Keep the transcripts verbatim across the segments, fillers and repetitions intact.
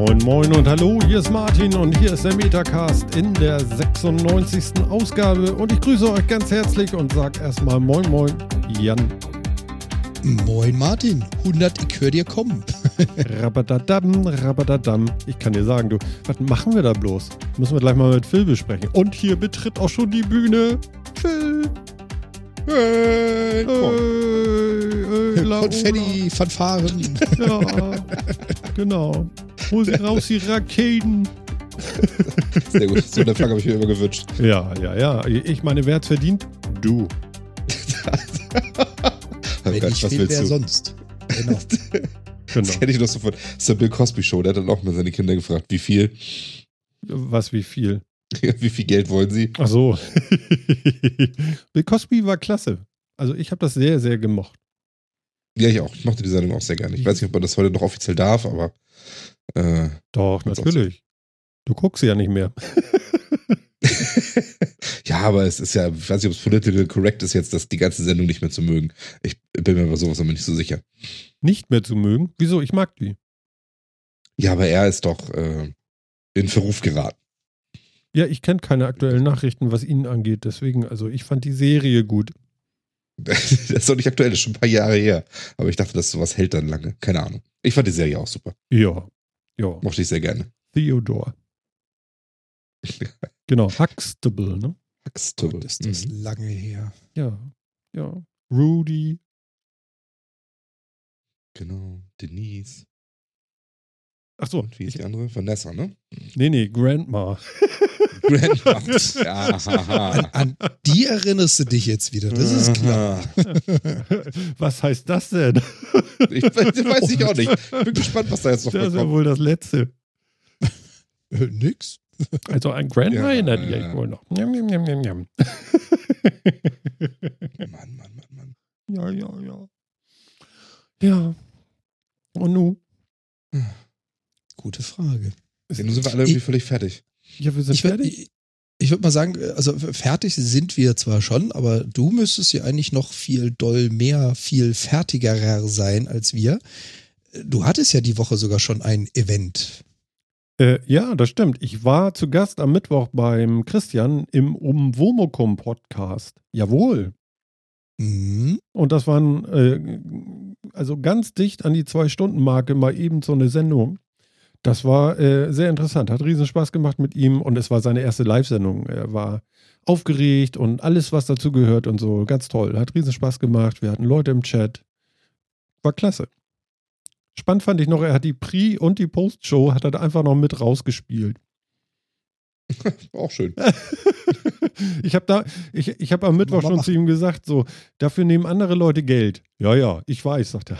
Moin Moin und hallo, hier ist Martin und hier ist der Metacast in der sechsundneunzigsten Ausgabe und ich grüße euch ganz herzlich und sag erstmal Moin Moin, Jan. Moin Martin, hundert, ich höre dir kommen. Rabadadam, rabadadam. Ich kann dir sagen, du, was machen wir da bloß? Müssen wir gleich mal mit Phil besprechen. Und hier betritt auch schon die Bühne Phil. Hey, Hey, hey, Konfetti, Fanfaren. Ja, genau. Hol sie raus, die Raketen. Sehr gut, so eine Frage habe ich mir immer gewünscht. Ja, ja, ja. Ich meine, wer hat's verdient? Du. Wenn Gott, ich was will, willst wer du? sonst? Genau. Genau. Das kenne ich noch so von der Bill Cosby Show. Der hat dann auch mal seine Kinder gefragt, wie viel, Was, wie viel? wie viel Geld wollen sie? Ach so. Bill Cosby war klasse. Also ich habe das sehr, sehr gemocht. Ja, ich auch. Ich mochte die Sendung auch sehr gerne. Ich weiß nicht, ob man das heute noch offiziell darf, aber äh, Doch, Ganz natürlich. Du guckst sie ja nicht mehr. ja, aber es ist ja, ich weiß nicht, ob es political correct ist jetzt, das die ganze Sendung nicht mehr zu mögen. Ich bin mir bei sowas aber nicht so sicher. Nicht mehr zu mögen? Wieso? Ich mag die. Ja, aber er ist doch äh, in Verruf geraten. Ja, ich kenne keine aktuellen Nachrichten, was ihn angeht. Deswegen, also ich fand die Serie gut. Das ist doch nicht aktuell, das ist schon ein paar Jahre her. Aber ich dachte, dass sowas hält dann lange. Keine Ahnung. Ich fand die Serie auch super. Ja. Ja. Mochte ich sehr gerne. Theodore. Genau. Huxtable, ne? Huxtable. Gott, ist das Mhm. lange her. Ja. Ja. Rudy. Genau. Denise. Ach so. Und wie ist die andere? Vanessa, ne? Nee, nee, Grandma. Grandma. Ja, haha. An, an die erinnerst du dich jetzt wieder, das ist klar. Was heißt das denn? Ich weiß, weiß ich auch nicht. Bin gespannt, was da jetzt noch Das ist ja kommt. wohl das Letzte. Äh, nix. Also ein Grandma Ja, erinnert ihr ja. euch wohl noch. Njam, njam, njam, njam, njam. Mann, Mann, Mann, Mann. Ja, ja, ja. Ja. Und nun? Gute Frage. Ja, nun sind wir alle irgendwie völlig fertig. Ja, wir sind Ich, würd- fertig. ich, ich würde mal sagen, also fertig sind wir zwar schon, aber du müsstest ja eigentlich noch viel doll mehr, viel fertigerer sein als wir. Du hattest ja die Woche sogar schon ein Event. Äh, ja, das stimmt. Ich war zu Gast am Mittwoch beim Christian im Umwomukum Podcast. Jawohl. Mhm. Und das waren äh, also ganz dicht an die Zwei-Stunden-Marke mal eben so eine Sendung. Das war äh, sehr interessant, hat riesen Spaß gemacht mit ihm und es war seine erste Live-Sendung. Er war aufgeregt und alles, was dazu gehört und so, ganz toll. Hat riesen Spaß gemacht, wir hatten Leute im Chat. War klasse. Spannend fand ich noch, er hat die Pre- und die Post-Show hat er einfach noch mit rausgespielt. Auch schön. ich habe da, ich, ich habe am Mittwoch schon zu ihm gesagt, so, dafür nehmen andere Leute Geld. Ja, ja, ich weiß, sagt er.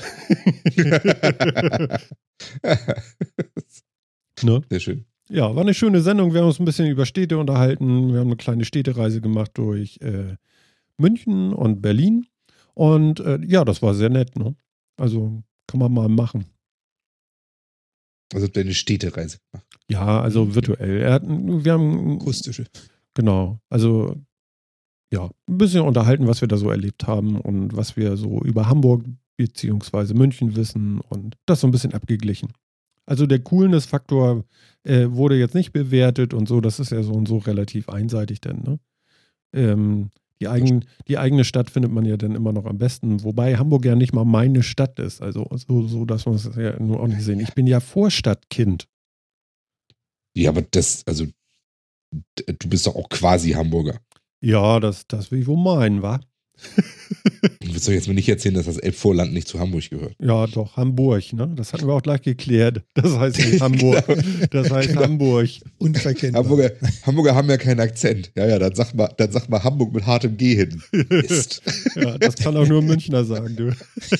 Ne? Sehr schön. Ja, war eine schöne Sendung. Wir haben uns ein bisschen über Städte unterhalten. Wir haben eine kleine Städtereise gemacht durch äh, München und Berlin. Und äh, ja, das war sehr nett. Ne? Also kann man mal machen. Also habt ihr eine Städtereise gemacht. Ja, also virtuell. Er hat, wir haben, Akustische. genau, also ja, ein bisschen unterhalten, was wir da so erlebt haben und was wir so über Hamburg beziehungsweise München wissen und das so ein bisschen abgeglichen. Also der Coolness-Faktor äh, wurde jetzt nicht bewertet und so, das ist ja so und so relativ einseitig denn, ne? Ähm, die, eigen, die eigene Stadt findet man ja dann immer noch am besten, wobei Hamburg ja nicht mal meine Stadt ist, also so, so dass man es ja nur auch nicht sehen. Ich bin ja Vorstadtkind. Ja, aber das, also, d- du bist doch auch quasi Hamburger. Ja, das, das will ich wohl meinen, wa? Du willst doch jetzt mir nicht erzählen, dass das Elbvorland nicht zu Hamburg gehört. Ja, doch, Hamburg, ne? Das hatten wir auch gleich geklärt. Das heißt nicht Hamburg, das heißt Genau. Hamburg. Unverkennbar. Hamburger, Hamburger haben ja keinen Akzent. Ja, ja, dann sag mal, dann sag mal Hamburg mit hartem G hin. Mist. Ja, das kann auch nur Münchner sagen, du.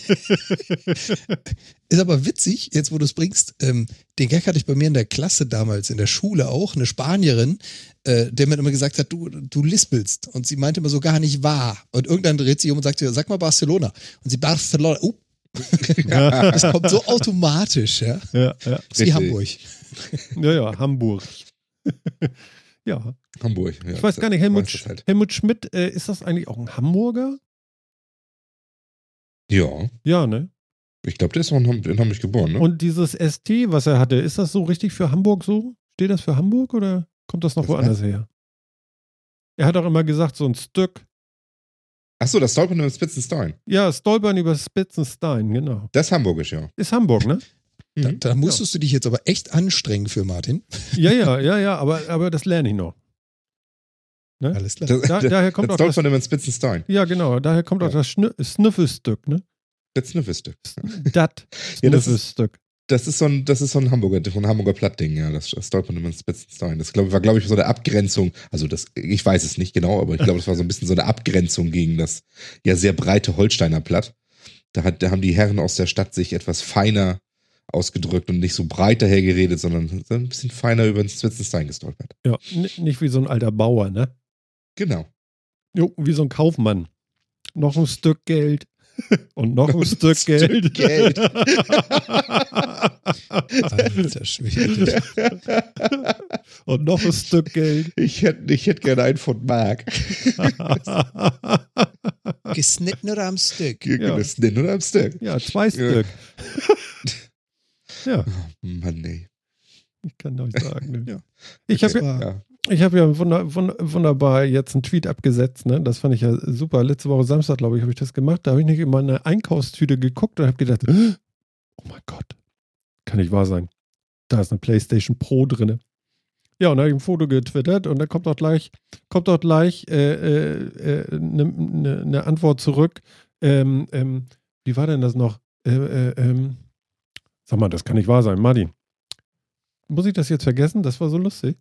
Ist aber witzig, jetzt wo du es bringst, ähm, den Gag hatte ich bei mir in der Klasse damals, in der Schule auch, eine Spanierin, äh, der mir immer gesagt hat, du, du lispelst. Und sie meinte immer so gar nicht wahr. Und irgendwann dreht sie um und sagt, sag mal Barcelona. Und sie, Barcelona, oh, Ja, das kommt so automatisch, ja. ja, ja, Das ist wie Hamburg. ja, ja Hamburg. Ja, Hamburg. Ja, ich weiß gar nicht, Helmut, weiß das halt. Helmut Schmidt, äh, ist das eigentlich auch ein Hamburger? Ja. Ja, ne? Ich glaube, der ist auch in Ham- in Hamburg geboren, ne? Und dieses S T, was er hatte, ist das so richtig für Hamburg so? Steht das für Hamburg oder kommt das noch Was woanders her? Er hat auch immer gesagt, so ein Stück. Achso, das Stolpern über Spitzenstein. Ja, Stolpern über Spitzenstein, genau. Das ist hamburgisch, ja. Ist Hamburg, ne? Da, Mhm. da musstest du dich jetzt aber echt anstrengen für Martin. Ja, ja, ja, ja, aber, aber das lerne ich noch. Ne? Alles klar. Das, Da, daher kommt das auch das, Stolpern über Spitzenstein. ja, genau, daher kommt auch Ja. das Schn- Snüffelstück, ne? Das Sniffelstück. Dat Ja, das ist- Snüffelstück. Das ist so ein, das ist so ein Hamburger, so ein Hamburger Plattding, ja. Das, das Stolpern über Spitzenstein. Das glaub, war, glaube ich, so eine Abgrenzung. Also, das, ich weiß es nicht genau, aber ich glaube, das war so ein bisschen so eine Abgrenzung gegen das ja sehr breite Holsteiner Platt. Da, hat, da haben die Herren aus der Stadt sich etwas feiner ausgedrückt und nicht so breit dahergeredet, sondern so ein bisschen feiner über den Spitzenstein gestolpert. Ja, n- nicht wie so ein alter Bauer, ne? Genau. Jo, wie so ein Kaufmann. Noch ein Stück Geld. Und noch ein Noch ein Stück Stück Geld. Geld. Alter Schwede. Und noch ein Stück Geld. Ich hätte ich hätt gerne einen von Mark. Geschnitten oder am Stück? Ja. Das nennen oder am Stück. Ja, zwei Stück. Ja, Mann, ey. ich kann euch sagen. Ne? Ja. Ich habe war- Ja. ich hab ja wunder, wund- wunderbar jetzt einen Tweet abgesetzt. Ne? Das fand ich ja super. Letzte Woche Samstag, glaube ich, habe ich das gemacht. Da habe ich nicht in meine Einkaufstüte geguckt und habe gedacht, oh mein Gott, kann nicht wahr sein. Da ist eine PlayStation Pro drin. Ja, und da habe ich ein Foto getwittert und da kommt auch gleich, kommt auch gleich eine äh, äh, ne, ne, ne Antwort zurück. Ähm, ähm, wie war denn das noch? Äh, äh, ähm, sag mal, das kann nicht wahr sein. Martin, muss ich das jetzt vergessen? Das war so lustig.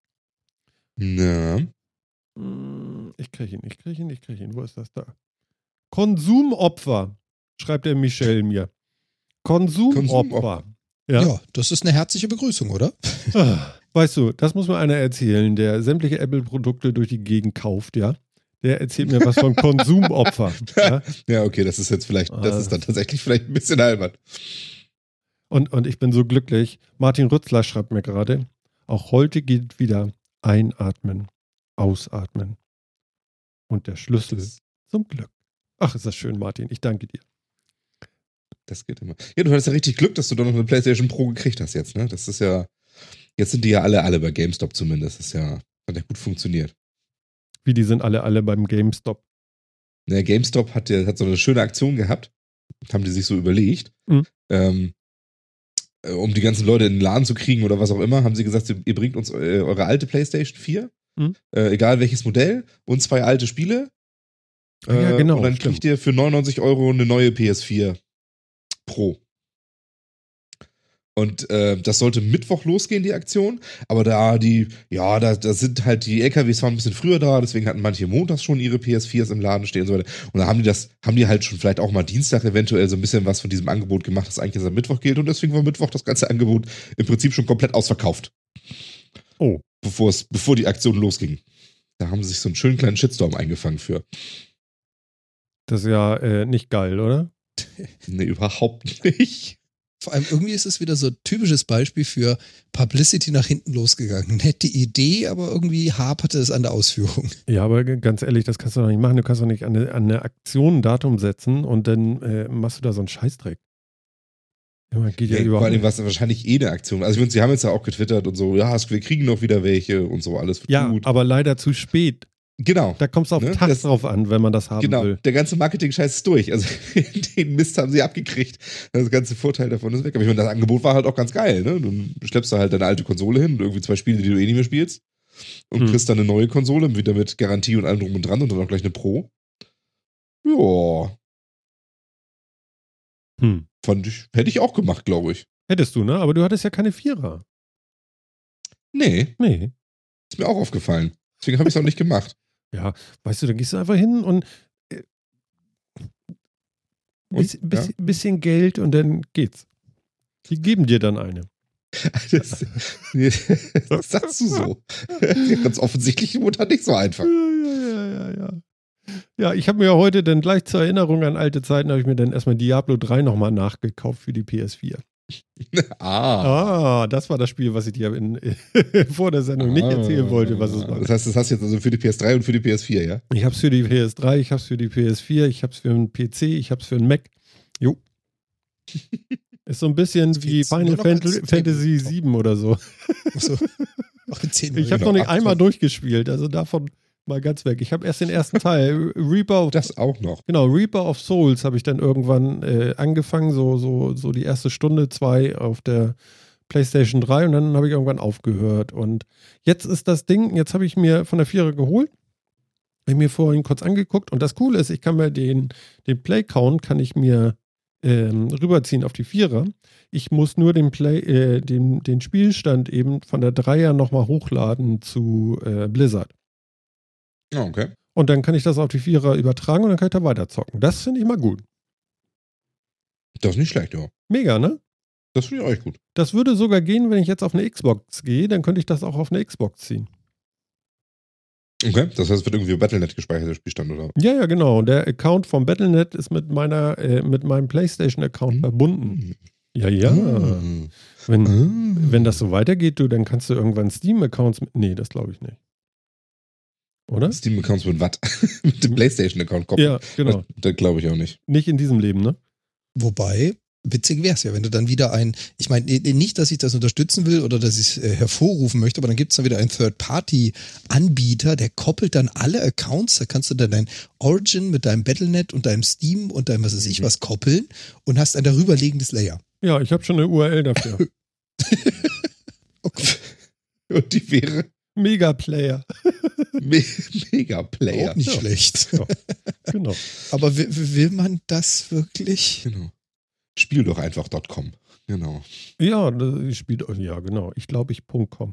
Na. Hm, Ich kriege ihn, ich kriege ihn, ich kriege ihn. Wo ist das da? Konsumopfer, schreibt der Michel mir. Konsumopfer. Konsumopfer. Ja. Ja, das ist eine herzliche Begrüßung, oder? Ah, Weißt du, das muss mir einer erzählen, der sämtliche Apple-Produkte durch die Gegend kauft, ja. Der erzählt mir was von Konsumopfer. Ja? Ja, okay, das ist jetzt vielleicht, das Ah. ist dann tatsächlich vielleicht ein bisschen albern. Und, und ich bin so glücklich. Martin Rützler schreibt mir gerade, auch heute geht wieder einatmen, ausatmen. Und der Schlüssel Das, zum Glück. Ach, ist das schön, Martin. Ich danke dir. das geht immer. Ja, du hattest ja richtig Glück, dass du doch noch eine PlayStation Pro gekriegt hast jetzt, ne? Das ist ja, jetzt sind die ja alle, alle bei GameStop zumindest. Das ist ja, hat ja gut funktioniert. Wie die sind alle, alle beim GameStop. Ne, GameStop hat, ja, hat so eine schöne Aktion gehabt. Haben die sich so überlegt. Mhm. Ähm, äh, um die ganzen Leute in den Laden zu kriegen oder was auch immer, haben sie gesagt, ihr bringt uns äh, eure alte PlayStation vier, Mhm. äh, egal welches Modell, und zwei alte Spiele. Ah, ja, Äh, genau, Und dann stimmt. kriegt ihr für neunundneunzig Euro eine neue P S vier Pro. Und äh, das sollte Mittwoch losgehen, die Aktion. Aber da die, ja, da, da sind halt die L K Ws waren ein bisschen früher da, deswegen hatten manche montags schon ihre P S viers im Laden stehen und so weiter. Und da haben die das, haben die halt schon vielleicht auch mal Dienstag eventuell so ein bisschen was von diesem Angebot gemacht, das eigentlich jetzt am Mittwoch gilt. Und deswegen war Mittwoch das ganze Angebot im Prinzip schon komplett ausverkauft. Oh. Bevor es, bevor die Aktion losging. Da haben sie sich so einen schönen kleinen Shitstorm eingefangen für. Das ist ja äh, nicht geil, oder? Nee, überhaupt nicht. Vor allem irgendwie ist es wieder so ein typisches Beispiel für Publicity nach hinten losgegangen. Nette Idee, aber irgendwie haperte es an der Ausführung. Ja, aber g- ganz ehrlich, das kannst du doch nicht machen. Du kannst doch nicht an eine, an eine Aktion ein Datum setzen und dann äh, machst du da so einen Scheißdreck. Ja, man geht ja Ja, vor überhaupt allem nicht. war es wahrscheinlich eh eine Aktion. Also ich meine, sie haben jetzt ja auch getwittert und so, ja, es- wir kriegen noch wieder welche und so, alles wird Ja, gut. aber leider zu spät. Genau. Da kommt es auf Ne, Tag das- drauf an, wenn man das haben Genau, will. der ganze Marketing-Scheiß ist durch. Also den Mist haben sie abgekriegt. Das ganze Vorteil davon ist weg. Aber ich meine, das Angebot war halt auch ganz geil. Ne? Du schleppst da halt deine alte Konsole hin und irgendwie zwei Spiele, die du eh nicht mehr spielst. Und Hm. kriegst dann eine neue Konsole, wieder mit Garantie und allem drum und dran und dann auch gleich eine Pro. Ja, Hm. fand ich, hätte ich auch gemacht, glaube ich. Hättest du, ne? Aber du hattest ja keine Vierer. Nee, Nee. ist mir auch aufgefallen. Deswegen habe ich es auch nicht gemacht. Ja, weißt du, dann gehst du einfach hin und äh, Und, bis, bis, bisschen Geld und dann geht's. Die geben dir dann eine. Das, das sagst du so. Ganz offensichtlich die Mutter nicht so einfach. Ja, ja, ja, ja, ja. Ja, ich habe mir ja heute dann gleich zur Erinnerung an alte Zeiten, habe ich mir dann erstmal Diablo drei nochmal nachgekauft für die P S vier. Ah. Ah, das war das Spiel, was ich dir in, vor der Sendung nicht erzählen wollte, was es war. Das heißt, das hast du jetzt also für die P S drei und für die P S vier, ja? Ich habe es für die P S drei, ich habe es für die P S vier, ich habe es für einen P C, ich habe es für einen Mac. Jo. Ist so ein bisschen Das wie geht's Final nur noch Fantasy, als Fantasy Tabletop. sieben oder so. Achso. Ach, in zehn Ich habe Minuten. noch nicht Ach, einmal so. durchgespielt, also davon mal ganz weg. Ich habe erst den ersten Teil, Reaper of, Das auch noch. genau, Reaper of Souls habe ich dann irgendwann äh, angefangen, so, so, so die erste Stunde, zwei auf der PlayStation drei und dann habe ich irgendwann aufgehört. Und jetzt ist das Ding, jetzt habe ich mir von der Vierer geholt, habe ich mir vorhin kurz angeguckt und das Coole ist, ich kann mir den, den Play-Count kann ich mir ähm, rüberziehen auf die Vierer. Ich muss nur den, Play, äh, den, den Spielstand eben von der Dreier nochmal hochladen zu äh, Blizzard. Ja, okay. Und dann kann ich das auf die Vierer übertragen und dann kann ich da weiter zocken. Das finde ich mal gut. Das ist nicht schlecht, ja. Mega, ne? Das finde ich auch echt gut. Das würde sogar gehen, wenn ich jetzt auf eine Xbox gehe, dann könnte ich das auch auf eine Xbox ziehen. Okay, das heißt, es wird irgendwie über Battle Punkt net gespeichert, der Spielstand, oder? Ja, ja, genau. Der Account vom Battle Punkt net ist mit meiner, äh, mit meinem PlayStation-Account Mhm. verbunden. Ja, ja. Mhm. Wenn, Mhm. wenn das so weitergeht, du, dann kannst du irgendwann Steam-Accounts mit. Nee, das glaube ich nicht. Oder? Steam-Accounts mit was? Mit dem PlayStation-Account koppeln. Ja, genau. Das, das glaube ich auch nicht. Nicht in diesem Leben, ne? Wobei, witzig wäre es ja, wenn du dann wieder ein, ich meine nicht, dass ich das unterstützen will oder dass ich es äh, hervorrufen möchte, aber dann gibt es dann wieder einen Third-Party-Anbieter, der koppelt dann alle Accounts, da kannst du dann dein Origin mit deinem Battle Punkt net und deinem Steam und deinem was weiß ich Mhm. was koppeln und hast ein darüberliegendes Layer. Ja, ich habe schon eine U R L dafür. Okay. Und die wäre Megaplayer. Me Mega-Player. Auch nicht Ja. schlecht. Ja. Genau. Aber will, will man das wirklich? Genau. Spiel doch einfach .com. Genau. Ja, das spielt, ja, genau. Ich glaube, ich .com.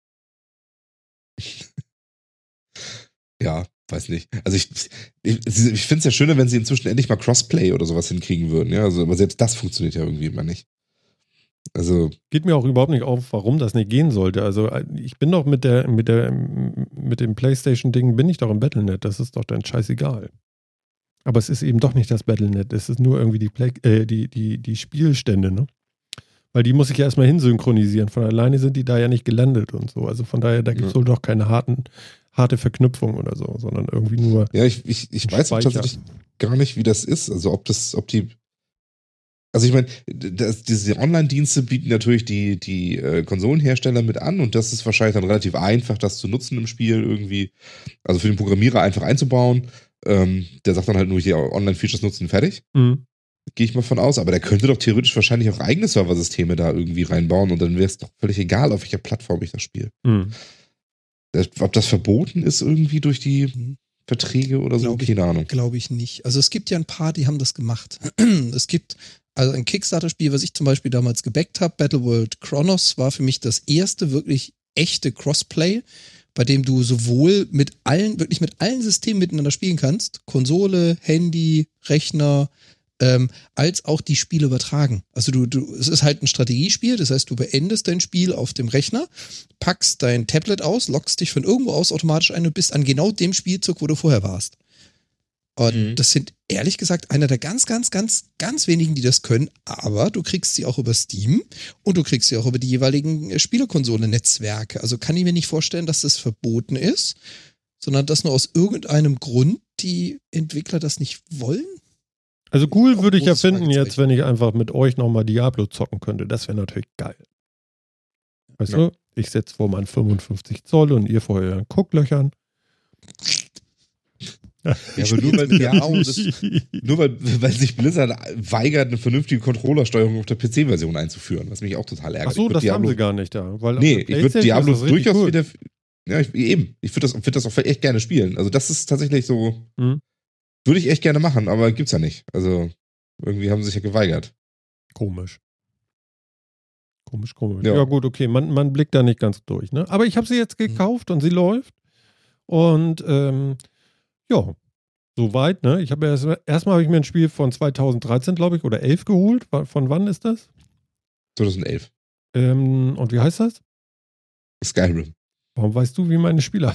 Ja, weiß nicht. Also ich, ich, ich finde es ja schöner, wenn sie inzwischen endlich mal Crossplay oder sowas hinkriegen würden. Ja, also, aber selbst das funktioniert ja irgendwie immer nicht. Also, Geht mir auch überhaupt nicht auf, warum das nicht gehen sollte. Also ich bin doch mit der, mit der, mit dem PlayStation-Ding bin ich doch im Battle Punkt net. Das ist doch dann scheißegal. Aber es ist eben doch nicht das Battle Punkt net. Es ist nur irgendwie die, Play, äh, die, die, die Spielstände, ne? Weil die muss ich ja erstmal hinsynchronisieren. Von alleine sind die da ja nicht gelandet und so. Also von daher, da gibt es Ja. wohl doch keine harten, harte Verknüpfung oder so, sondern irgendwie nur ja, ich, ich, ich weiß auch Speicher. tatsächlich gar nicht, wie das ist. Also ob das, ob die. Also ich meine, das, diese Online-Dienste bieten natürlich die, die äh, Konsolenhersteller mit an und das ist wahrscheinlich dann relativ einfach, das zu nutzen im Spiel irgendwie. Also für den Programmierer einfach einzubauen. Ähm, der sagt dann halt nur hier Online-Features nutzen, fertig. Mhm. Gehe ich mal von aus. Aber der könnte doch theoretisch wahrscheinlich auch eigene Serversysteme da irgendwie reinbauen und dann wäre es doch völlig egal, auf welcher Plattform ich das spiele. Mhm. Das- Ob das verboten ist irgendwie durch die Mhm. Verträge oder so, Glaub ich- keine Ahnung. Glaube ich nicht. Also es gibt ja ein paar, die haben das gemacht. Es gibt also ein Kickstarter-Spiel, was ich zum Beispiel damals gebackt habe, Battleworld Chronos, war für mich das erste wirklich echte Crossplay, bei dem du sowohl mit allen, wirklich mit allen Systemen miteinander spielen kannst, Konsole, Handy, Rechner, ähm, als auch die Spiele übertragen. Also du, du, es ist halt ein Strategiespiel, das heißt, du beendest dein Spiel auf dem Rechner, packst dein Tablet aus, loggst dich von irgendwo aus automatisch ein und bist an genau dem Spielzug, wo du vorher warst. Und Mhm. das sind ehrlich gesagt einer der ganz, ganz, ganz, ganz wenigen, die das können, aber du kriegst sie auch über Steam und du kriegst sie auch über die jeweiligen Spielerkonsole-Netzwerke. Also kann ich mir nicht vorstellen, dass das verboten ist, sondern dass nur aus irgendeinem Grund die Entwickler das nicht wollen. Also cool Auch würde ich ja großes finden jetzt, Fragezeichen. wenn ich einfach mit euch nochmal Diablo zocken könnte. Das wäre natürlich geil. Weißt Ja. du, ich setze vor meinen fünfundfünfzig Zoll und ihr vor euren Gucklöchern. Ja, aber nur weil, Diablo das, nur weil, weil sich Blizzard weigert, eine vernünftige Controllersteuerung auf der P C-Version einzuführen, was mich auch total ärgert. Ach so, Ich würd das Diablo, haben sie gar nicht da. Weil auf Nee, der ich würde PlayStation Diablo ist das richtig durchaus cool. wieder. Ja, ich, eben. Ich würde das, würd das auch echt gerne spielen. Also, das ist tatsächlich so. Mhm. Würde ich echt gerne machen, aber gibt's ja nicht. Also, irgendwie haben sie sich ja geweigert. Komisch. Komisch, komisch. Ja. Ja, gut, okay, man, man blickt da nicht ganz durch. Ne? Aber ich habe sie jetzt gekauft und sie läuft. Und ähm, ja, soweit. Ne? Ich habe erst, erstmal habe ich mir ein Spiel von zweitausenddreizehn, glaube ich, oder elf geholt. Von wann ist das? zweitausendelf. Ähm, und wie heißt das? Skyrim. Warum weißt du, wie meine Spieler?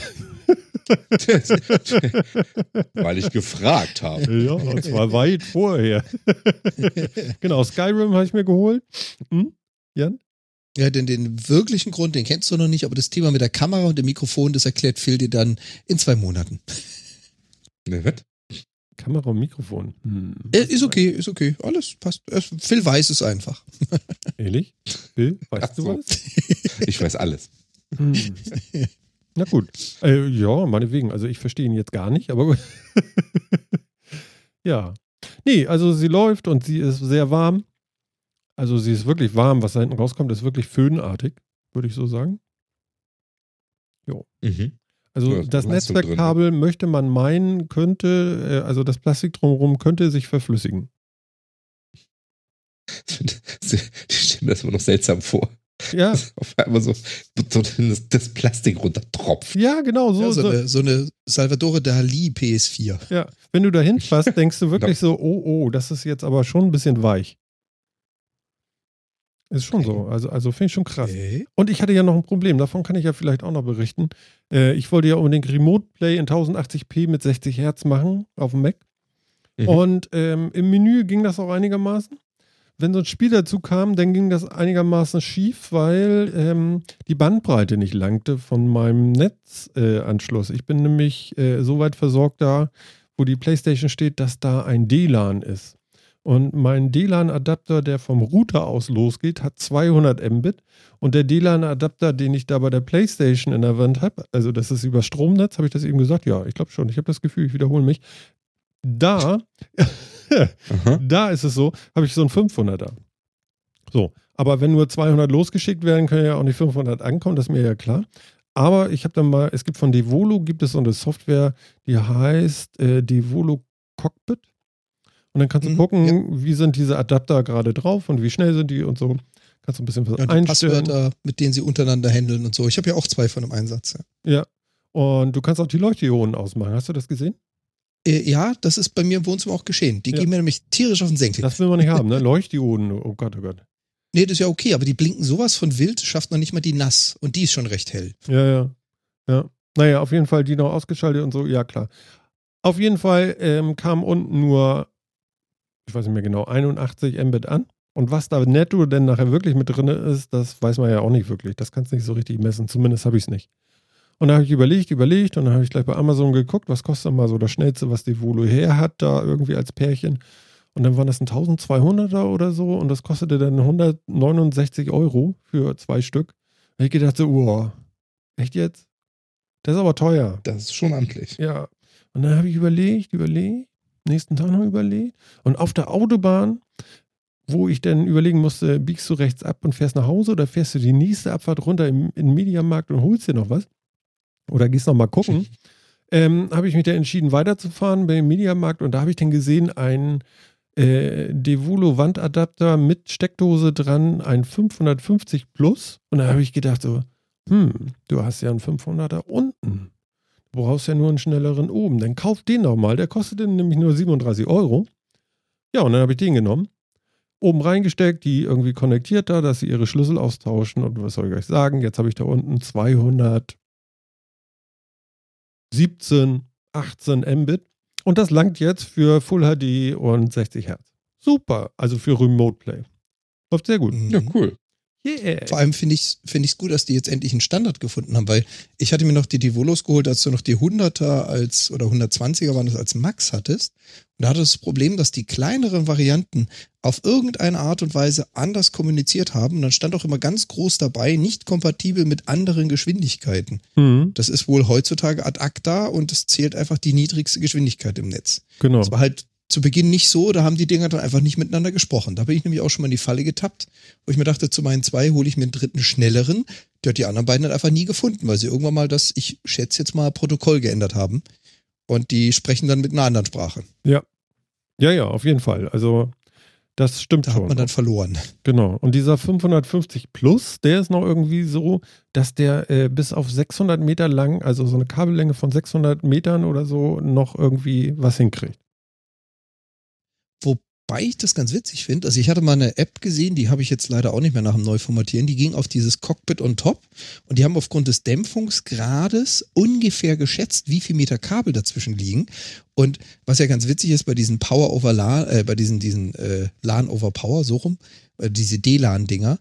Weil ich gefragt habe. Ja, und zwar weit vorher. Genau, Skyrim habe ich mir geholt. Hm? Jan? Ja, denn den wirklichen Grund, den kennst du noch nicht, aber das Thema mit der Kamera und dem Mikrofon, das erklärt Phil dir dann in zwei Monaten. Ne, was? Kamera und Mikrofon. Hm. Äh, ist okay, ist okay. Alles passt. Phil weiß es einfach. Ehrlich? Phil, weißt Ach du so. was? Ich weiß alles. Hm. Na gut. Äh, ja, meinetwegen. Also ich verstehe ihn jetzt gar nicht, aber gut. Ja. Nee, also sie läuft und sie ist sehr warm. Also sie ist wirklich warm. Was da hinten rauskommt, ist wirklich föhnartig, würde ich so sagen. Jo. Mhm. Also Ja, das Leistung Netzwerkkabel möchte man meinen, könnte, äh, also das Plastik drumherum könnte sich verflüssigen. Die stellen mir das immer noch seltsam vor. Ja. Auf einmal so, so das, das Plastik runtertropft. Ja, genau. So, Ja, so, so. eine, so eine Salvatore Dali P S vier. Ja. Wenn du da hinfasst, denkst du wirklich so, oh, oh, das ist jetzt aber schon ein bisschen weich. Ist schon Okay. so. Also, also finde ich schon krass. Okay. Und ich hatte ja noch ein Problem, davon kann ich ja vielleicht auch noch berichten. Äh, ich wollte ja unbedingt Remote Play in tausendachtzig p mit sechzig Hertz machen auf dem Mac. Mhm. Und ähm, im Menü ging das auch einigermaßen. Wenn so ein Spiel dazu kam, dann ging das einigermaßen schief, weil ähm, die Bandbreite nicht langte von meinem Netzanschluss. Äh, ich bin nämlich äh, so weit versorgt da, wo die PlayStation steht, dass da ein D LAN ist. Und mein D LAN-Adapter, der vom Router aus losgeht, hat zweihundert Mbit. Und der D LAN-Adapter, den ich da bei der PlayStation in der Wand habe, also das ist über Stromnetz, habe ich das eben gesagt? Ja, ich glaube schon. Ich habe das Gefühl, ich wiederhole mich. Da, da ist es so, habe ich so einen fünfhunderter. So, aber wenn nur zweihundert losgeschickt werden, können ja auch nicht fünfhundert ankommen, das ist mir ja klar. Aber ich habe dann mal, es gibt von Devolo, gibt es so eine Software, die heißt äh, Devolo Cockpit. Und dann kannst du Mhm, gucken, ja. wie sind diese Adapter gerade drauf und wie schnell sind die und so. Kannst du ein bisschen was Ja, die einstellen. Passwörter, mit denen sie untereinander handeln und so. Ich habe ja auch zwei von im Einsatz. Ja. Ja. Und du kannst auch die Leuchtdioden ausmachen. Hast du das gesehen? Äh, ja, das ist bei mir im Wohnzimmer auch geschehen. Die Ja. gehen mir nämlich tierisch auf den Senkel. Das will man nicht haben, ne? Leuchtdioden, oh Gott, oh Gott. Nee, das ist ja okay, aber die blinken sowas von wild, schafft noch nicht mal die nass. Und die ist schon recht hell. Ja, ja. Ja. Naja, auf jeden Fall die noch ausgeschaltet und so, ja klar. Auf jeden Fall ähm, kam unten nur, ich weiß nicht mehr genau, einundachtzig Mbit an. Und was da netto denn nachher wirklich mit drin ist, das weiß man ja auch nicht wirklich. Das kannst du nicht so richtig messen. Zumindest habe ich es nicht. Und da habe ich überlegt, überlegt und dann habe ich gleich bei Amazon geguckt, was kostet mal so das Schnellste, was Devolo her hat, da irgendwie als Pärchen. Und dann waren das ein zwölfhunderter oder so und das kostete dann hundertneunundsechzig Euro für zwei Stück. Da habe ich gedacht so, wow, echt jetzt? Das ist aber teuer. Das ist schon amtlich. Ja. Und dann habe ich überlegt, überlegt, nächsten Tag noch überlegt. Und auf der Autobahn, wo ich dann überlegen musste, biegst du rechts ab und fährst nach Hause oder fährst du die nächste Abfahrt runter im, in den Mediamarkt und holst dir noch was? Oder gehst noch mal gucken? ähm, habe ich mich dann entschieden, weiterzufahren beim Mediamarkt und da habe ich dann gesehen, ein äh, Devolo Wandadapter mit Steckdose dran, ein fünfhundertfünfzig Plus. Und da habe ich gedacht so, hm, du hast ja einen fünfhunderter unten. Du brauchst ja nur einen schnelleren oben. Dann kauf den nochmal. Der kostet dann nämlich nur siebenunddreißig Euro. Ja, und dann habe ich den genommen. Oben reingesteckt, die irgendwie konnektiert da, dass sie ihre Schlüssel austauschen. Und was soll ich euch sagen? Jetzt habe ich da unten zweihundertsiebzehn, achtzehn Mbit. Und das langt jetzt für Full H D und sechzig Hertz. Super. Also für Remote Play. Läuft sehr gut. Mhm. Ja, cool. Yeah. Vor allem finde ich es find ich's gut, dass die jetzt endlich einen Standard gefunden haben, weil ich hatte mir noch die Devolos geholt, als du noch die hunderter als oder hundertzwanziger waren das als Max hattest. Und da hatte das Problem, dass die kleineren Varianten auf irgendeine Art und Weise anders kommuniziert haben. Und dann stand auch immer ganz groß dabei, nicht kompatibel mit anderen Geschwindigkeiten. Mhm. Das ist wohl heutzutage ad acta und es zählt einfach die niedrigste Geschwindigkeit im Netz. Genau. Das war halt zu Beginn nicht so, da haben die Dinger dann einfach nicht miteinander gesprochen. Da bin ich nämlich auch schon mal in die Falle getappt, wo ich mir dachte, zu meinen zwei hole ich mir einen dritten schnelleren. Der hat die anderen beiden dann einfach nie gefunden, weil sie irgendwann mal das, ich schätze jetzt mal, Protokoll geändert haben. Und die sprechen dann mit einer anderen Sprache. Ja. Ja, ja, auf jeden Fall. Also das stimmt Da schon. hat man dann verloren. Genau. Und dieser fünfhundertfünfzig Plus, der ist noch irgendwie so, dass der äh, bis auf sechshundert Meter lang, also so eine Kabellänge von sechshundert Metern oder so, noch irgendwie was hinkriegt. Wobei ich das ganz witzig finde. Also ich hatte mal eine App gesehen, die habe ich jetzt leider auch nicht mehr nach dem Neuformatieren. Die ging auf dieses Cockpit on top und die haben aufgrund des Dämpfungsgrades ungefähr geschätzt, wie viel Meter Kabel dazwischen liegen. Und was ja ganz witzig ist bei diesen Power over LAN, äh, bei diesen, diesen äh, LAN over Power, so rum, äh, diese D LAN-Dinger,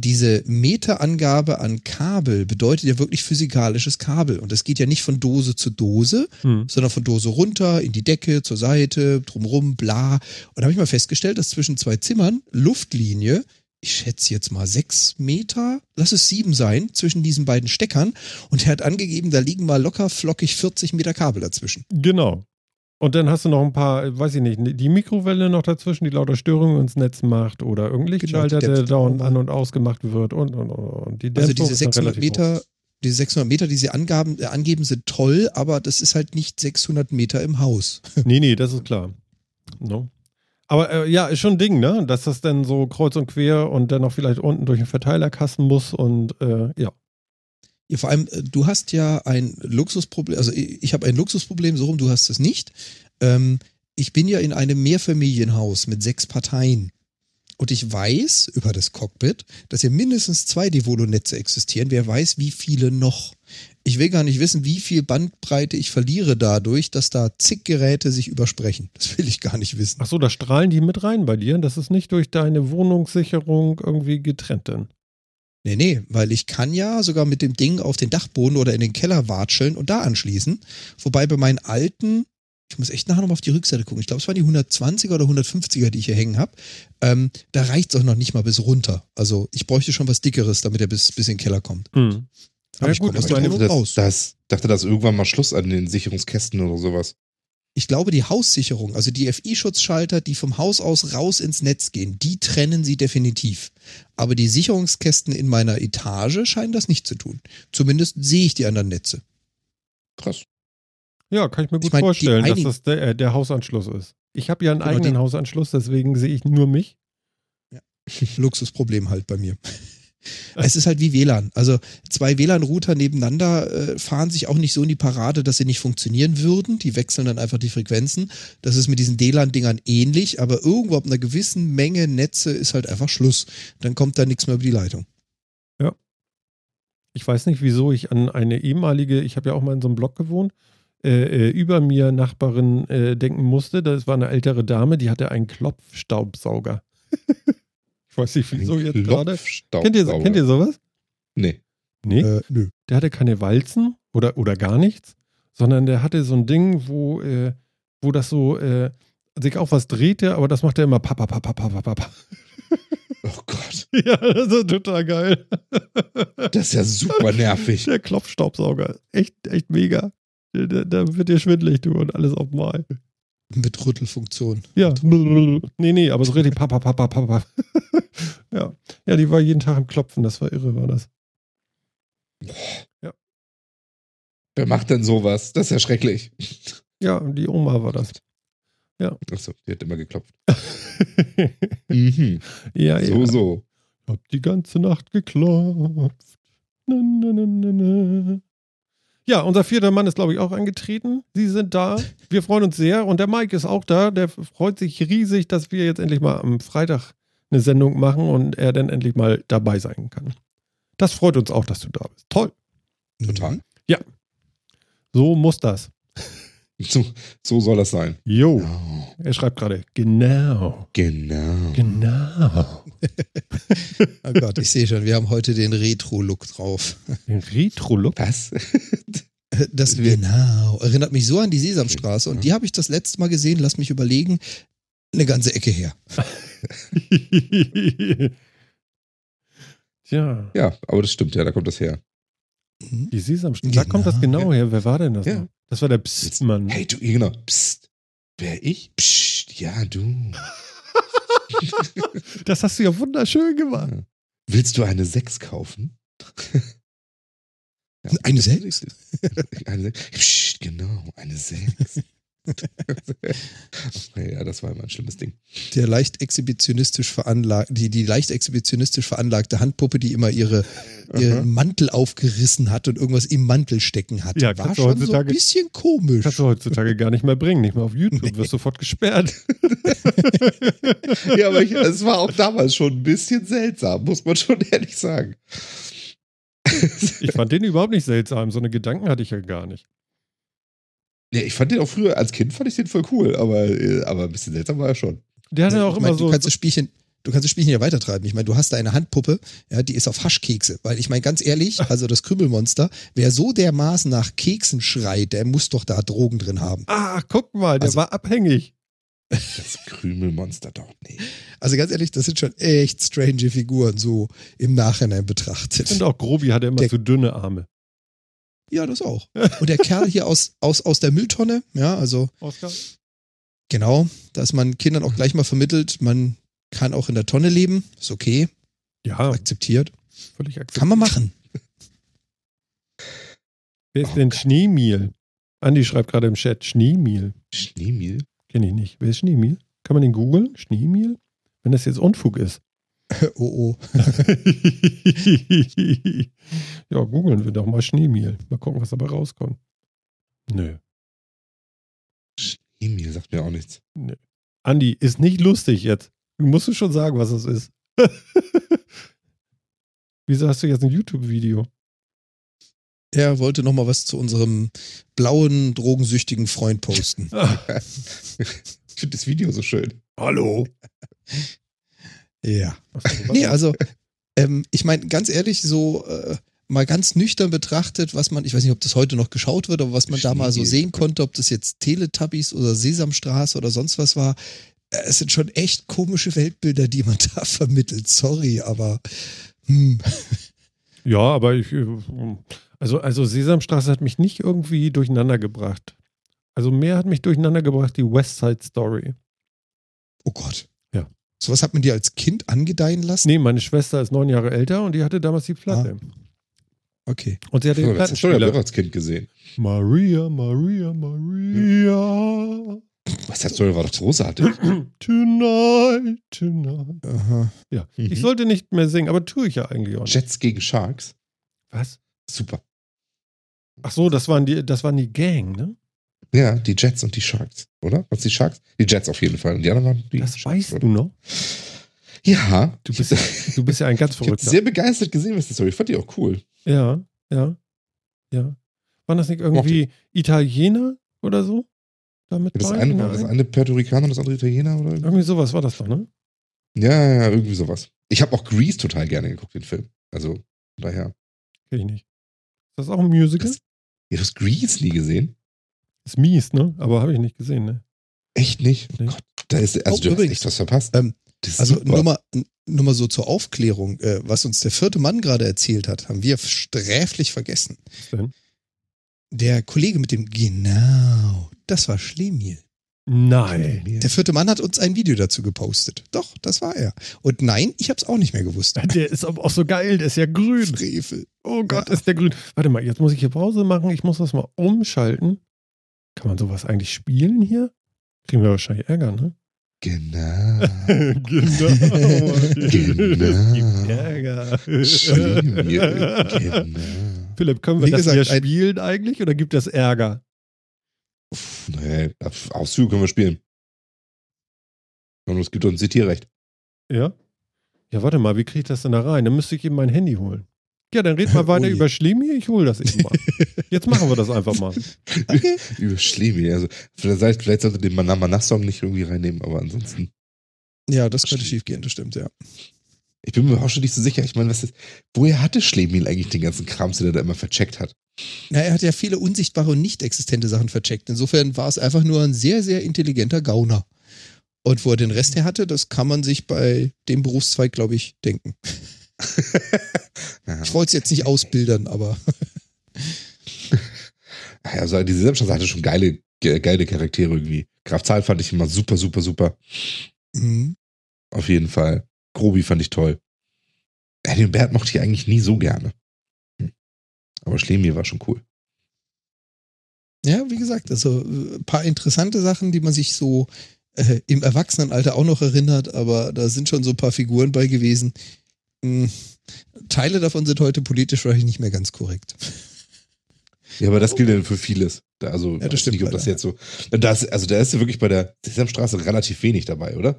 diese Meterangabe an Kabel bedeutet ja wirklich physikalisches Kabel. Und das geht ja nicht von Dose zu Dose, hm. sondern von Dose runter, in die Decke, zur Seite, drumrum, bla. Und da habe ich mal festgestellt, dass zwischen zwei Zimmern Luftlinie, ich schätze jetzt mal sechs Meter, lass es sieben sein, zwischen diesen beiden Steckern. Und er hat angegeben, da liegen mal locker flockig vierzig Meter Kabel dazwischen. Genau. Und dann hast du noch ein paar, weiß ich nicht, die Mikrowelle noch dazwischen, die lauter Störungen ins Netz macht oder irgendein Lichtschalter, genau, der dauernd an- und ausgemacht wird und, und, und. Die also diese sechshundert Meter, hoch. diese sechshundert Meter, die sie angaben, äh, angeben, sind toll, aber das ist halt nicht sechshundert Meter im Haus. Nee, nee, das ist klar. No. Aber äh, ja, ist schon ein Ding, ne? Dass das dann so kreuz und quer und dann noch vielleicht unten durch den Verteilerkasten muss und äh, ja. Ja, vor allem, du hast ja ein Luxusproblem, also ich habe ein Luxusproblem, so rum, du hast es nicht. Ähm, ich bin ja in einem Mehrfamilienhaus mit sechs Parteien und ich weiß über das Cockpit, dass hier mindestens zwei Devolo-Netze existieren. Wer weiß, wie viele noch. Ich will gar nicht wissen, wie viel Bandbreite ich verliere dadurch, dass da zig Geräte sich übersprechen. Das will ich gar nicht wissen. Ach so, da strahlen die mit rein bei dir? Das ist nicht durch deine Wohnungssicherung irgendwie getrennt denn? Nee, nee, weil ich kann ja sogar mit dem Ding auf den Dachboden oder in den Keller watscheln und da anschließen. Wobei bei meinen alten, ich muss echt nachher nochmal auf die Rückseite gucken, ich glaube, es waren die hundertzwanziger oder hundertfünfziger, die ich hier hängen habe. Ähm, da reicht es auch noch nicht mal bis runter. Also ich bräuchte schon was Dickeres, damit er bis, bis in den Keller kommt. Mhm. Aber ja, ich gut, komme aus der Wohnung raus. Das, dachte, da ist irgendwann mal Schluss an den Sicherungskästen oder sowas. Ich glaube, die Haussicherung, also die F I-Schutzschalter, die vom Haus aus raus ins Netz gehen, die trennen sie definitiv. Aber die Sicherungskästen in meiner Etage scheinen das nicht zu tun. Zumindest sehe ich die anderen Netze. Krass. Ja, kann ich mir gut ich mein, vorstellen, dass einigen, das der, äh, der Hausanschluss ist. Ich habe ja einen genau, eigenen die, Hausanschluss, deswegen sehe ich nur mich. Ja. Luxusproblem halt bei mir. Es ist halt wie W L A N. Also zwei W L A N-Router nebeneinander äh, fahren sich auch nicht so in die Parade, dass sie nicht funktionieren würden. Die wechseln dann einfach die Frequenzen. Das ist mit diesen D L A N-Dingern ähnlich, aber irgendwo ab einer gewissen Menge Netze ist halt einfach Schluss. Dann kommt da nichts mehr über die Leitung. Ja. Ich weiß nicht, wieso ich an eine ehemalige, ich habe ja auch mal in so einem Block gewohnt, äh, äh, über mir Nachbarin äh, denken musste. Das war eine ältere Dame, die hatte einen Klopfstaubsauger. Ich weiß nicht, wieso jetzt gerade. Kennt ihr, kennt ihr sowas? Nee. Nee? Äh, nö. Der hatte keine Walzen oder, oder gar nichts, sondern der hatte so ein Ding, wo, äh, wo das so äh, sich auch was drehte, aber das macht er immer papa, papa, papa, papa. Oh Gott. Ja, das ist total geil. Das ist ja super nervig. Der Klopfstaubsauger. Echt, echt mega. Da, da wird dir schwindelig, du, und alles auf Mal. Mit Rüttelfunktion. Ja. Nee, nee, aber so richtig papa, papa, papa. Ja. Ja, die war jeden Tag am Klopfen, das war irre, war das. Ja. Wer macht denn sowas? Das ist ja schrecklich. Ja, die Oma war das. Ja. Achso, die hat immer geklopft. mhm. Ja, so, ja. so. Hab die ganze Nacht geklopft. Na, na, na, na, na. Ja, unser vierter Mann ist, glaube ich, auch angetreten. Sie sind da. Wir freuen uns sehr. Und der Mike ist auch da. Der freut sich riesig, dass wir jetzt endlich mal am Freitag eine Sendung machen und er dann endlich mal dabei sein kann. Das freut uns auch, dass du da bist. Toll. Total. Ja. So muss das. So, so soll das sein. Jo. Genau. Er schreibt gerade, genau. Genau. Genau. Oh Gott, ich sehe schon, wir haben heute den Retro-Look drauf. Den Retro-Look? Was? Das genau. Erinnert mich so an die Sesamstraße und die habe ich das letzte Mal gesehen, lass mich überlegen, eine ganze Ecke her. Tja. Ja, aber das stimmt ja, da kommt das her. Die Sesamstraße. Da kommt das genau her. Wer war denn das? Ja. Das war der Psst-Mann. Hey, du, genau. Psst. Wer ich? Psst. Ja, du. Das hast du ja wunderschön gemacht. Ja. Willst du eine sechs kaufen? Ja, eine sechs? Eine sechs? Psst, genau, eine sechs. Ja, das war immer ein schlimmes Ding. Der leicht exhibitionistisch veranlagte, die, die leicht exhibitionistisch veranlagte Handpuppe, die immer ihre, ihren Mantel aufgerissen hat und irgendwas im Mantel stecken hat. Ja, war schon so ein bisschen komisch. Kannst du heutzutage gar nicht mehr bringen, nicht mehr auf YouTube, Nee. wirst sofort gesperrt. Ja, aber ich, es war auch damals schon ein bisschen seltsam, muss man schon ehrlich sagen. Ich fand den überhaupt nicht seltsam, so eine Gedanken hatte ich ja gar nicht. Ja, ich fand den auch früher, als Kind fand ich den voll cool, aber, aber ein bisschen seltsam war er schon. Der hatte Ja, auch ich immer mein, so. Du kannst das Spielchen, du kannst das Spielchen ja weitertreiben. Ich meine, du hast da eine Handpuppe, ja, die ist auf Haschkekse. Weil ich meine, ganz ehrlich, also das Krümelmonster, wer so dermaßen nach Keksen schreit, der muss doch da Drogen drin haben. Ah, guck mal, der Also- war abhängig. Das Krümelmonster doch nicht. Also ganz ehrlich, das sind schon echt strange Figuren, so im Nachhinein betrachtet. Und auch Grobi hatte immer Der- zu dünne Arme. Ja, das auch. Und der Kerl hier aus, aus, aus der Mülltonne, ja, also Oskar? genau, dass man Kindern auch gleich mal vermittelt, man kann auch in der Tonne leben, ist okay, Ja, akzeptiert. völlig akzeptiert. Kann man machen. Wer ist Oh denn Gott. Schneemiel? Andi schreibt gerade im Chat, Schneemiel. Schneemiel? Kenne ich nicht. Wer ist Schneemiel? Kann man den googeln? Schneemiel? Wenn das jetzt Unfug ist. Oh, oh. Ja, googeln wir doch mal Schneemiel. Mal gucken, was dabei rauskommt. Nö. Schneemiel sagt mir auch nichts. Andi, ist nicht lustig jetzt. Du musst du schon sagen, was es ist. Wieso hast du jetzt ein YouTube-Video? Er wollte noch mal was zu unserem blauen, drogensüchtigen Freund posten. Ich finde das Video so schön. Hallo. Ja. Was, Nee, also, ähm, ich meine, ganz ehrlich, so äh, mal ganz nüchtern betrachtet, was man, ich weiß nicht, ob das heute noch geschaut wird, aber was man da mal so Schneebild. sehen konnte, ob das jetzt Teletubbies oder Sesamstraße oder sonst was war, äh, es sind schon echt komische Weltbilder, die man da vermittelt. Sorry, aber hm. Ja, aber ich, äh, also, also Sesamstraße hat mich nicht irgendwie durcheinander gebracht. Also mehr hat mich durcheinander gebracht die West Side Story. Oh Gott. Ja. Sowas hat man dir als Kind angedeihen lassen? Nee, meine Schwester ist neun Jahre älter und die hatte damals die Platte. Okay. Und sie hatte den Das hast du ja Plattenspieler. als Kind gesehen. Maria, Maria, Maria. Was das Story war doch großartig. Tonight, tonight. Aha. Ja, Mhm. ich sollte nicht mehr singen, aber tue ich ja eigentlich auch nicht. Jets gegen Sharks. Was? Super. Ach so, das waren die, das waren die Gang, ne? Ja, die Jets und die Sharks, oder? Was die Sharks? Die Jets auf jeden Fall. Und die anderen waren die Das Sharks, weißt oder? du noch. Ja. Du bist, du bist ja ein ganz Ich habe Verrückter. sehr begeistert gesehen, was die Story. Ich fand die auch cool. Ja, ja, ja. Waren das nicht irgendwie Italiener oder so? Damit Das bei eine in war der das einen? eine Puerto Ricaner und das andere Italiener, oder? Irgendwie sowas war das doch, ne? Ja, ja, ja, irgendwie sowas. Ich habe auch Grease total gerne geguckt, den Film. Also, von daher. Kenn ich nicht. Ist das auch ein Musical? Das, ja, du hast Grease nie gesehen? Ist mies, ne? Aber habe ich nicht gesehen, ne? Echt nicht? Nee. Gott, da ist, also Oh, du übrigens, hast echt was verpasst. ähm, Das ist Also super. nur mal, nur mal so zur Aufklärung, äh, was uns der vierte Mann gerade erzählt hat, haben wir sträflich vergessen. Was denn? Der Kollege mit dem Genau, das war Schlemiel. Nein. Der vierte Mann hat uns ein Video dazu gepostet. Doch, das war er. Und nein, ich habe es auch nicht mehr gewusst. Der ist aber auch so geil, der ist ja grün. Frevel. Oh Gott, Ja. ist der grün. Warte mal, jetzt muss ich hier Pause machen. Ich muss das mal umschalten. Kann man sowas eigentlich spielen hier? Kriegen wir wahrscheinlich Ärger, ne? Genau. genau. Genau. Es gibt Ärger. Schlemiel. Genau. Philipp, können wir Wie das gesagt, hier ein- spielen eigentlich oder gibt es Ärger? Pff, nee, auf Auszüge können wir spielen. Und es gibt uns Zitierrecht. Ja? Ja, warte mal, wie kriege ich das denn da rein? Dann müsste ich eben mein Handy holen. Ja, dann red mal weiter Oh je. über Schlemi, ich hole das eben mal. Jetzt machen wir das einfach mal. Okay. Über Schlemi. Also, vielleicht, vielleicht sollte den Manama-Nass-Song nicht irgendwie reinnehmen, aber ansonsten. Ja, das könnte schief gehen, das stimmt, ja. Ich bin mir auch schon nicht so sicher. Ich meine, was ist, woher hatte Schlemiel eigentlich den ganzen Krams, den er da immer vercheckt hat? Na, er hat ja viele unsichtbare und nicht existente Sachen vercheckt. Insofern war es einfach nur ein sehr, sehr intelligenter Gauner. Und wo er den Rest her hatte, das kann man sich bei dem Berufszweig, glaube ich, denken. Ja. Ich wollte es jetzt nicht ausbildern, aber Also, die Sesamstraße hatte schon geile, ge- geile Charaktere irgendwie. Graf Zahl fand ich immer super, super, super. mhm. Auf jeden Fall. Grobi fand ich toll. Ja, den Bert mochte ich eigentlich nie so gerne. Hm. Aber Schlemiel war schon cool. Ja, wie gesagt, also äh, ein paar interessante Sachen, die man sich so äh, im Erwachsenenalter auch noch erinnert, aber da sind schon so ein paar Figuren bei gewesen. Hm, Teile davon sind heute politisch vielleicht nicht mehr ganz korrekt. Ja, aber das gilt ja für vieles. Da, also, das weiß stimmt nicht, ob das leider, jetzt so. Das, also, da ist ja wirklich bei der Sesamstraße relativ wenig dabei, oder?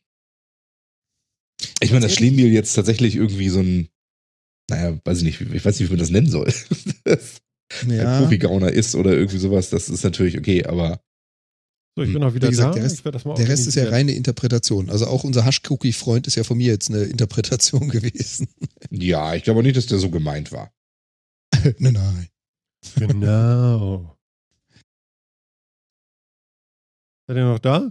Ich meine, dass Schlemiel jetzt tatsächlich irgendwie so ein, naja, weiß ich nicht, ich weiß nicht, wie man das nennen soll. ein Ja, Profi-Gauner ist oder irgendwie sowas, das ist natürlich okay, aber So, ich bin auch wieder Wie gesagt, da. der Rest, ich werde das mal der Rest ist ja organisieren. reine Interpretation. Also auch unser Hasch-Cookie-Freund ist ja von mir jetzt eine Interpretation gewesen. Ja, ich glaube nicht, dass der so gemeint war. nein, nein. Genau. Seid ihr noch da?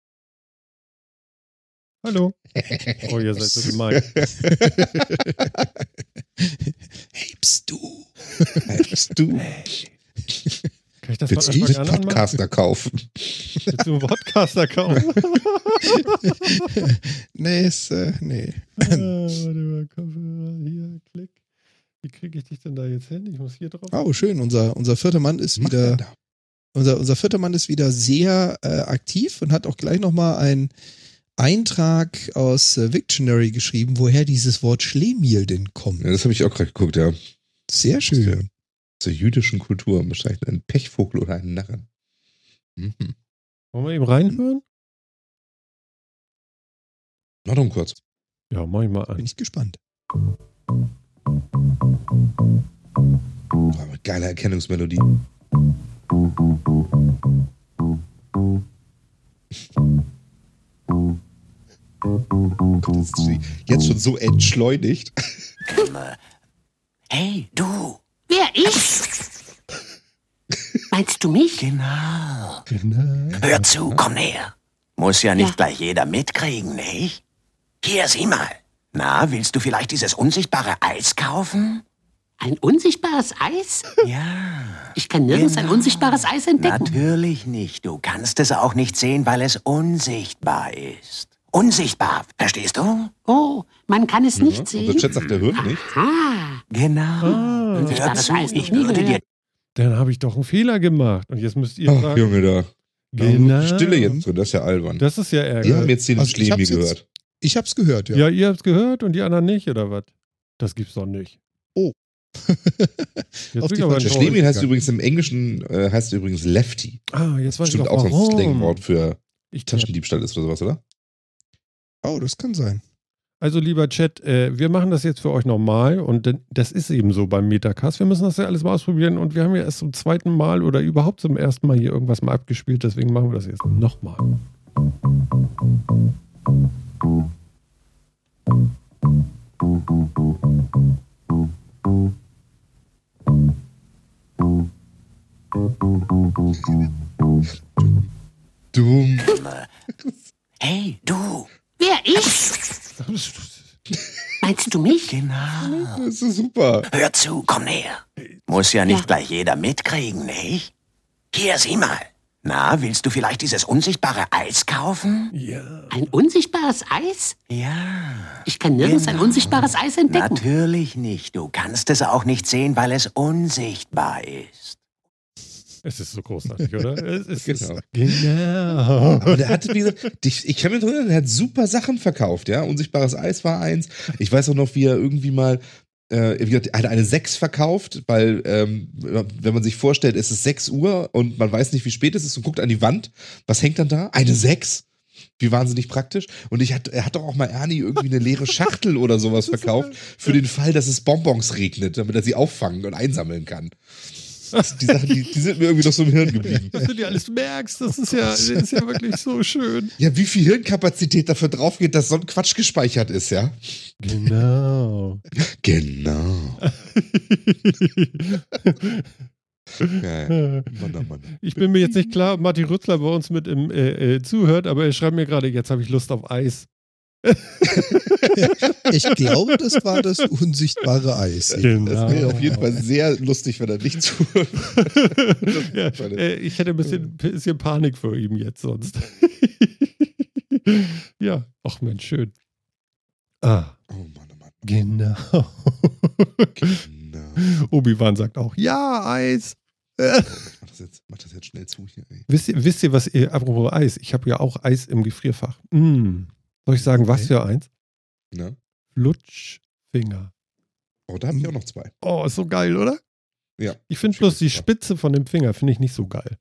Hallo? Oh, ihr seid so gemein. Hey, bist du? Hättest du Kann ich das willst von du Anfang einen an anmachen? Podcaster kaufen? Willst du einen Podcaster kaufen? nee, ist, äh, nee. Ah, warte mal, Kopfhörer, hier, klick. Wie kriege ich dich denn da jetzt hin? Ich muss hier drauf. Oh, schön. Unser, unser vierter Mann ist Macht wieder, er da? unser, unser vierter Mann ist wieder sehr äh, aktiv und hat auch gleich nochmal einen Eintrag aus äh, Wiktionary geschrieben, woher dieses Wort Schlemiel denn kommt. Ja, das habe ich auch gerade geguckt, ja. Sehr schön. Zur jüdischen Kultur bezeichnet einen Pechvogel oder einen Narren. Mhm. Wollen wir eben reinhören? Noch um kurz. Ja, mach ich mal Bin an. ich gespannt. Oh, mit geiler Erkennungsmelodie. Das ist jetzt schon so entschleunigt. Hey, du. Wer, ich? Meinst du mich? Genau. Genau. Hör zu, komm näher. Muss ja nicht Ja. gleich jeder mitkriegen, nicht? Hier, sieh mal. Na, willst du vielleicht dieses unsichtbare Eis kaufen? Ein unsichtbares Eis? Ja. Ich kann nirgends ein Genau. unsichtbares Eis entdecken. Natürlich nicht. Du kannst es auch nicht sehen, weil es unsichtbar ist. Unsichtbar, verstehst du? Oh, man kann es nicht Unser sehen. Chat sagt, der hört nicht. Ah, Genau. Ah, Hör Unsichtbares zu, Eis noch ich nie würde dir gehört. dann habe ich doch einen Fehler gemacht. Und jetzt müsst ihr Ach, sagen, Junge, da. genau. Stille jetzt drin, das ist ja albern. Das ist ja Wir haben ärgerlich. jetzt den Also ich Schlemi hab's jetzt- gehört. Ich hab's gehört, ja. Ja, ihr habt es gehört und die anderen nicht, oder was? Das gibt's doch nicht. Oh. Jetzt Auf bin die ich aber falsche Der enttäuscht. Schlemi heißt gegangen. übrigens im Englischen äh, heißt übrigens Lefty. Ah, jetzt weiß ich Bestimmt auch, auch so ein warum. Slangwort für Ich Taschendiebstahl ist oder sowas, oder? Oh, das kann sein. Also lieber Chat, äh, wir machen das jetzt für euch nochmal und denn- das ist eben so beim Metacast. Wir müssen das ja alles mal ausprobieren und wir haben ja erst zum zweiten Mal oder überhaupt zum ersten Mal hier irgendwas mal abgespielt, deswegen machen wir das jetzt nochmal. Dumm. Hey, du. wer, ich? Meinst du mich? Genau. Das ist super. Hör zu, komm näher. Muss ja nicht Ja. gleich jeder mitkriegen, nicht? Hier, sieh mal. Na, willst du vielleicht dieses unsichtbare Eis kaufen? Ja. Ein unsichtbares Eis? Ja. Ich kann nirgends ein Genau. unsichtbares Eis entdecken. Natürlich nicht. Du kannst es auch nicht sehen, weil es unsichtbar ist. Es ist so großartig, oder? Es ist Genau. Genau. Aber der hatte, wie gesagt, ich, ich kann mich erinnern, der hat super Sachen verkauft, ja. Unsichtbares Eis war eins. Ich weiß auch noch, wie er irgendwie mal, äh, wie gesagt, er hat eine sechs verkauft, weil, ähm, wenn man sich vorstellt, es ist sechs Uhr und man weiß nicht, wie spät es ist und guckt an die Wand, was hängt dann da? Eine sechs? Wie wahnsinnig praktisch. Und ich hat, er hat doch auch mal Ernie irgendwie eine leere Schachtel oder sowas verkauft, für den Fall, dass es Bonbons regnet, damit er sie auffangen und einsammeln kann. Die Sachen, die, die sind mir irgendwie noch so im Hirn geblieben. Was du dir alles merkst, das ist ja, das ist ja wirklich so schön. Ja, wie viel Hirnkapazität dafür drauf geht, dass so ein Quatsch gespeichert ist, ja? Genau. Genau. Ja, Mann, oh Mann. Ich bin mir jetzt nicht klar, ob Martin Rützler bei uns mit im äh, äh, zuhört, aber er schreibt mir gerade, jetzt habe ich Lust auf Eis. Ich glaube, das war das unsichtbare Eis. Genau. Das wäre auf jeden Fall sehr lustig, wenn er nicht zuhört. Ja, äh, ich hätte ein bisschen, bisschen Panik vor ihm jetzt sonst. Ja, ach Mensch, schön. Ah, Oh Mann, oh Mann. genau. Genau. Obi-Wan sagt auch, ja, Eis. Mach das jetzt, mach das jetzt schnell zu hier, ey. Wisst ihr, wisst ihr was, ihr, apropos Eis, ich habe ja auch Eis im Gefrierfach. Mm. Soll ich sagen, was Okay. für eins? Ne? Flutschfinger. Oh, da habe ich auch noch zwei. Oh, ist so geil, oder? Ja. Ich finde bloß die Spitze von dem Finger, finde ich nicht so geil.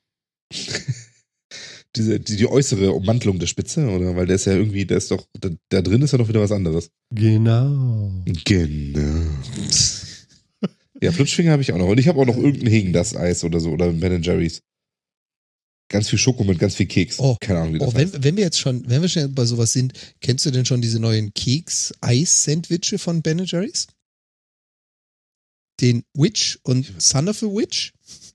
Diese, die, die äußere Ummantelung der Spitze, oder? Weil der ist ja irgendwie, der ist doch, da, da drin ist ja doch wieder was anderes. Genau. Genau. Ja, Flutschfinger habe ich auch noch. Und ich habe auch noch irgendein Hegen das Eis oder so, oder Ben Jerry's. ganz viel Schoko mit ganz viel Keks. Oh, Keine Ahnung, wie das oh wenn, heißt. wenn wir jetzt schon, wenn wir schon bei sowas sind, kennst du denn schon diese neuen Keks-Eis-Sandwiche von Ben and Jerry's? Den Witch und Son of a Witch?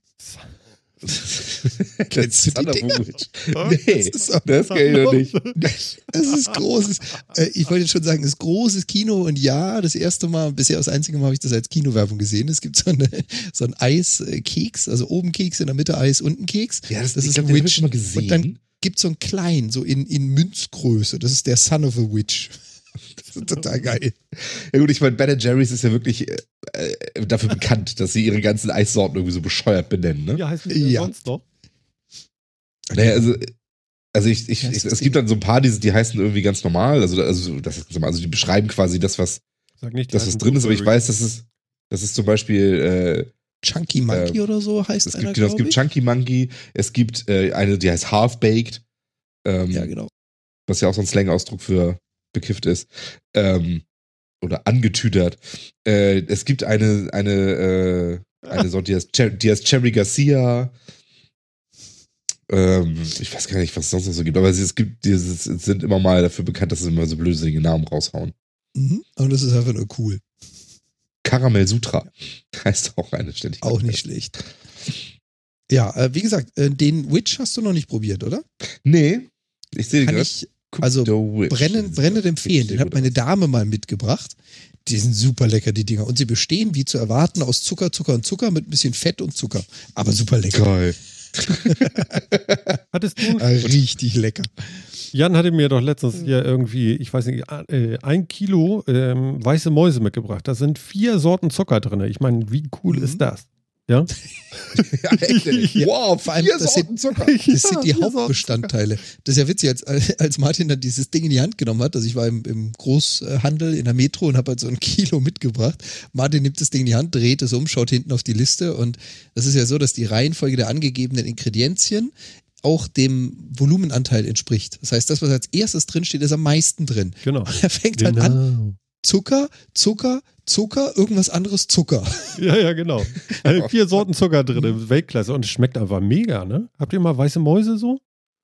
Kennst du die Dinger? Nee, Das ist auch- das kenn ich noch nicht. Es ist großes, äh, ich wollte schon sagen, es ist großes Kino und ja, das erste Mal, bisher das einzige Mal habe ich das als Kinowerbung gesehen. Es gibt so, eine, so ein Eiskeks, also oben Keks, in der Mitte Eis, unten Keks. Ja, das, Das ich ist glaub, ein den hab Witch. ich schon mal gesehen. Und dann gibt es so einen kleinen, so in, in Münzgröße. Das ist der Son of a Witch. Das ist total geil. Ja gut, ich meine, Ben and Jerry's ist ja wirklich äh, äh, dafür bekannt, dass sie ihre ganzen Eissorten irgendwie so bescheuert benennen, ne? Ja, heißt nicht Ja. sonst noch. Naja, also, also ich, ich, Ja, ich ist es gibt dann so ein paar, die, die heißen irgendwie ganz normal, also, also, das ist, also die beschreiben quasi das, was, Sag nicht, die das, was heißen drin ist, aber ich Blueberry. weiß, dass es, das ist zum Beispiel, äh, Chunky Monkey Äh, oder so heißt es einer, gibt, genau, es glaub gibt ich. Chunky Monkey, es gibt äh, eine, die heißt Half-Baked, ähm, Ja, genau. was ja auch so ein Slang-Ausdruck für bekifft ist, ähm, oder angetüdert. Äh, es gibt eine, eine, äh, eine Sorte, die heißt, Cher die heißt Cherry Garcia. Ähm, ich weiß gar nicht, was es sonst noch so gibt, aber es gibt, die sind immer mal dafür bekannt, dass sie immer so blödsinnige Namen raushauen. Mhm. Und das ist einfach nur cool. Karamell Sutra heißt auch eine Stelle. Auch nicht schlecht. Ja, äh, wie gesagt, äh, den Witch hast du noch nicht probiert, oder? Nee, ich sehe Kann gerade. ich also brennend, brennend empfehlen. Den hat meine Dame mal mitgebracht. Die sind super lecker, die Dinger. Und sie bestehen, wie zu erwarten, aus Zucker, Zucker und Zucker mit ein bisschen Fett und Zucker. Aber super lecker. Geil. Hattest du, Äh, richtig lecker. Jan hatte mir doch letztens hier irgendwie, ich weiß nicht, äh, ein Kilo ähm, weiße Mäuse mitgebracht. Da sind vier Sorten Zucker drin. Ich meine, wie cool Mhm. ist das? Ja? Ja, echt, ey. Ja, wow, vor allem, vier das Sorten Zucker. Das sind die Ja, vier Sorten Hauptbestandteile. Das ist ja witzig, als, als Martin dann dieses Ding in die Hand genommen hat. Also ich war im, im Großhandel in der Metro und habe halt so ein Kilo mitgebracht. Martin nimmt das Ding in die Hand, dreht es um, schaut hinten auf die Liste und das ist ja so, dass die Reihenfolge der angegebenen Ingredienzien auch dem Volumenanteil entspricht. Das heißt, das, was als erstes drin steht, ist am meisten drin. Genau. Er fängt halt an, Zucker, Zucker, Zucker, irgendwas anderes Zucker. Ja, ja, genau. Also vier Sorten Zucker drin, Weltklasse. Und es schmeckt einfach mega, ne? Habt ihr mal weiße Mäuse so?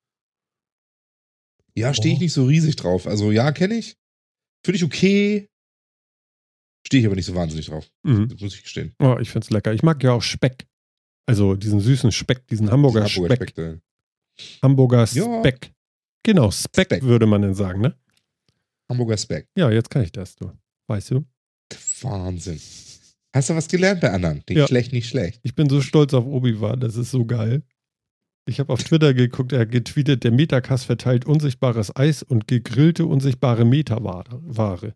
Ja, stehe ich nicht so riesig drauf. Also ja, kenne ich. Finde ich okay. Stehe ich aber nicht so wahnsinnig drauf. Mhm. Das muss ich gestehen. Oh, ich find's lecker. Ich mag ja auch Speck. Also diesen süßen Speck, diesen Hamburger, Die Hamburger Speck. Speck, Hamburger Ja. Speck. Genau, Speck, Speck. würde man denn sagen, ne? Hamburger Speck. Ja, jetzt kann ich das, du. Weißt du? Wahnsinn. Hast du was gelernt bei anderen? Nicht Ja. schlecht, nicht schlecht. Ich bin so stolz auf Obi-Wan, das ist so geil. Ich habe auf Twitter geguckt, er hat getweetet, der Metacast verteilt unsichtbares Eis und gegrillte unsichtbare Metaware.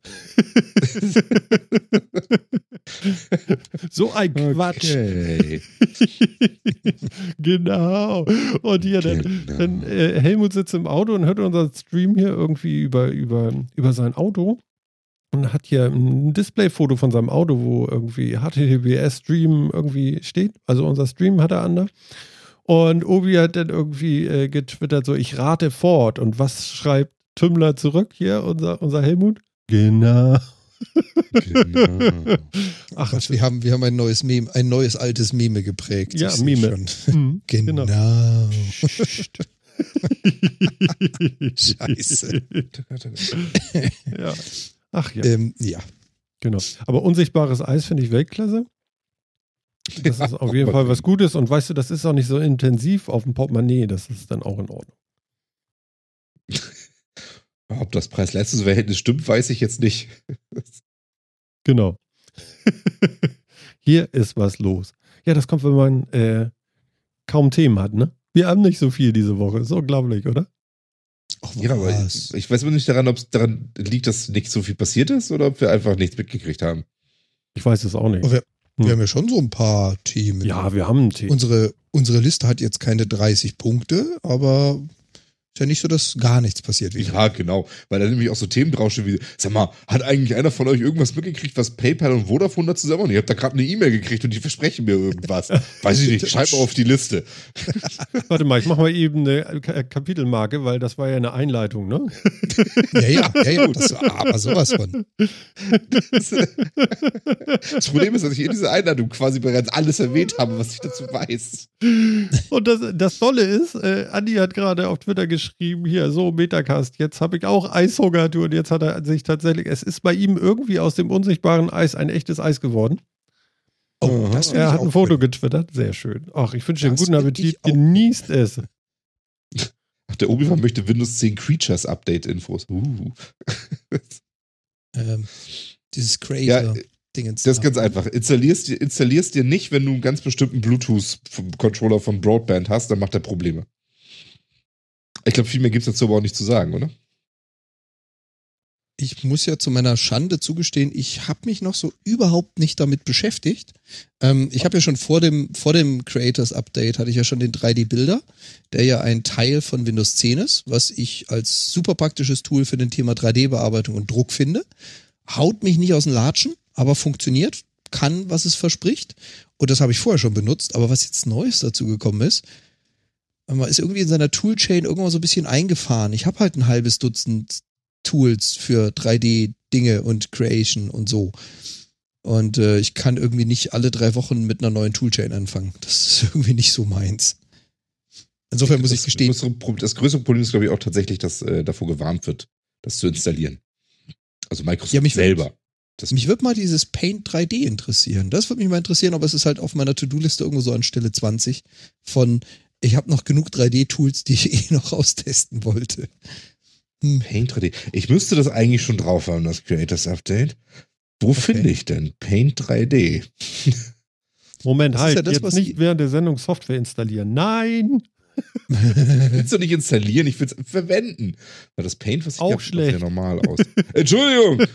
So ein Quatsch. Okay. Genau. Und hier, dann, Genau. dann äh, Helmut sitzt im Auto und hört unseren Stream hier irgendwie über, über, über sein Auto und hat hier ein Displayfoto von seinem Auto, wo irgendwie H T T P S Stream irgendwie steht. Also unser Stream hat er an da. Und Obi hat dann irgendwie äh, getwittert so, ich rate Ford. Und was schreibt Tümmler zurück hier, unser, unser Helmut? Genau. Genau. Ach, Quatsch, wir haben, wir haben ein neues Meme, ein neues altes Meme geprägt. Ja, Ich seh Meme. schon. Mhm, Genau. genau. Scheiße. Ja. Ach ja, Ähm, ja. genau. Aber unsichtbares Eis finde ich Weltklasse. Das Ja, ist auf jeden aber- Fall was Gutes. Und weißt du, das ist auch nicht so intensiv auf dem Portemonnaie. Das ist dann auch in Ordnung. Ob das Preis-Leistungs-Verhältnis stimmt, weiß ich jetzt nicht. Genau. Hier ist was los. Ja, das kommt, wenn man äh, kaum Themen hat, ne? Wir haben nicht so viel diese Woche. Ist unglaublich, oder? Ach, Ja, aber was? ich, ich weiß immer nicht daran, ob es daran liegt, dass nicht so viel passiert ist oder ob wir einfach nichts mitgekriegt haben. Ich weiß es auch nicht. Aber wir, Hm. wir haben ja schon so ein paar Themen. Ja, wir haben ein Thema. Unsere, unsere Liste hat jetzt keine dreißig Punkte, aber Ist ja nicht so, dass gar nichts passiert. Wie Ja, genau. Weil da nämlich auch so Themen draufstehen wie, sag mal, hat eigentlich einer von euch irgendwas mitgekriegt, was PayPal und Vodafone da zusammen machen? Ihr habt da gerade eine E-Mail gekriegt und die versprechen mir irgendwas. Weiß ich nicht, schreib mal auf die Liste. Warte mal, ich mach mal eben eine K- Kapitelmarke, weil das war ja eine Einleitung, ne? Ja, ja, ja, ja, das war aber sowas von. Das Problem ist, dass ich in dieser Einladung quasi bereits alles erwähnt habe, was ich dazu weiß. Und das, das Tolle ist, äh, Andi hat gerade auf Twitter geschrieben, hier, so, Metacast, jetzt habe ich auch Eishunger, du, und jetzt hat er sich tatsächlich, es ist bei ihm irgendwie aus dem unsichtbaren Eis ein echtes Eis geworden. Oh, das finde Er ich hat ein auch Foto cool. getwittert, sehr schön. Ach, ich wünsche dir einen Das guten find Appetit, ich auch genießt es. Ach, der Obi-Wan möchte Windows zehn Creatures Update-Infos. Uh. Ähm, dieses Ja, Creator-Dingens. Das ist ganz einfach. Installierst, dir- installierst dir nicht, wenn du einen ganz bestimmten Bluetooth-Controller von Broadband hast, dann macht er Probleme. Ich glaube, viel mehr gibt es dazu aber auch nicht zu sagen, oder? Ich muss ja zu meiner Schande zugestehen, ich habe mich noch so überhaupt nicht damit beschäftigt. Ähm, ich habe ja schon vor dem, vor dem Creators Update hatte ich ja schon den drei D-Builder, der ja ein Teil von Windows zehn ist, was ich als super praktisches Tool für den Thema drei D-Bearbeitung und Druck finde. Haut mich nicht aus den Latschen, aber funktioniert, kann, was es verspricht. Und das habe ich vorher schon benutzt. Aber was jetzt Neues dazu gekommen ist, man ist irgendwie in seiner Toolchain irgendwann so ein bisschen eingefahren. Ich habe halt ein halbes Dutzend Tools für drei D-Dinge und Creation und so. Und äh, ich kann irgendwie nicht alle drei Wochen mit einer neuen Toolchain anfangen. Das ist irgendwie nicht so meins. Insofern muss ich das gestehen. Größere, Pro- das größere Problem ist, glaube ich, auch tatsächlich, dass äh, davor gewarnt wird, das zu installieren. Also Microsoft Ja, mich würd- selber. Das, Mich würde mal dieses Paint drei D interessieren. Das würde mich mal interessieren, aber es ist halt auf meiner To-Do-Liste irgendwo so an Stelle zwanzig von, ich habe noch genug drei D-Tools, die ich eh noch austesten wollte. Hm. Paint drei D. Ich müsste das eigentlich schon drauf haben, das Creators Update. Wo Okay. finde ich denn Paint drei D? Moment, Das ist halt, ja das, jetzt was nicht die- während der Sendung Software installieren. Nein! Willst du nicht installieren? Ich will es verwenden. Weil das Paint, was ich Auch hab, sieht doch schlecht. sehr normal aus. Entschuldigung!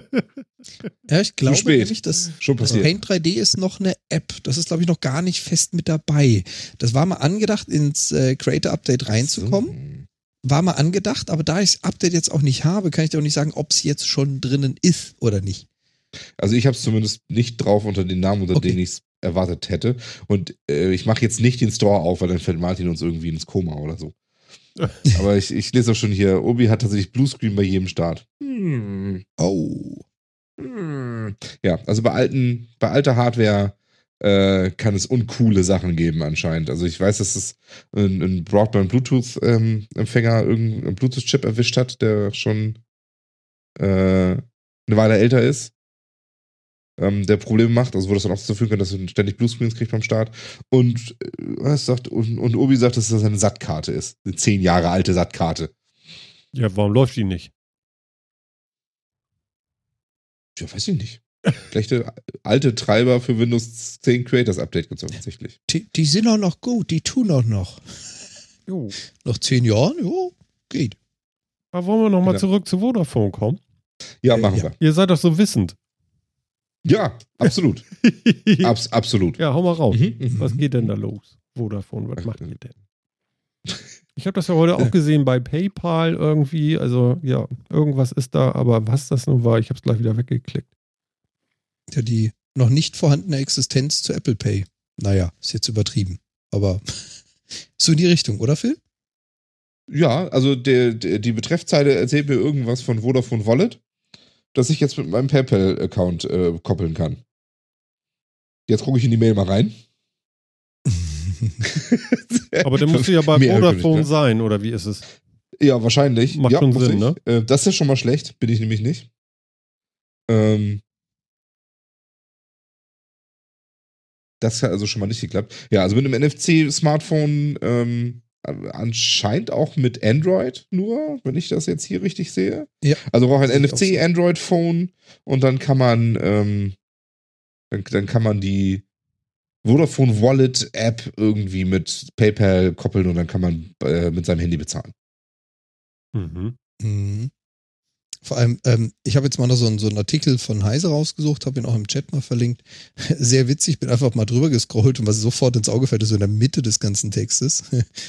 Ja, ich glaube spät. nämlich, dass Schon das passiert. Paint drei D ist noch eine App. Das ist, glaube ich, noch gar nicht fest mit dabei. Das war mal angedacht, ins äh, Creator Update reinzukommen. War mal angedacht, aber da ich das Update jetzt auch nicht habe, kann ich dir auch nicht sagen, ob es jetzt schon drinnen ist oder nicht. Also ich habe es zumindest nicht drauf unter den Namen, unter Okay. denen ich es erwartet hätte. Und äh, ich mache jetzt nicht den Store auf, weil dann fällt Martin uns irgendwie ins Koma oder so. Aber ich, ich lese auch schon hier, Obi hat tatsächlich Bluescreen bei jedem Start. Hm. Oh. Hm. Ja, also bei alten, bei alter Hardware äh, kann es uncoole Sachen geben anscheinend. Also ich weiß, dass es ein, ein Broadband-Bluetooth-Empfänger irgendeinen Bluetooth-Chip erwischt hat, der schon äh, eine Weile älter ist. Ähm, der Probleme macht, also wo das dann auch dazu führen kann, dass du ständig Bluescreens kriegst beim Start. Und äh, was sagt, und, und Obi sagt, dass das eine SAT-Karte ist. Eine zehn Jahre alte SAT-Karte. Ja, warum läuft die nicht? Ja, weiß ich nicht. Schlechte alte Treiber für Windows zehn Creators Update gibt es offensichtlich. Die, die sind auch noch gut, die tun auch noch. Jo. Nach zehn Jahren, jo, geht. Aber wollen wir nochmal Genau. zurück zu Vodafone kommen? Ja, Äh, machen ja. wir. Ihr seid doch so wissend. Ja, absolut. Abs absolut. Ja, hau mal raus. Mhm, mhm. Was geht denn da los? Vodafone, was Ach, macht äh. ihr denn? Ich habe das ja heute auch gesehen bei PayPal irgendwie. Also ja, irgendwas ist da, aber was das nun war, ich habe es gleich wieder weggeklickt. Ja, die noch nicht vorhandene Existenz zu Apple Pay. Naja, ist jetzt übertrieben. Aber so in die Richtung, oder Phil? Ja, also der, der, die Betreffzeile erzählt mir irgendwas von Vodafone Wallet, das ich jetzt mit meinem PayPal-Account äh, koppeln kann. Jetzt gucke ich in die Mail mal rein. Aber dann musst du ja bei Mehr Vodafone ärgerlich, ne? sein, oder wie ist es? Ja, wahrscheinlich. Macht ja, schon muss Sinn, ich. ne? Äh, das ist schon mal schlecht, bin ich nämlich nicht. Ähm, das hat also schon mal nicht geklappt. Ja, also mit einem N F C-Smartphone ähm, anscheinend auch mit Android nur, wenn ich das jetzt hier richtig sehe. Ja. Also braucht ein Sehe ich N F auch so. C-Android-Phone und dann kann man ähm, dann, dann kann man die Vodafone Wallet App irgendwie mit PayPal koppeln und dann kann man äh, mit seinem Handy bezahlen. Mhm. Mhm. Vor allem, ähm, ich habe jetzt mal noch so, einen- so einen Artikel von Heise rausgesucht, habe ihn auch im Chat mal verlinkt. Sehr witzig, bin einfach mal drüber gescrollt und was sofort ins Auge fällt, ist so in der Mitte des ganzen Textes.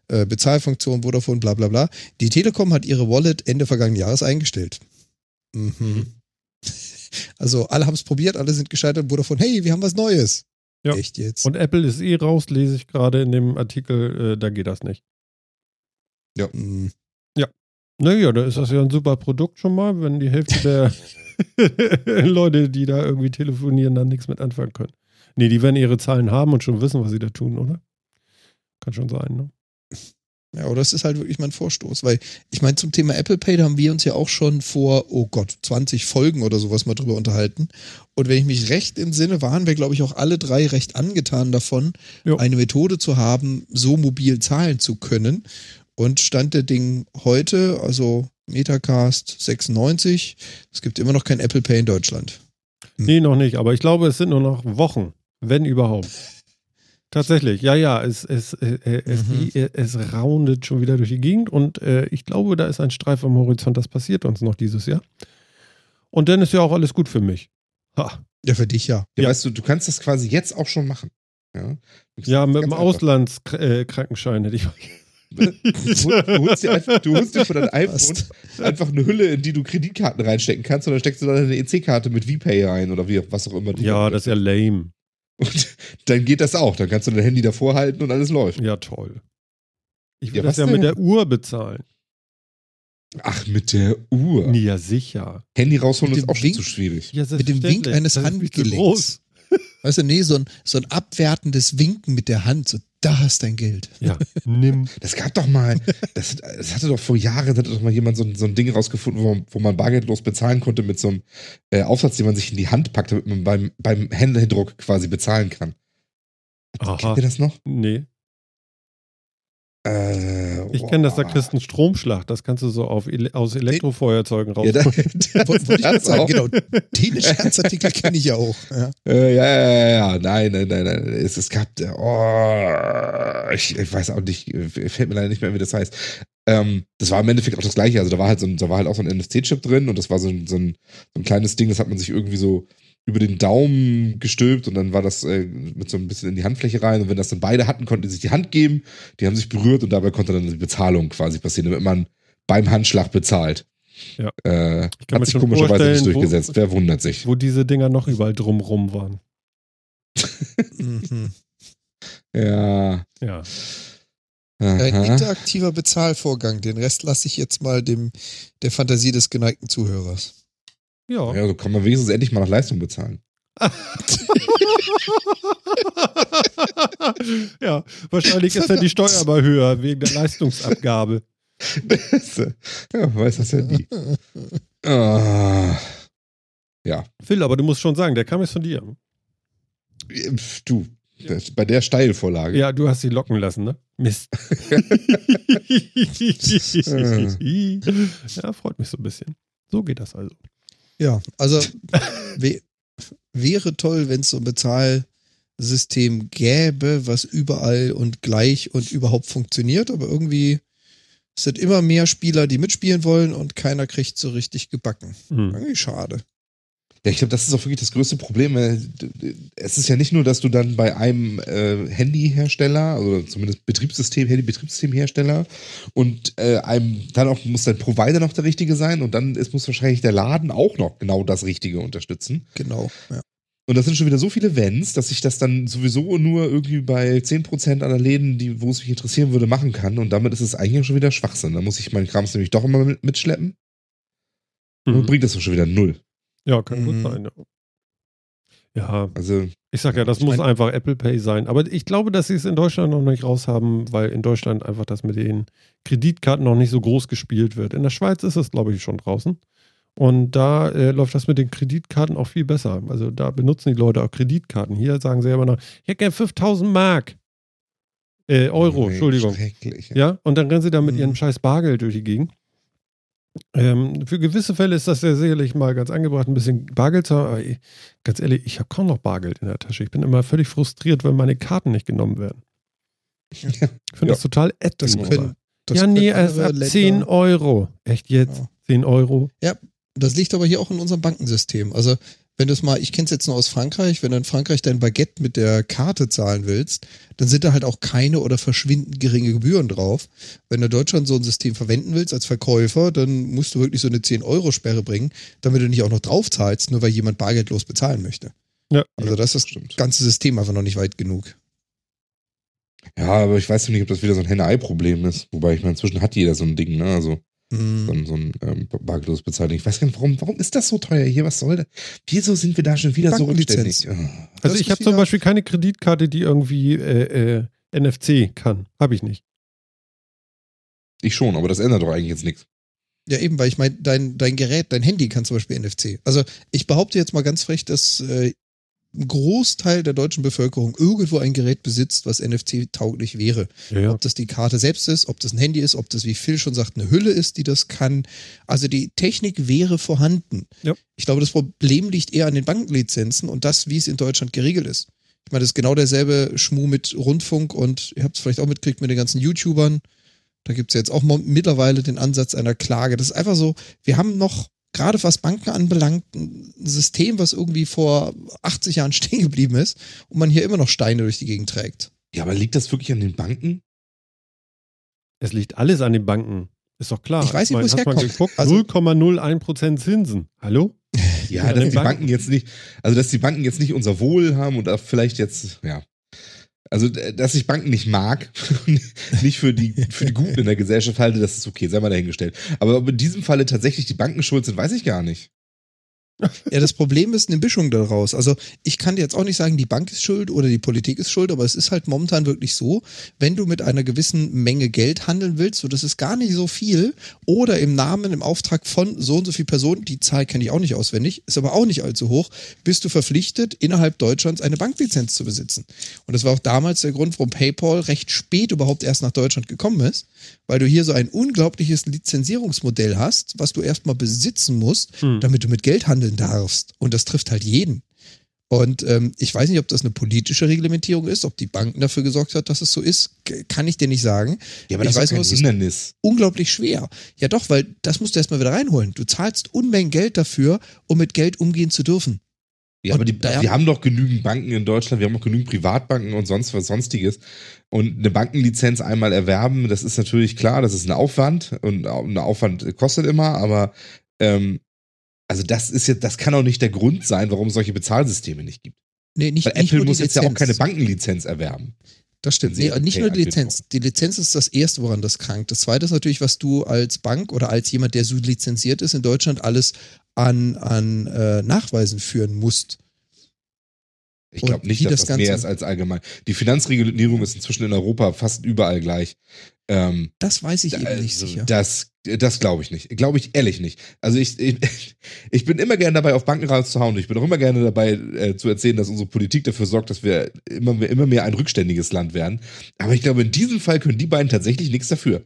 äh, Bezahlfunktion, Vodafone, bla bla bla. Die Telekom hat ihre Wallet Ende vergangenen Jahres eingestellt. Mhm. Also alle haben es probiert, alle sind gescheitert, Vodafone, hey, wir haben was Neues. Ja. Echt jetzt? Und Apple ist eh raus, lese ich gerade in dem Artikel, äh, da geht das nicht. Ja. Mhm. Naja, da ist das ja ein super Produkt schon mal, wenn die Hälfte der Leute, die da irgendwie telefonieren, dann nichts mit anfangen können. Nee, die werden ihre Zahlen haben und schon wissen, was sie da tun, oder? Kann schon sein, ne? Ja, aber das ist halt wirklich mein Vorstoß, weil ich meine, zum Thema Apple Pay, da haben wir uns ja auch schon vor, oh Gott, zwanzig Folgen oder sowas mal drüber unterhalten. Und wenn ich mich recht entsinne, waren wir, glaube ich, auch alle drei recht angetan davon, Jo. eine Methode zu haben, so mobil zahlen zu können. Und Stand der Ding heute, also Metacast sechsundneunzig, es gibt immer noch kein Apple Pay in Deutschland. Nee, noch nicht, aber ich glaube, es sind nur noch Wochen, wenn überhaupt. Tatsächlich, ja, ja, es, es, äh, es, Mhm. es, es raundet schon wieder durch die Gegend und äh, ich glaube, da ist ein Streif am Horizont, das passiert uns noch dieses Jahr. Und dann ist ja auch alles gut für mich. Ha. Ja, für dich ja. Ja, Ja. weißt du, du kannst das quasi jetzt auch schon machen. Ja, Ja, mit dem Ganz einfach. Auslandskrankenschein hätte ich. Du, du, holst dir einfach, du holst dir von deinem iPhone Passt. einfach eine Hülle, in die du Kreditkarten reinstecken kannst und dann steckst du dann eine E C-Karte mit VPay rein oder wie, was auch immer. die Ja, dann- das ist ja lame. Und dann geht das auch. Dann kannst du dein Handy davor halten und alles läuft. Ja, toll. Ich will Ja, das was ja denn? mit der Uhr bezahlen. Ach, mit der Uhr. Ja, sicher. Handy rausholen Mit ist dem auch schon Wink- zu schwierig. Ja, Mit dem Wink selbstverständlich. eines Das ist viel zu Handgelenks. groß. Weißt du, nee, so ein, so ein abwertendes Winken mit der Hand, so, da hast dein Geld. Ja, nimm. Das gab doch mal, das, das hatte doch vor Jahren, hatte doch mal jemand so, ein- so ein Ding rausgefunden, wo man, wo man bargeldlos bezahlen konnte mit so einem äh, Aufsatz, den man sich in die Hand packt, damit man beim, beim Händedruck quasi bezahlen kann. Aha. Kennt ihr das noch? Nee. Äh, Ich kenne das, da boah. kriegst du einen Stromschlag. Das kannst du so auf Ele aus Elektrofeuerzeugen raus. Ja, da, Wollte wollte ich gerade sagen, auch. genau. Den Scherzartikel kenne ich ja auch. Ja. Äh, ja, ja, ja, ja, nein, nein, nein, nein. Es, es gab, oh, ich, ich weiß auch nicht, fällt mir leider nicht mehr, wie das heißt. Ähm, das war im Endeffekt auch das Gleiche. Also da war halt so ein, da war halt auch so ein N F C-Chip drin und das war so ein, so, ein, so ein kleines Ding, das hat man sich irgendwie so über den Daumen gestülpt und dann war das äh, mit so ein bisschen in die Handfläche rein und wenn das dann beide hatten, konnten die sich die Hand geben, die haben sich berührt und dabei konnte dann die Bezahlung quasi passieren, damit man beim Handschlag bezahlt. Ja. Äh, Ich kann hat mir sich schon komischerweise nicht vorstellen, wo- durchgesetzt. Wer wundert sich? Wo diese Dinger noch überall drumrum waren. Mhm. Ja. Ja. Ein Aha. interaktiver Bezahlvorgang. Den Rest lasse ich jetzt mal dem, der Fantasie des geneigten Zuhörers. Ja. Ja, so kann man wenigstens endlich mal nach Leistung bezahlen. Ja, wahrscheinlich ist ja die Steuer aber höher wegen der Leistungsabgabe. ja, weiß das ja nie. Ah. Ja, Phil, aber du musst schon sagen, der kam jetzt von dir. Pff, du, das, bei der Steilvorlage. Ja, du hast sie locken lassen, ne? Mist. Ja, freut mich so ein bisschen. So geht das also. Ja, also wär, wäre toll, wenn es so ein Bezahlsystem gäbe, was überall und gleich und überhaupt funktioniert, aber irgendwie sind immer mehr Spieler, die mitspielen wollen und keiner kriegt so richtig gebacken. Hm. Irgendwie schade. Ja, ich glaube, das ist auch wirklich das größte Problem. weil Es ist ja nicht nur, dass du dann bei einem äh, Handyhersteller, also zumindest Betriebssystem, Handy-Betriebssystemhersteller und äh, einem, dann auch muss dein Provider noch der richtige sein und dann ist, muss wahrscheinlich der Laden auch noch genau das Richtige unterstützen. Genau. Ja. Und das sind schon wieder so viele Wenns, dass ich das dann sowieso nur irgendwie bei zehn Prozent aller Läden, die, wo es mich interessieren würde, machen kann. Und damit ist es eigentlich schon wieder Schwachsinn. Da muss ich meinen Krams nämlich doch immer mit, mitschleppen. Und Mhm. bringt das doch schon wieder null. Ja, kann gut Mhm. sein. Ja. Ja, Also, ich sag ja, das Ich muss mein- einfach Apple Pay sein. Aber ich glaube, dass sie es in Deutschland noch nicht raus haben, weil in Deutschland einfach das mit den Kreditkarten noch nicht so groß gespielt wird. In der Schweiz ist es, glaube ich, schon draußen. Und da äh, läuft das mit den Kreditkarten auch viel besser. Also da benutzen die Leute auch Kreditkarten. Hier sagen sie ja immer noch, ich hätte gerne fünftausend Mark. Äh, Euro, Entschuldigung. Schrecklich. Ja, und dann rennen sie da mit Mhm. ihrem scheiß Bargeld durch die Gegend. Ähm, für gewisse Fälle ist das ja sicherlich mal ganz angebracht, ein bisschen Bargeld zu haben. Aber ich, ganz ehrlich, ich habe kaum noch Bargeld in der Tasche. Ich bin immer völlig frustriert, wenn meine Karten nicht genommen werden. Ich finde Ja. das total ätzend. Das können, das ja, können nee, erst andere ab Länder- zehn Euro. Echt jetzt? Ja. zehn Euro? Das liegt aber hier auch in unserem Bankensystem. Also Wenn du es mal, ich kenne es jetzt nur aus Frankreich, wenn du in Frankreich dein Baguette mit der Karte zahlen willst, dann sind da halt auch keine oder verschwindend geringe Gebühren drauf. Wenn du in Deutschland so ein System verwenden willst als Verkäufer, dann musst du wirklich so eine zehn-Euro-Sperre bringen, damit du nicht auch noch drauf zahlst, nur weil jemand bargeldlos bezahlen möchte. Ja. Also das ist das Stimmt. ganze System einfach noch nicht weit genug. Ja, aber ich weiß nicht, ob das wieder so ein Henne-Ei-Problem ist. Wobei, ich meine, inzwischen hat jeder so ein Ding, ne? Also Hm. so ein, so ein ähm, bargeldloses Bezahlen. Ich weiß gar nicht, warum, warum ist das so teuer hier? Was soll das? Wieso sind wir da schon wieder so Bankenlizenz. rückständig? Ah. Also Das ich ist habe zum wieder- Beispiel keine Kreditkarte, die irgendwie äh, äh, N F C kann. Habe ich nicht. Ich schon, aber das ändert doch eigentlich jetzt nichts. Ja, eben, weil ich meine, dein, dein Gerät, dein Handy kann zum Beispiel N F C. Also ich behaupte jetzt mal ganz frech, dass äh, ein Großteil der deutschen Bevölkerung irgendwo ein Gerät besitzt, was N F C-tauglich wäre. Ja, ja. Ob das die Karte selbst ist, ob das ein Handy ist, ob das, wie Phil schon sagt, eine Hülle ist, die das kann. Also die Technik wäre vorhanden. Ja. Ich glaube, das Problem liegt eher an den Bankenlizenzen und das, wie es in Deutschland geregelt ist. Ich meine, das ist genau derselbe Schmuh mit Rundfunk und ihr habt es vielleicht auch mitgekriegt mit den ganzen YouTubern. Da gibt es jetzt auch mo- mittlerweile den Ansatz einer Klage. Das ist einfach so, wir haben noch, gerade was Banken anbelangt, ein System, was irgendwie vor achtzig Jahren stehen geblieben ist und man hier immer noch Steine durch die Gegend trägt. Ja, aber liegt das wirklich an den Banken? Es liegt alles an den Banken. Ist doch klar. Ich weiß nicht, wo es hast mal herkommt. geguckt, Also- null Komma null eins Prozent Zinsen. Hallo? Ja, An dass den die Banken jetzt nicht, also dass die Banken jetzt nicht unser Wohl haben und auch vielleicht jetzt, ja. Also, dass ich Banken nicht mag, nicht für die, für die Guten in der Gesellschaft halte, das ist okay, sei mal dahingestellt. Aber ob in diesem Falle tatsächlich die Banken schuld sind, weiß ich gar nicht. Ja, das Problem ist eine Mischung daraus. Also ich kann dir jetzt auch nicht sagen, die Bank ist schuld oder die Politik ist schuld, aber es ist halt momentan wirklich so, wenn du mit einer gewissen Menge Geld handeln willst, so das ist gar nicht so viel, oder im Namen, im Auftrag von so und so viel Personen, die Zahl kenne ich auch nicht auswendig, ist aber auch nicht allzu hoch, bist du verpflichtet, innerhalb Deutschlands eine Banklizenz zu besitzen. Und das war auch damals der Grund, warum PayPal recht spät überhaupt erst nach Deutschland gekommen ist, weil du hier so ein unglaubliches Lizenzierungsmodell hast, was du erstmal besitzen musst, Hm. damit du mit Geld handeln darfst. Und das trifft halt jeden. Und ähm, ich weiß nicht, ob das eine politische Reglementierung ist, ob die Banken dafür gesorgt hat, dass es so ist, K- kann ich dir nicht sagen. Ja, aber ich das weiß ist nur, kein es ist Hindernis. unglaublich schwer. Ja doch, weil das musst du erstmal wieder reinholen. Du zahlst Unmengen Geld dafür, um mit Geld umgehen zu dürfen. Ja, Und aber die, da- wir haben doch genügend Banken in Deutschland, wir haben auch genügend Privatbanken und sonst was sonstiges. Und eine Bankenlizenz einmal erwerben, das ist natürlich klar, das ist ein Aufwand und ein Aufwand kostet immer, aber ähm, also das ist jetzt, das kann auch nicht der Grund sein, warum es solche Bezahlsysteme nicht gibt. Nee, nicht, Weil nicht Apple nur die muss jetzt ja auch Lizenz. keine Bankenlizenz erwerben. Das stimmt. Wenn sie Nee, nicht Pay nur die anbieten Lizenz. Die Lizenz ist das Erste, woran das krankt. Das Zweite ist natürlich, was du als Bank oder als jemand, der so lizenziert ist, in Deutschland alles an, an äh, Nachweisen führen musst. Ich Und glaube nicht, wie dass das das, mehr Ganze- ist als allgemein. Die Finanzregulierung ist inzwischen in Europa fast überall gleich. Ähm, Das weiß ich eben nicht also, sicher. Das, das glaube ich nicht. Glaube ich ehrlich nicht. Also ich, ich, ich bin immer gerne dabei, auf Banken rauszuhauen. Ich bin auch immer gerne dabei, äh, zu erzählen, dass unsere Politik dafür sorgt, dass wir immer mehr, immer mehr ein rückständiges Land werden. Aber ich glaube, in diesem Fall können die beiden tatsächlich nichts dafür.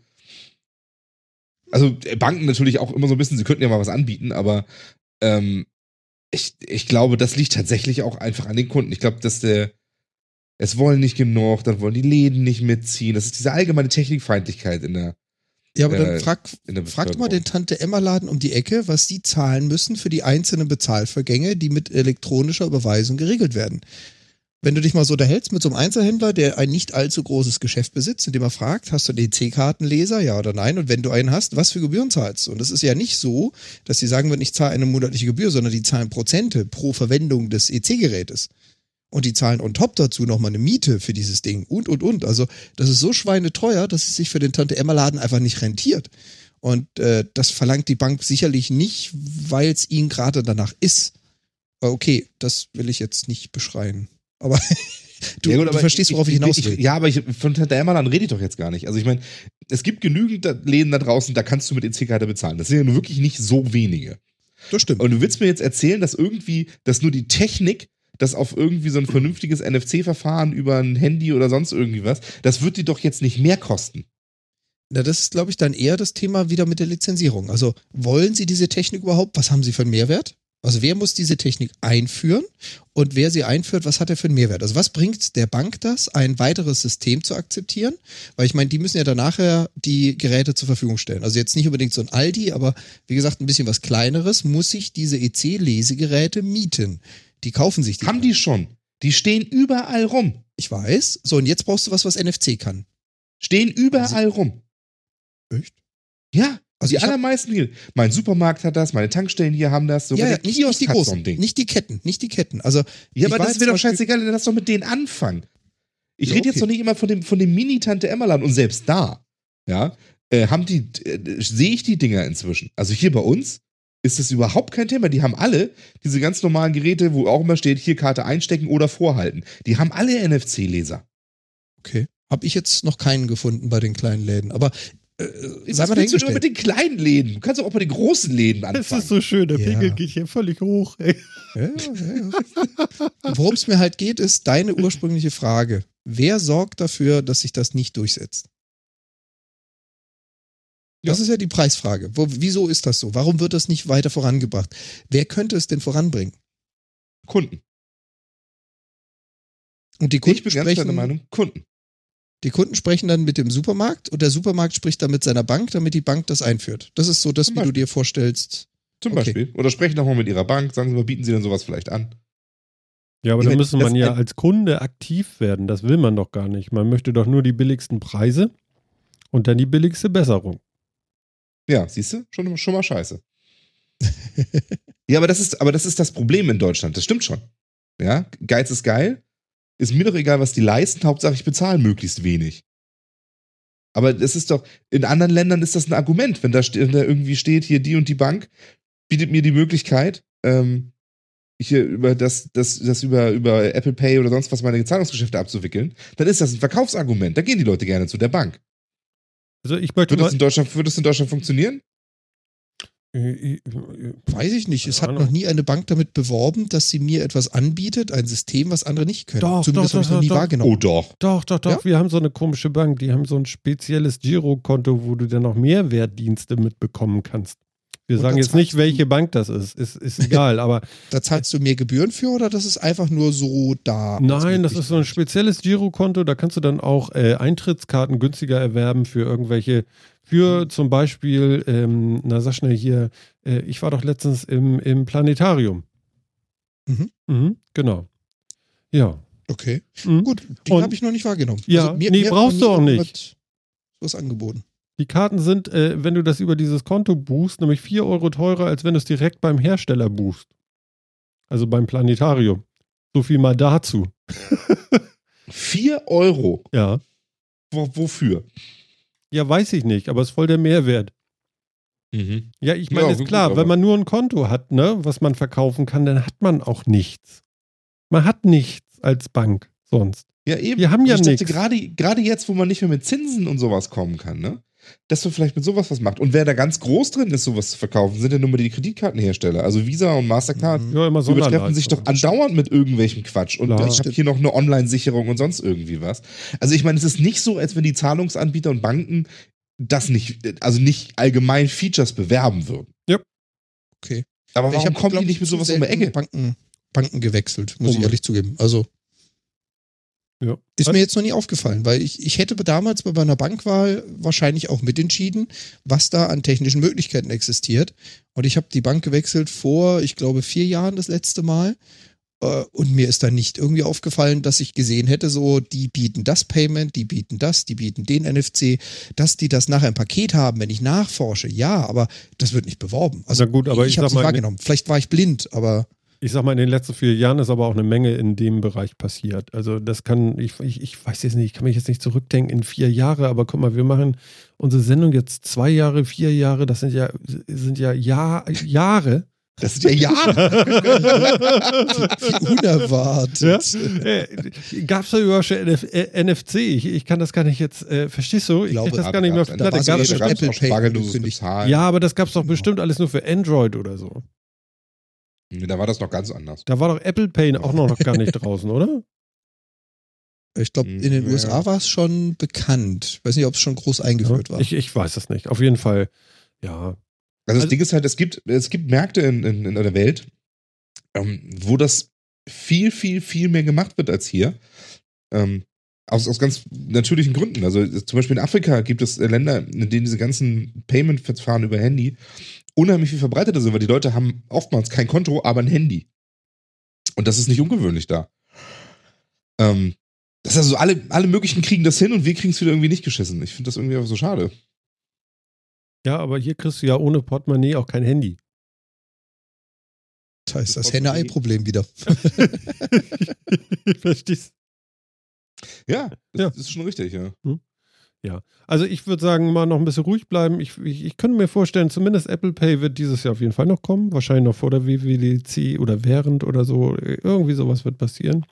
Also äh, Banken natürlich auch immer so ein bisschen, sie könnten ja mal was anbieten, aber ähm, ich, ich glaube, das liegt tatsächlich auch einfach an den Kunden. Ich glaube, dass der es wollen nicht genug, dann wollen die Läden nicht mitziehen. Das ist diese allgemeine Technikfeindlichkeit in der, Ja, aber äh, dann frag, in der frag doch mal Bevölkerung. den Tante-Emma-Laden um die Ecke, was die zahlen müssen für die einzelnen Bezahlvorgänge, die mit elektronischer Überweisung geregelt werden. Wenn du dich mal so unterhältst mit so einem Einzelhändler, der ein nicht allzu großes Geschäft besitzt, indem er fragt, hast du einen E C-Kartenleser, ja oder nein? Und wenn du einen hast, was für Gebühren zahlst du? Und das ist ja nicht so, dass sie sagen würden, ich zahle eine monatliche Gebühr, sondern die zahlen Prozente pro Verwendung des E C-Gerätes. Und die zahlen on top dazu nochmal eine Miete für dieses Ding und, und, und. Also das ist so schweineteuer, dass es sich für den Tante-Emma-Laden einfach nicht rentiert. Und äh, das verlangt die Bank sicherlich nicht, weil es ihnen gerade danach ist. Aber okay, das will ich jetzt nicht beschreien. Aber du, Ja gut, du aber verstehst, worauf ich, hinaus will. Ich, ja, aber ich, von Tante Emma, dann rede ich doch jetzt gar nicht. Also ich meine, es gibt genügend da- Läden da draußen, da kannst du mit E C-Karte bezahlen. Das sind ja nur wirklich nicht so wenige. Das stimmt. Und du willst mir jetzt erzählen, dass irgendwie, dass nur die Technik, das auf irgendwie so ein vernünftiges N F C-Verfahren über ein Handy oder sonst irgendwie was, das wird die doch jetzt nicht mehr kosten. Na, das ist, glaube ich, dann eher das Thema wieder mit der Lizenzierung. Also wollen Sie diese Technik überhaupt? Was haben Sie für einen Mehrwert? Also wer muss diese Technik einführen und wer sie einführt, was hat er für einen Mehrwert? Also was bringt der Bank das, ein weiteres System zu akzeptieren? Weil ich meine, die müssen ja dann nachher die Geräte zur Verfügung stellen. Also jetzt nicht unbedingt so ein Aldi, aber wie gesagt, ein bisschen was Kleineres, muss sich diese E C-Lesegeräte mieten. Die kaufen sich die. Haben die schon. Die stehen überall rum. Ich weiß. So, und jetzt brauchst du was, was N F C kann. Stehen überall rum. Echt? Ja. Also die ich hab- allermeisten hier. Mein Supermarkt hat das, meine Tankstellen hier haben das. Sogar Ja, ja, der nicht, Kiosk nicht die hat so großen, ein Ding. nicht die Ketten, nicht die Ketten. Also, Ja, ich aber war das jetzt wäre doch zum Beispiel- scheißegal, lass doch mit denen anfangen. Ich Ja, rede jetzt okay. doch nicht immer von dem, von dem Mini-Tante-Emma-Laden und selbst da, ja, äh, haben die, äh, sehe ich die Dinger inzwischen. Also hier bei uns ist das überhaupt kein Thema. Die haben alle diese ganz normalen Geräte, wo auch immer steht, hier Karte einstecken oder vorhalten. Die haben alle N F C-Leser. Okay. Habe ich jetzt noch keinen gefunden bei den kleinen Läden. Aber äh, sei Was mal willst du nur dahingestellt. mit den kleinen Läden? Du kannst doch auch bei den großen Läden Das anfangen. ist so schön, der Ja. Pegel geht hier völlig hoch. Ey. Ja, ja, ja. Worum es mir halt geht, ist deine ursprüngliche Frage. Wer sorgt dafür, dass sich das nicht durchsetzt? Das ist ja die Preisfrage. Wo, wieso ist das so? Warum wird das nicht weiter vorangebracht? Wer könnte es denn voranbringen? Kunden. Und die Ich Kunden, bin ganz deiner sprechen, Meinung, Kunden. die Kunden sprechen dann mit dem Supermarkt und der Supermarkt spricht dann mit seiner Bank, damit die Bank das einführt. Das ist so das, Zum wie du Beispiel. dir vorstellst. Zum Okay. Beispiel. Oder sprechen nochmal mit ihrer Bank, sagen sie mal, bieten sie denn sowas vielleicht an. Ja, aber Ich da mein, müsste das man ja ein- als Kunde aktiv werden. Das will man doch gar nicht. Man möchte doch nur die billigsten Preise und dann die billigste Besserung. Ja, siehst du? Schon, schon mal scheiße. Ja, aber das ist, aber das ist das Problem in Deutschland. Das stimmt schon. Ja, Geiz ist geil. Ist mir doch egal, was die leisten. Hauptsache, ich bezahle möglichst wenig. Aber das ist doch, in anderen Ländern ist das ein Argument, wenn da, ste- wenn da irgendwie steht, hier die und die Bank bietet mir die Möglichkeit, ähm, hier über das, das, das über, über Apple Pay oder sonst was meine Zahlungsgeschäfte abzuwickeln, dann ist das ein Verkaufsargument. Da gehen die Leute gerne zu der Bank. Also ich möchte Wird das mal. in Deutschland, wird das in Deutschland funktionieren? Äh, äh, Weiß ich nicht. Es Keine hat Ahnung. noch nie eine Bank damit beworben, dass sie mir etwas anbietet, ein System, was andere nicht können. Doch, Zumindest doch, habe ich doch, noch nie doch, wahrgenommen. Oh doch. Doch, doch, doch. Ja? Wir haben so eine komische Bank. Die haben so ein spezielles Girokonto, wo du dann noch Mehrwertdienste mitbekommen kannst. Wir Und sagen da jetzt nicht, zahlst du- welche Bank das ist. Ist, ist egal, aber Da zahlst du mehr Gebühren für oder das ist einfach nur so da? als nein, das ist so ein Möglichkeit? spezielles Girokonto. Da kannst du dann auch äh, Eintrittskarten günstiger erwerben für irgendwelche, für zum Beispiel, ähm, na sag schnell hier, äh, ich war doch letztens im, im Planetarium. Mhm. Mhm, genau. Ja. Okay, Mhm. gut. Die Und- habe ich noch nicht wahrgenommen. Ja, nee, hat brauchst noch du nie auch jemand Was angeboten. Die Karten sind, äh, wenn du das über dieses Konto buchst, nämlich vier Euro teurer, als wenn du es direkt beim Hersteller buchst. Also beim Planetarium. So viel mal dazu. Vier Euro. Ja. Wo, wofür? Ja, weiß ich nicht, aber es ist voll der Mehrwert. Mhm. Ja, ich meine, Ja, ist gut, klar, aber- wenn man nur ein Konto hat, ne, was man verkaufen kann, dann hat man auch nichts. Man hat nichts als Bank sonst. Ja, eben. Wir haben ja ich dachte, nix. gerade gerade jetzt, wo man nicht mehr mit Zinsen und sowas kommen kann, ne? Dass man vielleicht mit sowas was macht. Und wer da ganz groß drin ist, sowas zu verkaufen, sind ja nur mal die Kreditkartenhersteller. Also Visa und Mastercard Mhm. Ja, immer so übertreffen sich doch andauernd mit irgendwelchem Quatsch. Und Klar. ich habe hier noch eine Online-Sicherung und sonst irgendwie was. Also ich meine, es ist nicht so, als wenn die Zahlungsanbieter und Banken das nicht, also nicht allgemein Features bewerben würden. Okay. Aber warum ich habe, kommen glaub die nicht ich, mit zu sowas um die selten Ecke? Banken, Banken gewechselt, muss ich Komisch. ehrlich zugeben. Also Ja. ist mir jetzt noch nie aufgefallen, weil ich, ich hätte damals bei meiner Bankwahl wahrscheinlich auch mitentschieden, was da an technischen Möglichkeiten existiert. Und ich habe die Bank gewechselt vor, ich glaube, vier Jahren das letzte Mal. Äh, Und mir ist da nicht irgendwie aufgefallen, dass ich gesehen hätte, so, die bieten das Payment, die bieten das, die bieten den N F C, dass die das nachher im Paket haben, wenn ich nachforsche. Ja, aber das wird nicht beworben. Also Na gut, aber ich ich habe sag es nicht mal, wahrgenommen. Vielleicht war ich blind, aber Ich sag mal, in den letzten vier Jahren ist aber auch eine Menge in dem Bereich passiert. Also das kann, ich, ich, ich weiß jetzt nicht, ich kann mich jetzt nicht zurückdenken in vier Jahre, aber guck mal, wir machen unsere Sendung jetzt zwei Jahre, vier Jahre, das sind ja, sind ja Jahr, Jahre. Das sind ja Jahre. wie unerwartet. Ja? Äh, Gab es da überhaupt schon N F, äh, N F C? Ich, ich kann das gar nicht jetzt, äh, verstehst du? Ich glaube, krieg das Ja, gar nicht mehr auf die da Platte. war Gab's sogar bestimmt- schon Apple Pay bargeldloses angekündigt. Bezahlen. Ja, aber das gab es doch bestimmt alles nur für Android oder so. Nee, da war das noch ganz anders. Da war doch Apple Pay auch noch, noch gar nicht draußen, oder? Ich glaube, in den Ja. U S A war es schon bekannt. Ich weiß nicht, ob es schon groß eingeführt war. Ich, ich weiß es nicht. Auf jeden Fall, ja. Also das Also- Ding ist halt, es gibt, es gibt Märkte in, in, in der Welt, ähm, wo das viel, viel, viel mehr gemacht wird als hier. Ähm, aus, aus ganz natürlichen Gründen. Also zum Beispiel in Afrika gibt es Länder, in denen diese ganzen Payment-Verfahren über Handy unheimlich viel verbreiteter sind, weil die Leute haben oftmals kein Konto, aber ein Handy. Und das ist nicht ungewöhnlich da. Ähm, das ist also alle, alle möglichen kriegen das hin und wir kriegen es wieder irgendwie nicht geschissen. Ich finde das irgendwie einfach so schade. Ja, aber hier kriegst du ja ohne Portemonnaie auch kein Handy. Da ist das Henne-Ei-Problem wieder. Verstehst? Ja, das, Ja. das ist schon richtig, ja. Ja, also ich würde sagen, mal noch ein bisschen ruhig bleiben. Ich, ich, ich könnte mir vorstellen, zumindest Apple Pay wird dieses Jahr auf jeden Fall noch kommen. Wahrscheinlich noch vor der W W D C oder während oder so. Irgendwie sowas wird passieren.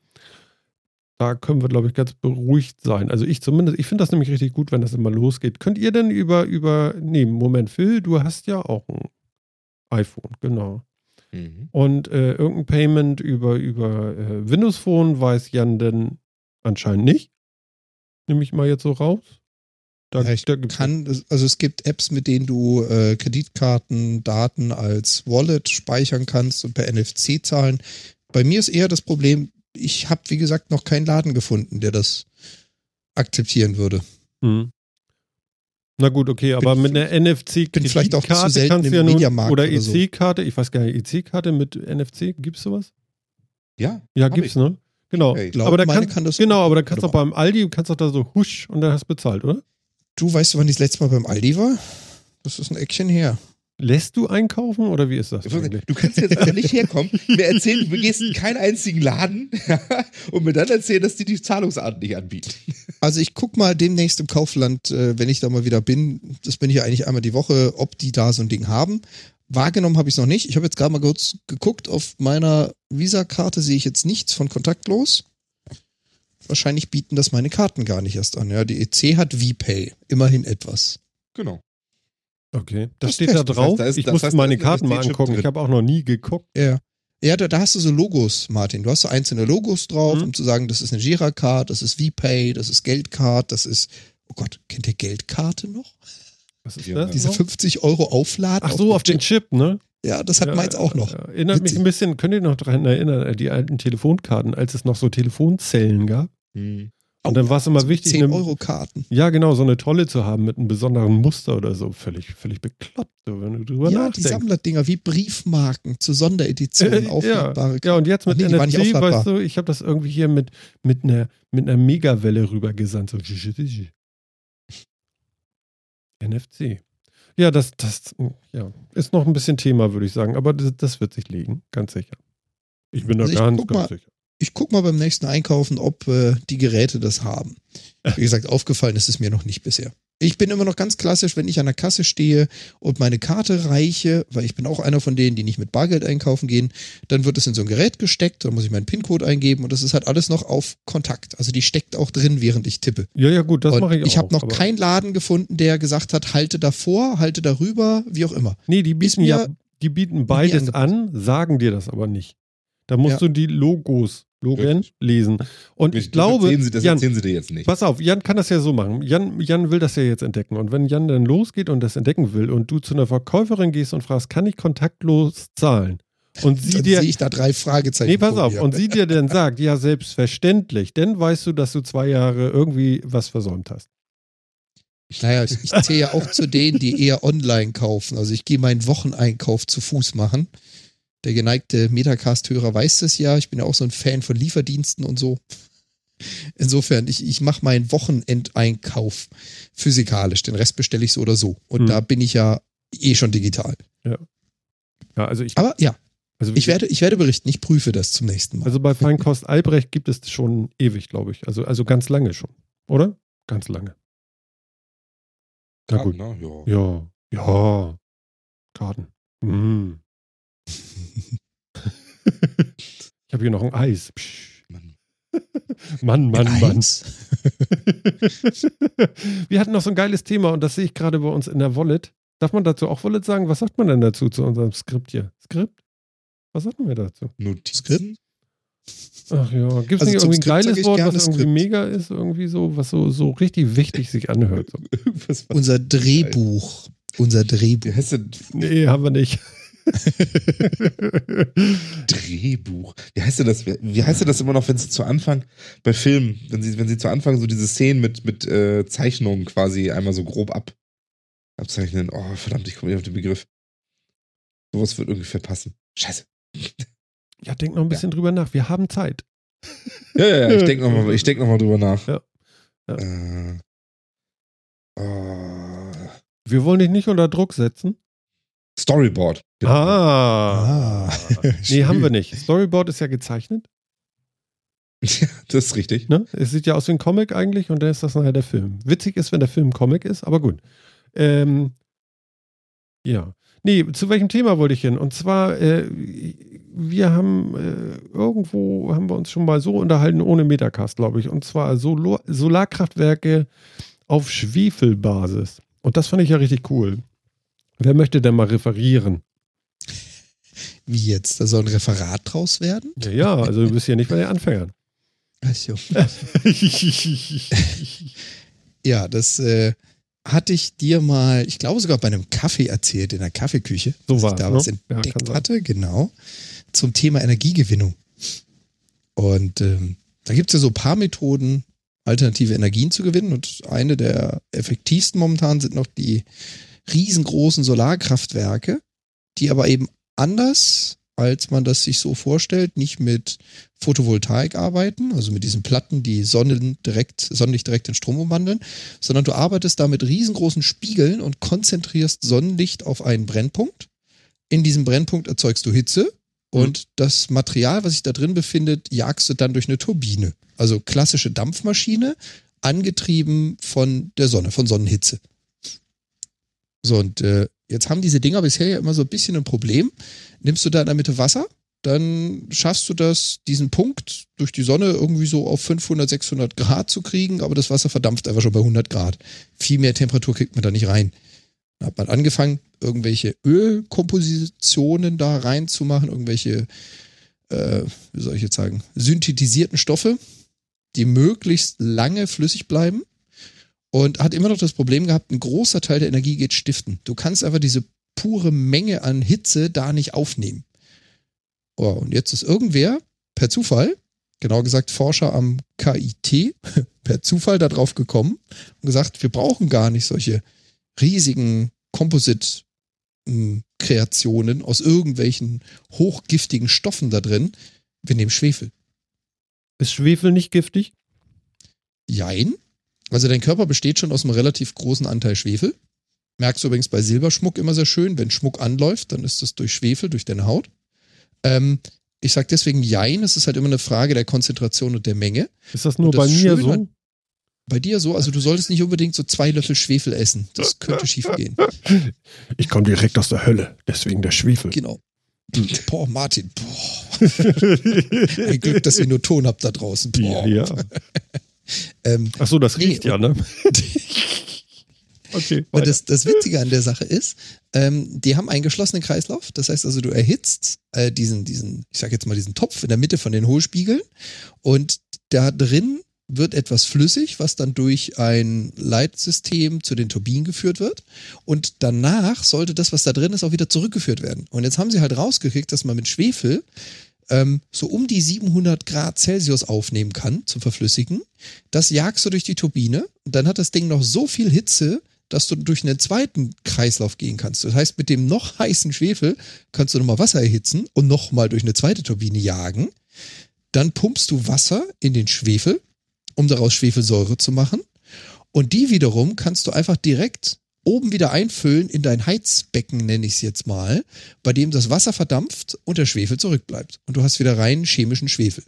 Da können wir, glaube ich, ganz beruhigt sein. Also ich zumindest, ich finde das nämlich richtig gut, wenn das immer losgeht. Könnt ihr denn über, über, nee, Moment, Phil, du hast ja auch ein iPhone, genau. Mhm. Und äh, irgendein Payment über, über äh, Windows Phone weiß Jan denn anscheinend nicht. Nehme ich mal jetzt so raus. Da, Ja, ich da gibt's kann, also es gibt Apps, mit denen du äh, Kreditkartendaten als Wallet speichern kannst und per N F C zahlen. Bei mir ist eher das Problem, ich habe, wie gesagt, noch keinen Laden gefunden, der das akzeptieren würde. Hm. Na gut, okay, aber Bin- mit einer N F C bin vielleicht auch zu Kreditkarte selten kannst du im ja nun, Mediamarkt oder oder so. E C-Karte, ich weiß gar nicht, E C-Karte mit N F C, gibt's sowas? Ja, Ja, hab gibt's, ich. ne? Genau. Hey, ich glaub, aber da meine kannst, kann das genau, auch. aber dann kannst du auch Warte beim Aldi, du kannst auch da so husch und dann hast du bezahlt, oder? Du weißt, wann ich das letzte Mal beim Aldi war? Das ist ein Eckchen her. Lässt du einkaufen oder wie ist das eigentlich? Du kannst jetzt einfach nicht herkommen, mir erzählen, du gehst in keinen einzigen Laden und mir dann erzählen, dass die die Zahlungsart nicht anbieten. Also ich guck mal demnächst im Kaufland, äh, wenn ich da mal wieder bin, das bin ich ja eigentlich einmal die Woche, ob die da so ein Ding haben. Wahrgenommen habe ich es noch nicht. Ich habe jetzt gerade mal kurz geguckt, auf meiner Visa-Karte sehe ich jetzt nichts von kontaktlos. Wahrscheinlich bieten das meine Karten gar nicht erst an. Ja, die E C hat VPay, immerhin etwas. Genau. Okay. Das Das steht da testen. drauf. Das heißt, da ist- ich das musste heißt, da meine ist ein Karten mal S D-Chip angucken. drin. Ich habe auch noch nie geguckt. Ja. Ja, da, da hast du so Logos, Martin. Du hast so einzelne Logos drauf, Mhm. um zu sagen, das ist eine Gira-Card, das ist VPay, das ist Geldcard, das ist, oh Gott, kennt ihr Geldkarte noch? Was ist Ja, das? Diese noch? fünfzig Euro Aufladen? Ach so, auf den Chip, ne? Ja, das hat Ja, meins auch noch. ja, Erinnert mich Witzig. ein bisschen, könnt ihr noch daran erinnern, die alten Telefonkarten, als es noch so Telefonzellen gab? Hm. Und dann war es immer wichtig, zehn eine- Euro Karten. Ja, genau, so eine tolle zu haben mit einem besonderen Muster oder so. Völlig, völlig bekloppt, so, wenn du drüber Ja, die nachdenkst. Sammlerdinger wie Briefmarken zu Sondereditionen, Äh, aufladbare. ja, und jetzt mit Ach nee, die waren nicht N F C, aufladbar. weißt du, ich habe das irgendwie hier mit, mit, einer, mit einer Megawelle rübergesandt. So. N F C. Ja, das, das ja, ist noch ein bisschen Thema, würde ich sagen, aber das, das wird sich legen, ganz sicher. Ich bin da Also ich ganz, guck ganz mal- sicher. Ich guck mal beim nächsten Einkaufen, ob äh, die Geräte das haben. Wie gesagt, aufgefallen ist es mir noch nicht bisher. Ich bin immer noch ganz klassisch, wenn ich an der Kasse stehe und meine Karte reiche, weil ich bin auch einer von denen, die nicht mit Bargeld einkaufen gehen, dann wird es in so ein Gerät gesteckt, dann muss ich meinen PIN-Code eingeben und das ist halt alles noch auf Kontakt. Also die steckt auch drin, während ich tippe. Ja, ja, gut, das und mache ich auch. ich habe noch aber- keinen Laden gefunden, der gesagt hat, halte davor, halte darüber, wie auch immer. Nee, die bieten mir ja, die bieten beides angepasst. an, sagen dir das aber nicht. Da musst Ja. du die Logos, Logen Richtig. lesen. Und ich glaube, das erzählen Sie, das Jan, erzählen Sie dir jetzt nicht. pass auf, Jan kann das ja so machen. Jan, Jan will das ja jetzt entdecken. Und wenn Jan dann losgeht und das entdecken will und du zu einer Verkäuferin gehst und fragst, kann ich kontaktlos zahlen? Und sie Dann dir, sehe ich da drei Fragezeichen. nee, pass vor auf, mir. und sie dir dann sagt, ja, selbstverständlich, dann weißt du, dass du zwei Jahre irgendwie was versäumt hast. Naja, ich, ich zähle ja auch zu denen, die eher online kaufen. Also ich gehe meinen Wocheneinkauf zu Fuß machen. Der geneigte Metacast-Hörer weiß das ja. Ich bin ja auch so ein Fan von Lieferdiensten und so. Insofern, ich, ich mache meinen Wochenendeinkauf physikalisch. Den Rest bestelle ich so oder so. Und Hm. da bin ich ja eh schon digital. Ja, also ich, Aber ja, also ich werde, ich werde berichten. Ich prüfe das zum nächsten Mal. Also bei Feinkost Albrecht gibt es schon ewig, glaube ich. Also, also ganz lange schon, oder? Ganz lange. Na gut. Na, ja. Ja, ja. Karten. Mm. Ich habe hier noch ein Eis. Psch. Mann. Mann, Mann, Mann. Eins? Wir hatten noch so ein geiles Thema und das sehe ich gerade bei uns in der Wallet. Darf man dazu auch Wallet sagen? Was sagt man denn dazu zu unserem Skript hier? Skript? Was sagen wir dazu? Notizen? Ach ja, gibt es Also nicht zum irgendwie ein Skript sag geiles ich Wort, gerne was irgendwie Skript. mega ist, irgendwie so, was so, so richtig wichtig sich anhört? So. Irgendwas, was Unser Drehbuch. Unser Wie Drehbuch. heißt denn? Nee, haben wir nicht. Drehbuch. Wie heißt denn das? Wie heißt denn das immer noch, wenn sie zu Anfang bei Filmen, wenn sie, wenn sie zu Anfang so diese Szenen mit, mit äh, Zeichnungen quasi einmal so grob ab, abzeichnen? Oh, verdammt, ich komme nicht auf den Begriff. Sowas wird ungefähr passen. Scheiße. Ja, denk noch ein bisschen ja. drüber nach. Wir haben Zeit. Ja, ja, ja, ich denke nochmal denk noch mal drüber nach. Ja. Ja. Äh, oh. Wir wollen dich nicht unter Druck setzen. Storyboard. Ah. Ah. Nee, haben wir nicht. Storyboard ist ja gezeichnet. Ja, das ist richtig. Ne? Es sieht ja aus wie ein Comic eigentlich und dann ist das nachher der Film. Witzig ist, wenn der Film ein Comic ist, aber gut. Ähm, ja. Nee, zu welchem Thema wollte ich hin? Und zwar, äh, wir haben äh, irgendwo, haben wir uns schon mal so unterhalten, ohne Metacast, glaube ich. Und zwar Sol- Solarkraftwerke auf Schwefelbasis. Und das fand ich ja richtig cool. Wer möchte denn mal referieren? Wie jetzt? Da soll ein Referat draus werden? Ja, ja, also du bist ja nicht bei den Anfängern. Ach so. Ja, das äh, hatte ich dir mal, ich glaube sogar bei einem Kaffee erzählt, in der Kaffeeküche, so dass war ich da ne? was entdeckt ja, hatte, genau, zum Thema Energiegewinnung. Und ähm, da gibt es ja so ein paar Methoden, alternative Energien zu gewinnen. Und eine der effektivsten momentan sind noch die riesengroßen Solarkraftwerke, die aber eben anders, als man das sich so vorstellt, nicht mit Photovoltaik arbeiten, also mit diesen Platten, die Sonnen direkt, Sonnenlicht direkt in Strom umwandeln, sondern du arbeitest da mit riesengroßen Spiegeln und konzentrierst Sonnenlicht auf einen Brennpunkt. In diesem Brennpunkt erzeugst du Hitze und mhm. das Material, was sich da drin befindet, jagst du dann durch eine Turbine. Also klassische Dampfmaschine, angetrieben von der Sonne, von Sonnenhitze. So, und äh, jetzt haben diese Dinger bisher ja immer so ein bisschen ein Problem. Nimmst du da in der Mitte Wasser, dann schaffst du das, diesen Punkt durch die Sonne irgendwie so auf fünfhundert, sechshundert Grad zu kriegen, aber das Wasser verdampft einfach schon bei hundert Grad. Viel mehr Temperatur kriegt man da nicht rein. Da hat man angefangen, irgendwelche Ölkompositionen da reinzumachen, irgendwelche, äh, wie soll ich jetzt sagen, synthetisierten Stoffe, die möglichst lange flüssig bleiben. Und hat immer noch das Problem gehabt, ein großer Teil der Energie geht stiften. Du kannst einfach diese pure Menge an Hitze da nicht aufnehmen. Oh, und jetzt ist irgendwer per Zufall, genau gesagt Forscher am K I T, per Zufall da drauf gekommen und gesagt, wir brauchen gar nicht solche riesigen Composite-Kreationen aus irgendwelchen hochgiftigen Stoffen da drin. Wir nehmen Schwefel. Ist Schwefel nicht giftig? Jein. Also dein Körper besteht schon aus einem relativ großen Anteil Schwefel. Merkst du übrigens bei Silberschmuck immer sehr schön. Wenn Schmuck anläuft, dann ist das durch Schwefel, durch deine Haut. Ähm, ich sage deswegen Jein. Es ist halt immer eine Frage der Konzentration und der Menge. Ist das nur das bei mir so? An, bei dir so? Also du solltest nicht unbedingt so zwei Löffel Schwefel essen. Das könnte schief gehen. Ich komme direkt aus der Hölle. Deswegen der Schwefel. Genau. Boah, Martin. Boah. Ein Glück, dass ihr nur Ton habt da draußen. Boah. Ja, ja. Ähm, Ach so, das riecht nee, ja, ne? Okay. Und das, das Witzige an der Sache ist, ähm, die haben einen geschlossenen Kreislauf. Das heißt also, du erhitzt äh, diesen, diesen, ich sag jetzt mal diesen Topf in der Mitte von den Hohlspiegeln und da drin wird etwas flüssig, was dann durch ein Leitsystem zu den Turbinen geführt wird und danach sollte das, was da drin ist, auch wieder zurückgeführt werden. Und jetzt haben sie halt rausgekriegt, dass man mit Schwefel ähm, so um die siebenhundert Grad Celsius aufnehmen kann zum Verflüssigen. Das jagst du durch die Turbine und dann hat das Ding noch so viel Hitze, dass du durch einen zweiten Kreislauf gehen kannst. Das heißt, mit dem noch heißen Schwefel kannst du nochmal Wasser erhitzen und nochmal durch eine zweite Turbine jagen. Dann pumpst du Wasser in den Schwefel, um daraus Schwefelsäure zu machen. Und die wiederum kannst du einfach direkt oben wieder einfüllen in dein Heizbecken, nenne ich es jetzt mal, bei dem das Wasser verdampft und der Schwefel zurückbleibt. Und du hast wieder rein chemischen Schwefel.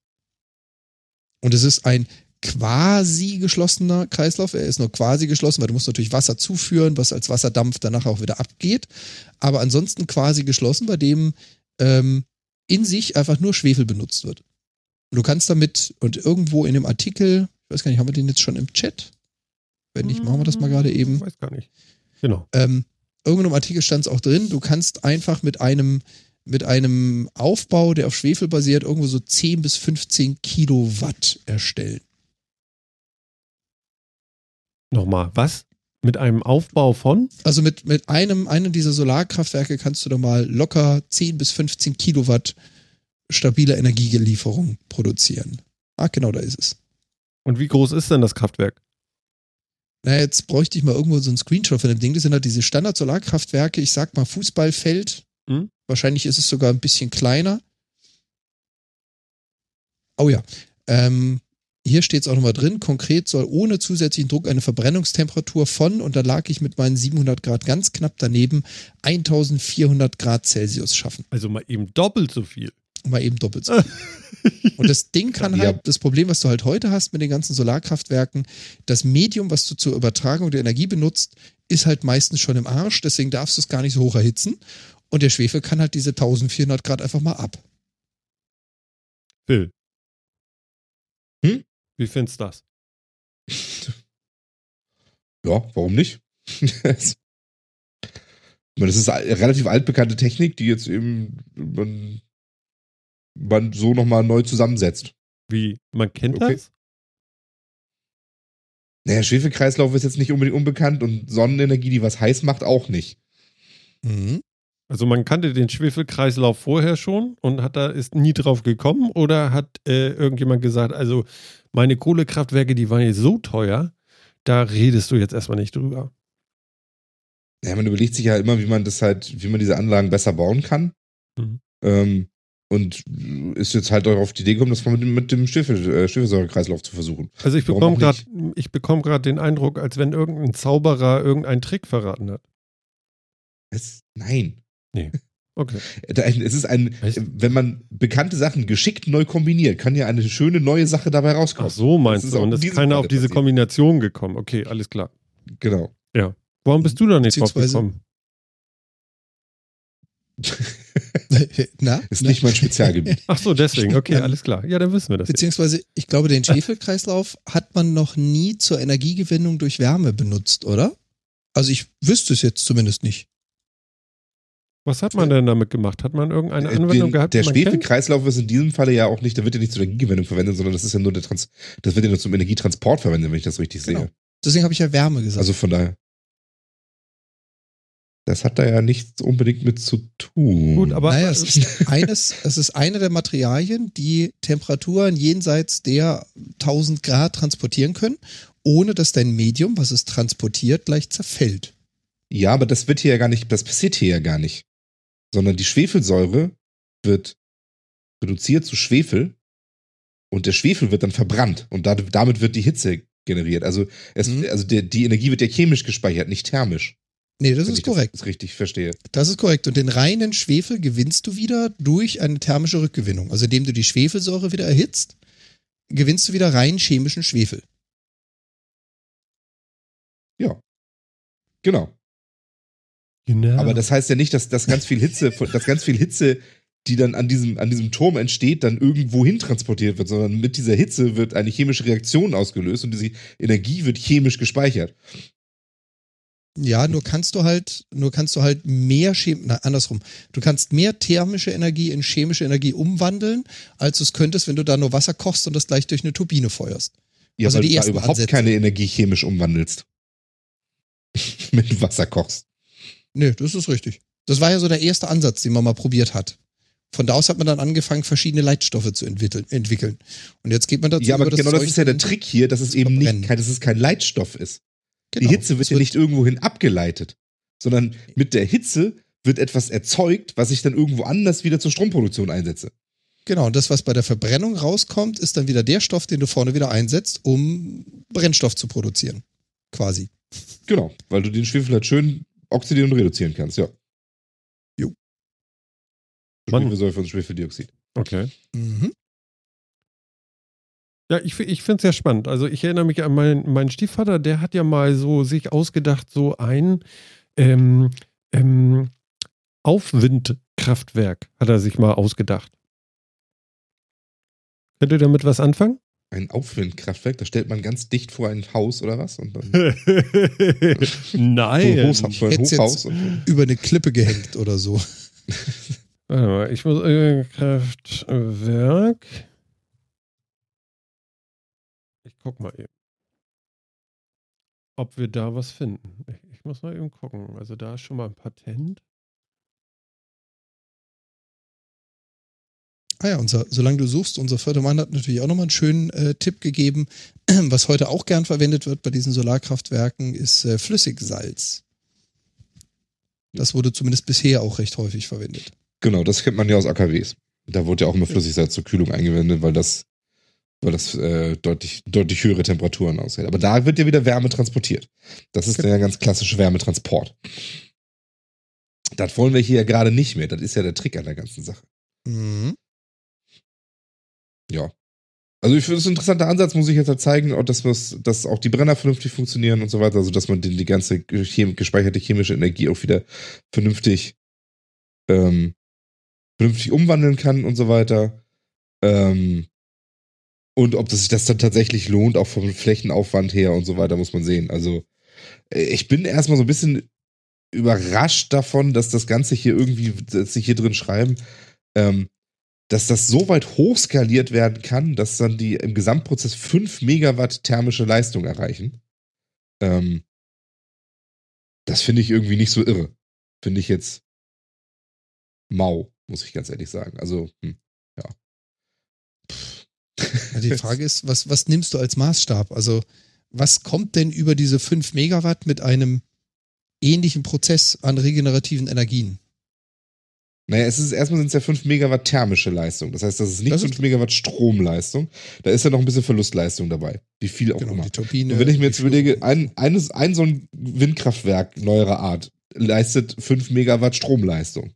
Und es ist ein quasi geschlossener Kreislauf. Er ist nur quasi geschlossen, weil du musst natürlich Wasser zuführen, was als Wasserdampf danach auch wieder abgeht. Aber ansonsten quasi geschlossen, bei dem ähm, in sich einfach nur Schwefel benutzt wird. Und du kannst damit, und irgendwo in dem Artikel, ich weiß gar nicht, haben wir den jetzt schon im Chat? Wenn nicht, machen wir das mal gerade eben. Ich weiß gar nicht. Genau. Ähm, irgendwo im Artikel stand es auch drin, du kannst einfach mit einem mit einem Aufbau, der auf Schwefel basiert, irgendwo so zehn bis fünfzehn Kilowatt erstellen. Nochmal, was? Mit einem Aufbau von? Also mit, mit einem, einem dieser Solarkraftwerke kannst du da mal locker zehn bis fünfzehn Kilowatt stabile Energielieferung produzieren. Ah, genau, da ist es. Und wie groß ist denn das Kraftwerk? Na, jetzt bräuchte ich mal irgendwo so einen Screenshot von dem Ding. Das sind halt diese Standard-Solarkraftwerke, ich sag mal Fußballfeld. Hm? Wahrscheinlich ist es sogar ein bisschen kleiner. Oh ja. Ähm, hier steht es auch nochmal drin. Konkret soll ohne zusätzlichen Druck eine Verbrennungstemperatur von, und da lag ich mit meinen siebenhundert Grad ganz knapp daneben, eintausendvierhundert Grad Celsius schaffen. Also mal eben doppelt so viel. Mal eben doppelt so. Und das Ding kann Ja. halt, das Problem, was du halt heute hast mit den ganzen Solarkraftwerken, das Medium, was du zur Übertragung der Energie benutzt, ist halt meistens schon im Arsch, deswegen darfst du es gar nicht so hoch erhitzen. Und der Schwefel kann halt diese eintausendvierhundert Grad einfach mal ab. Phil. Hm? Wie findest du das? Ja, warum nicht? Ich meine, das ist eine relativ altbekannte Technik, die jetzt eben man, man so nochmal neu zusammensetzt. Wie? Man kennt Okay. das? Naja, Schwefelkreislauf ist jetzt nicht unbedingt unbekannt und Sonnenenergie, die was heiß macht, auch nicht. Mhm. Also man kannte den Schwefelkreislauf vorher schon und hat da ist nie drauf gekommen, oder hat äh, irgendjemand gesagt, also meine Kohlekraftwerke, die waren jetzt so teuer, da redest du jetzt erstmal nicht drüber. Ja, man überlegt sich ja immer, wie man das halt, wie man diese Anlagen besser bauen kann. Mhm. Ähm, und ist jetzt halt darauf die Idee gekommen, das mal mit dem, mit dem Schwefel, äh, Schwefelsäurekreislauf zu versuchen. Also ich Warum bekomme auch gerade, ich bekomme gerade den Eindruck, als wenn irgendein Zauberer irgendeinen Trick verraten hat. Es, nein. Okay. Da- Es ist ein, Echt? wenn man bekannte Sachen geschickt neu kombiniert, kann ja eine schöne neue Sache dabei rauskommen. Ach so, meinst Das ist du? auch Und in es ist diesem keiner Falle auf diese passiert. Kombination gekommen. Okay, alles klar. Genau. Warum bist du da nicht drauf Beziehungsweise- gekommen? Na? Ist Na? nicht mein Spezialgebiet. Ach so, deswegen. Okay, Ähm, alles klar. Ja, dann wissen wir das jetzt. Beziehungsweise, ich glaube, den Schwefelkreislauf hat man noch nie zur Energiegewinnung durch Wärme benutzt, oder? Also ich wüsste es jetzt zumindest nicht. Was hat man denn damit gemacht? Hat man irgendeine Äh, Anwendung den, gehabt, der die man kennt? Schwefelkreislauf ist in diesem Falle ja auch nicht, der wird ja nicht zur Energiegewinnung verwendet, sondern das ist ja nur der Trans, das wird ja nur zum Energietransport verwendet, wenn ich das richtig Genau. sehe. Deswegen habe ich ja Wärme gesagt. Also von daher. Das hat da ja nichts unbedingt mit zu tun. Gut, aber naja, es ist, eines, es ist eine der Materialien, die Temperaturen jenseits der tausend Grad transportieren können, ohne dass dein Medium, was es transportiert, gleich zerfällt. Ja, aber das wird hier ja gar nicht, das passiert hier ja gar nicht. Sondern die Schwefelsäure wird reduziert zu Schwefel und der Schwefel wird dann verbrannt und da, damit wird die Hitze generiert. Also, es, Mhm. also der, die Energie wird ja chemisch gespeichert, nicht thermisch. Nee, das wenn ist ich korrekt. Das richtig verstehe. Das ist korrekt. Und den reinen Schwefel gewinnst du wieder durch eine thermische Rückgewinnung. Also indem du die Schwefelsäure wieder erhitzt, gewinnst du wieder rein chemischen Schwefel. Genau. Genau. Aber das heißt ja nicht, dass, dass ganz viel Hitze, dass ganz viel Hitze, die dann an diesem, an diesem Turm entsteht, dann irgendwo hin transportiert wird, sondern mit dieser Hitze wird eine chemische Reaktion ausgelöst und diese Energie wird chemisch gespeichert. Ja, nur kannst du halt, nur kannst du halt mehr Chem na, andersrum. Du kannst mehr thermische Energie in chemische Energie umwandeln, als du es könntest, wenn du da nur Wasser kochst und das gleich durch eine Turbine feuerst. Ja, Also weil die du da ersten überhaupt Ansätze. keine Energie chemisch umwandelst. Wenn du Wasser kochst. Nee, das ist richtig. Das war ja so der erste Ansatz, den man mal probiert hat. Von da aus hat man dann angefangen, verschiedene Leitstoffe zu entwickeln. entwickeln. Und jetzt geht man dazu Ja, aber über genau das Zeug ist ja der dann Trick hier, dass es zu eben nicht verbrennen. kein, dass es kein Leitstoff ist. Genau. Die Hitze wird Es ja nicht irgendwohin abgeleitet, sondern mit der Hitze wird etwas erzeugt, was ich dann irgendwo anders wieder zur Stromproduktion einsetze. Genau, und das, was bei der Verbrennung rauskommt, ist dann wieder der Stoff, den du vorne wieder einsetzt, um Brennstoff zu produzieren. Quasi. Genau, weil du den Schwefel halt schön oxidieren und reduzieren kannst, ja. Jo. Mann. Schwefelsäure und Schwefeldioxid. Okay. Mhm. Ja, ich, ich finde es ja spannend. Also ich erinnere mich an meinen, meinen Stiefvater, der hat ja mal so sich ausgedacht, so ein ähm, ähm, Aufwindkraftwerk hat er sich mal ausgedacht. Könnt ihr damit was anfangen? Ein Aufwindkraftwerk, da stellt man ganz dicht vor ein Haus oder was? Und dann Nein. so ein Hochhaus, so ein Hätt's jetzt- Hochhaus und Über eine Klippe gehängt oder so. Warte mal, ich muss äh, Kraftwerk. Ich guck mal eben. ob wir da was finden. Ich, ich muss mal eben gucken. Also da ist schon mal ein Patent. Ah ja, unser, solange du suchst, unser Fördermann hat natürlich auch nochmal einen schönen äh, Tipp gegeben. Was heute auch gern verwendet wird bei diesen Solarkraftwerken, ist äh, Flüssigsalz. Das wurde zumindest bisher auch recht häufig verwendet. Genau, das kennt man ja aus A K Ws. Da wurde ja auch immer Flüssigsalz zur Kühlung eingewendet, weil das, weil das äh, deutlich, deutlich höhere Temperaturen aushält. Aber da wird ja wieder Wärme transportiert. Das ist ja ganz klassisch Wärmetransport. Das wollen wir hier ja gerade nicht mehr. Das ist ja der Trick an der ganzen Sache. Mhm. Ja. Also ich finde es ein interessanter Ansatz, muss ich jetzt halt zeigen, auch dass, dass auch die Brenner vernünftig funktionieren und so weiter, also dass man die, die ganze chem- gespeicherte chemische Energie auch wieder vernünftig ähm, vernünftig umwandeln kann und so weiter. Ähm, und ob das sich das dann tatsächlich lohnt, auch vom Flächenaufwand her und so weiter, muss man sehen. Also ich bin erstmal so ein bisschen überrascht davon, dass das Ganze hier irgendwie, dass sie hier drin schreiben, ähm, dass das so weit hochskaliert werden kann, dass dann die im Gesamtprozess fünf Megawatt thermische Leistung erreichen. Ähm, das finde ich irgendwie nicht so irre. Finde ich jetzt mau, muss ich ganz ehrlich sagen. Also, hm, ja. Ja, die Frage ist, was, was nimmst du als Maßstab? Also, was kommt denn über diese fünf Megawatt mit einem ähnlichen Prozess an regenerativen Energien? Naja, es ist, erstmal sind es ja fünf Megawatt thermische Leistung. Das heißt, das ist nicht Das ist- fünf Megawatt Stromleistung. Da ist ja noch ein bisschen Verlustleistung dabei. Wie viel auch Genau, immer. die Turbine. Und wenn ich mir die jetzt überlege, Führung. ein, eines, ein so ein Windkraftwerk neuerer Art leistet fünf Megawatt Stromleistung.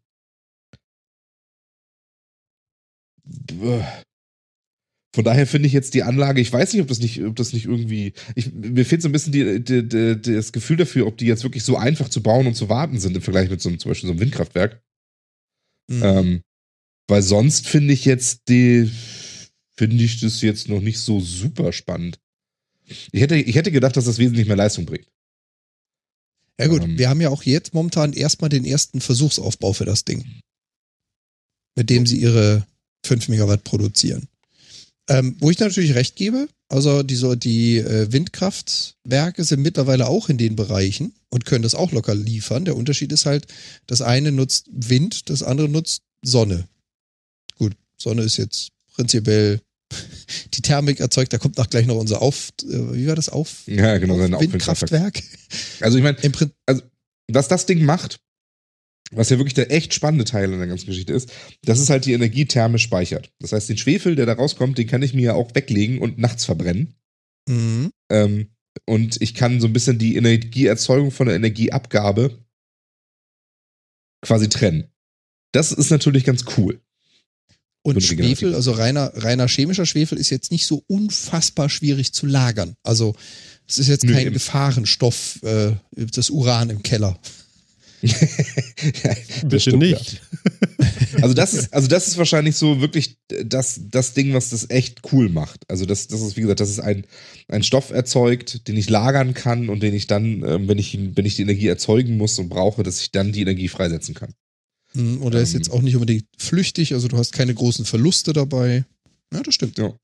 Von daher finde ich jetzt die Anlage, ich weiß nicht, ob das nicht, ob das nicht irgendwie, ich, mir fehlt so ein bisschen die, die, die, das Gefühl dafür, ob die jetzt wirklich so einfach zu bauen und zu warten sind im Vergleich mit so einem, zum Beispiel so einem Windkraftwerk. Mhm. Ähm, weil sonst finde ich jetzt die, finde ich das jetzt noch nicht so super spannend. Ich hätte, ich hätte gedacht, dass das wesentlich mehr Leistung bringt. Ja gut, ähm, wir haben ja auch jetzt momentan erstmal den ersten Versuchsaufbau für das Ding. Mit dem sie ihre fünf Megawatt produzieren. Ähm, wo ich natürlich recht gebe, also die, so, die äh, Windkraftwerke sind mittlerweile auch in den Bereichen und können das auch locker liefern. Der Unterschied ist halt, das eine nutzt Wind, das andere nutzt Sonne. Gut, Sonne ist jetzt prinzipiell die Thermik erzeugt, da kommt auch gleich noch unser Auf, äh, wie war das, Auf, Ja, genau, Auf sein Windkraftwerk. Also ich meine, Im Prinzip, was das Ding macht, was ja wirklich der echt spannende Teil in der ganzen Geschichte ist, dass es halt die Energie thermisch speichert. Das heißt, den Schwefel, der da rauskommt, den kann ich mir ja auch weglegen und nachts verbrennen. mhm. Ähm, und ich kann so ein bisschen die Energieerzeugung von der Energieabgabe quasi trennen. Das ist natürlich ganz cool. Und Und Schwefel, regenerativ. also reiner, reiner chemischer Schwefel ist jetzt nicht so unfassbar schwierig zu lagern. Also es ist jetzt Nö, kein eben. Gefahrenstoff, äh, das Uran im Keller. Ja, das Bitte stimmt, nicht. Ja. Also das ist, also das ist wahrscheinlich so wirklich das, das Ding, was das echt cool macht. Also das, das ist, wie gesagt, das ist ein, ein Stoff erzeugt, den ich lagern kann und den ich dann, ähm, wenn ich, ihn- wenn ich die Energie erzeugen muss und brauche, dass ich dann die Energie freisetzen kann. Mhm. Und er ist Ähm. jetzt auch nicht unbedingt flüchtig, also du hast keine großen Verluste dabei. Ja, das stimmt. Ja.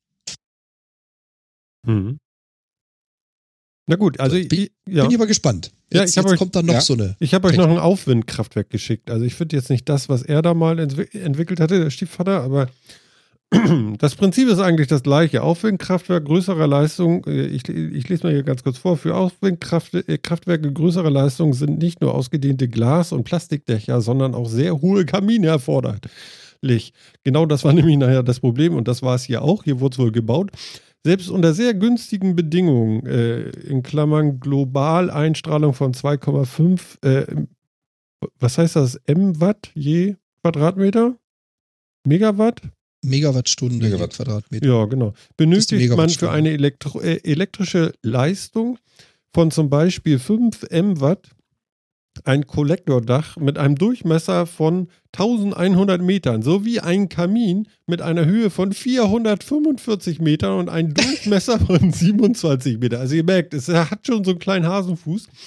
Mhm. Na gut, also Bin- ich, ja. Bin ich aber gespannt. Ja, Jetzt, ich hab jetzt euch- kommt da noch ja. so eine. Ich habe euch noch ein Aufwindkraftwerk geschickt. Also ich finde jetzt nicht das, was er da mal entwi- entwickelt hatte, der Stiefvater, aber das Prinzip ist eigentlich das gleiche. Aufwindkraftwerk größerer Leistung, äh, ich, ich lese mal hier ganz kurz vor, für Aufwindkraftwerke größerer Leistung sind nicht nur ausgedehnte Glas- und Plastikdächer, sondern auch sehr hohe Kamine erforderlich. Genau das war nämlich nachher das Problem und das war es hier auch. Hier wurde es wohl gebaut. Selbst unter sehr günstigen Bedingungen, äh, in Klammern Globaleinstrahlung von zwei Komma fünf, äh, was heißt das, M-Watt je Quadratmeter? Megawatt? Megawattstunde Megawatt. je Quadratmeter. Ja, genau. Das ist die Benötigt man Megawattstunde. für eine Elektro äh, elektrische Leistung von zum Beispiel fünf M-Watt ein Kollektordach mit einem Durchmesser von eintausendeinhundert Metern sowie ein Kamin mit einer Höhe von vierhundertfünfundvierzig Metern und einem Durchmesser von siebenundzwanzig Metern. Also ihr merkt, es hat schon so einen kleinen Hasenfuß.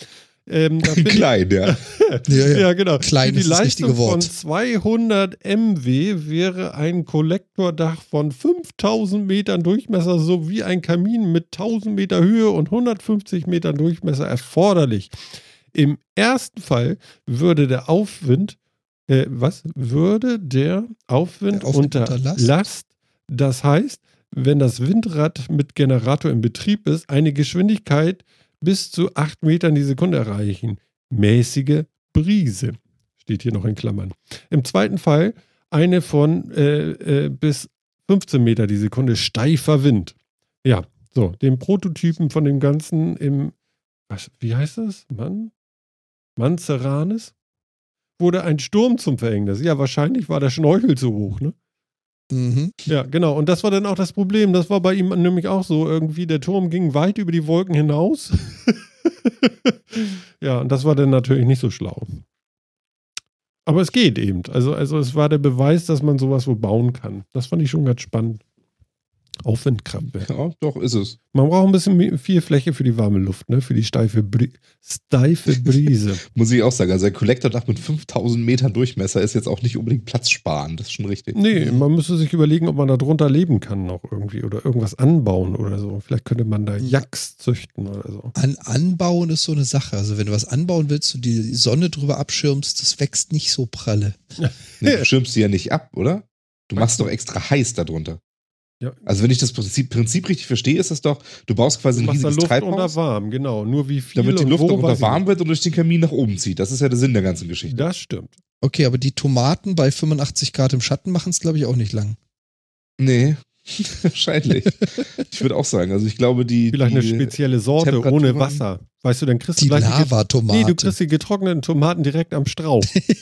Ähm, da bin Klein, ja. Ja, ja. Ja, genau. Klein Für ist die das richtige Leistung von Wort. zweihundert Megawatt wäre ein Kollektordach von fünftausend Metern Durchmesser sowie ein Kamin mit tausend Meter Höhe und hundertfünfzig Metern Durchmesser erforderlich. Im ersten Fall würde der Aufwind, äh, was? Würde der Aufwind, Der Aufwind unter, unter Last? Last, das heißt, wenn das Windrad mit Generator in Betrieb ist, eine Geschwindigkeit bis zu acht Metern die Sekunde erreichen. Mäßige Brise. Steht hier noch in Klammern. Im zweiten Fall eine von äh, äh, bis fünfzehn Meter die Sekunde steifer Wind. Ja, so, den Prototypen von dem Ganzen im, was, wie heißt das? Mann? Manzeranes? Wurde ein Sturm zum Verhängnis. Ja, wahrscheinlich war der Schnorchel zu hoch, ne? Mhm. Ja, genau. Und das war dann auch das Problem. Das war bei ihm nämlich auch so. Irgendwie der Turm ging weit über die Wolken hinaus. Ja, und das war dann natürlich nicht so schlau. Aber es geht eben. Also, also es war der Beweis, dass man sowas wohl bauen kann. Das fand ich schon ganz spannend. Aufwindkraftwerk. Ja, doch, ist es. Man braucht ein bisschen viel Fläche für die warme Luft, ne? Für die steife, Bri steife Brise. Muss ich auch sagen. Also ein Kollektordach mit fünftausend Metern Durchmesser ist jetzt auch nicht unbedingt platzsparend. Das ist schon richtig. Nee, man müsste sich überlegen, ob man da drunter leben kann noch irgendwie oder irgendwas anbauen oder so. Vielleicht könnte man da Yaks züchten oder so. An Anbauen ist so eine Sache. Also wenn du was anbauen willst und die Sonne drüber abschirmst, das wächst nicht so pralle. Nee, du schirmst sie ja nicht ab, oder? Du machst doch extra heiß darunter. Ja. Also wenn ich das Prinzip, Prinzip richtig verstehe, ist es doch, du baust quasi Du ein machst da riesiges Luft unter Treibhaus, warm, genau. Nur wie viel damit die und Luft wo, darunter weiß ich warm nicht. wird und durch den Kamin nach oben zieht. Das ist ja der Sinn der ganzen Geschichte. Das stimmt. Okay, aber die Tomaten bei fünfundachtzig Grad im Schatten machen es, glaube ich, auch nicht lang. Nee, wahrscheinlich. Ich würde auch sagen, also ich glaube, die Vielleicht die eine spezielle Sorte Temperaturen- ohne Wasser. Weißt du, dann kriegst du Die gleich die get- Lavatomate. Nee, du kriegst die getrockneten Tomaten direkt am Strauch.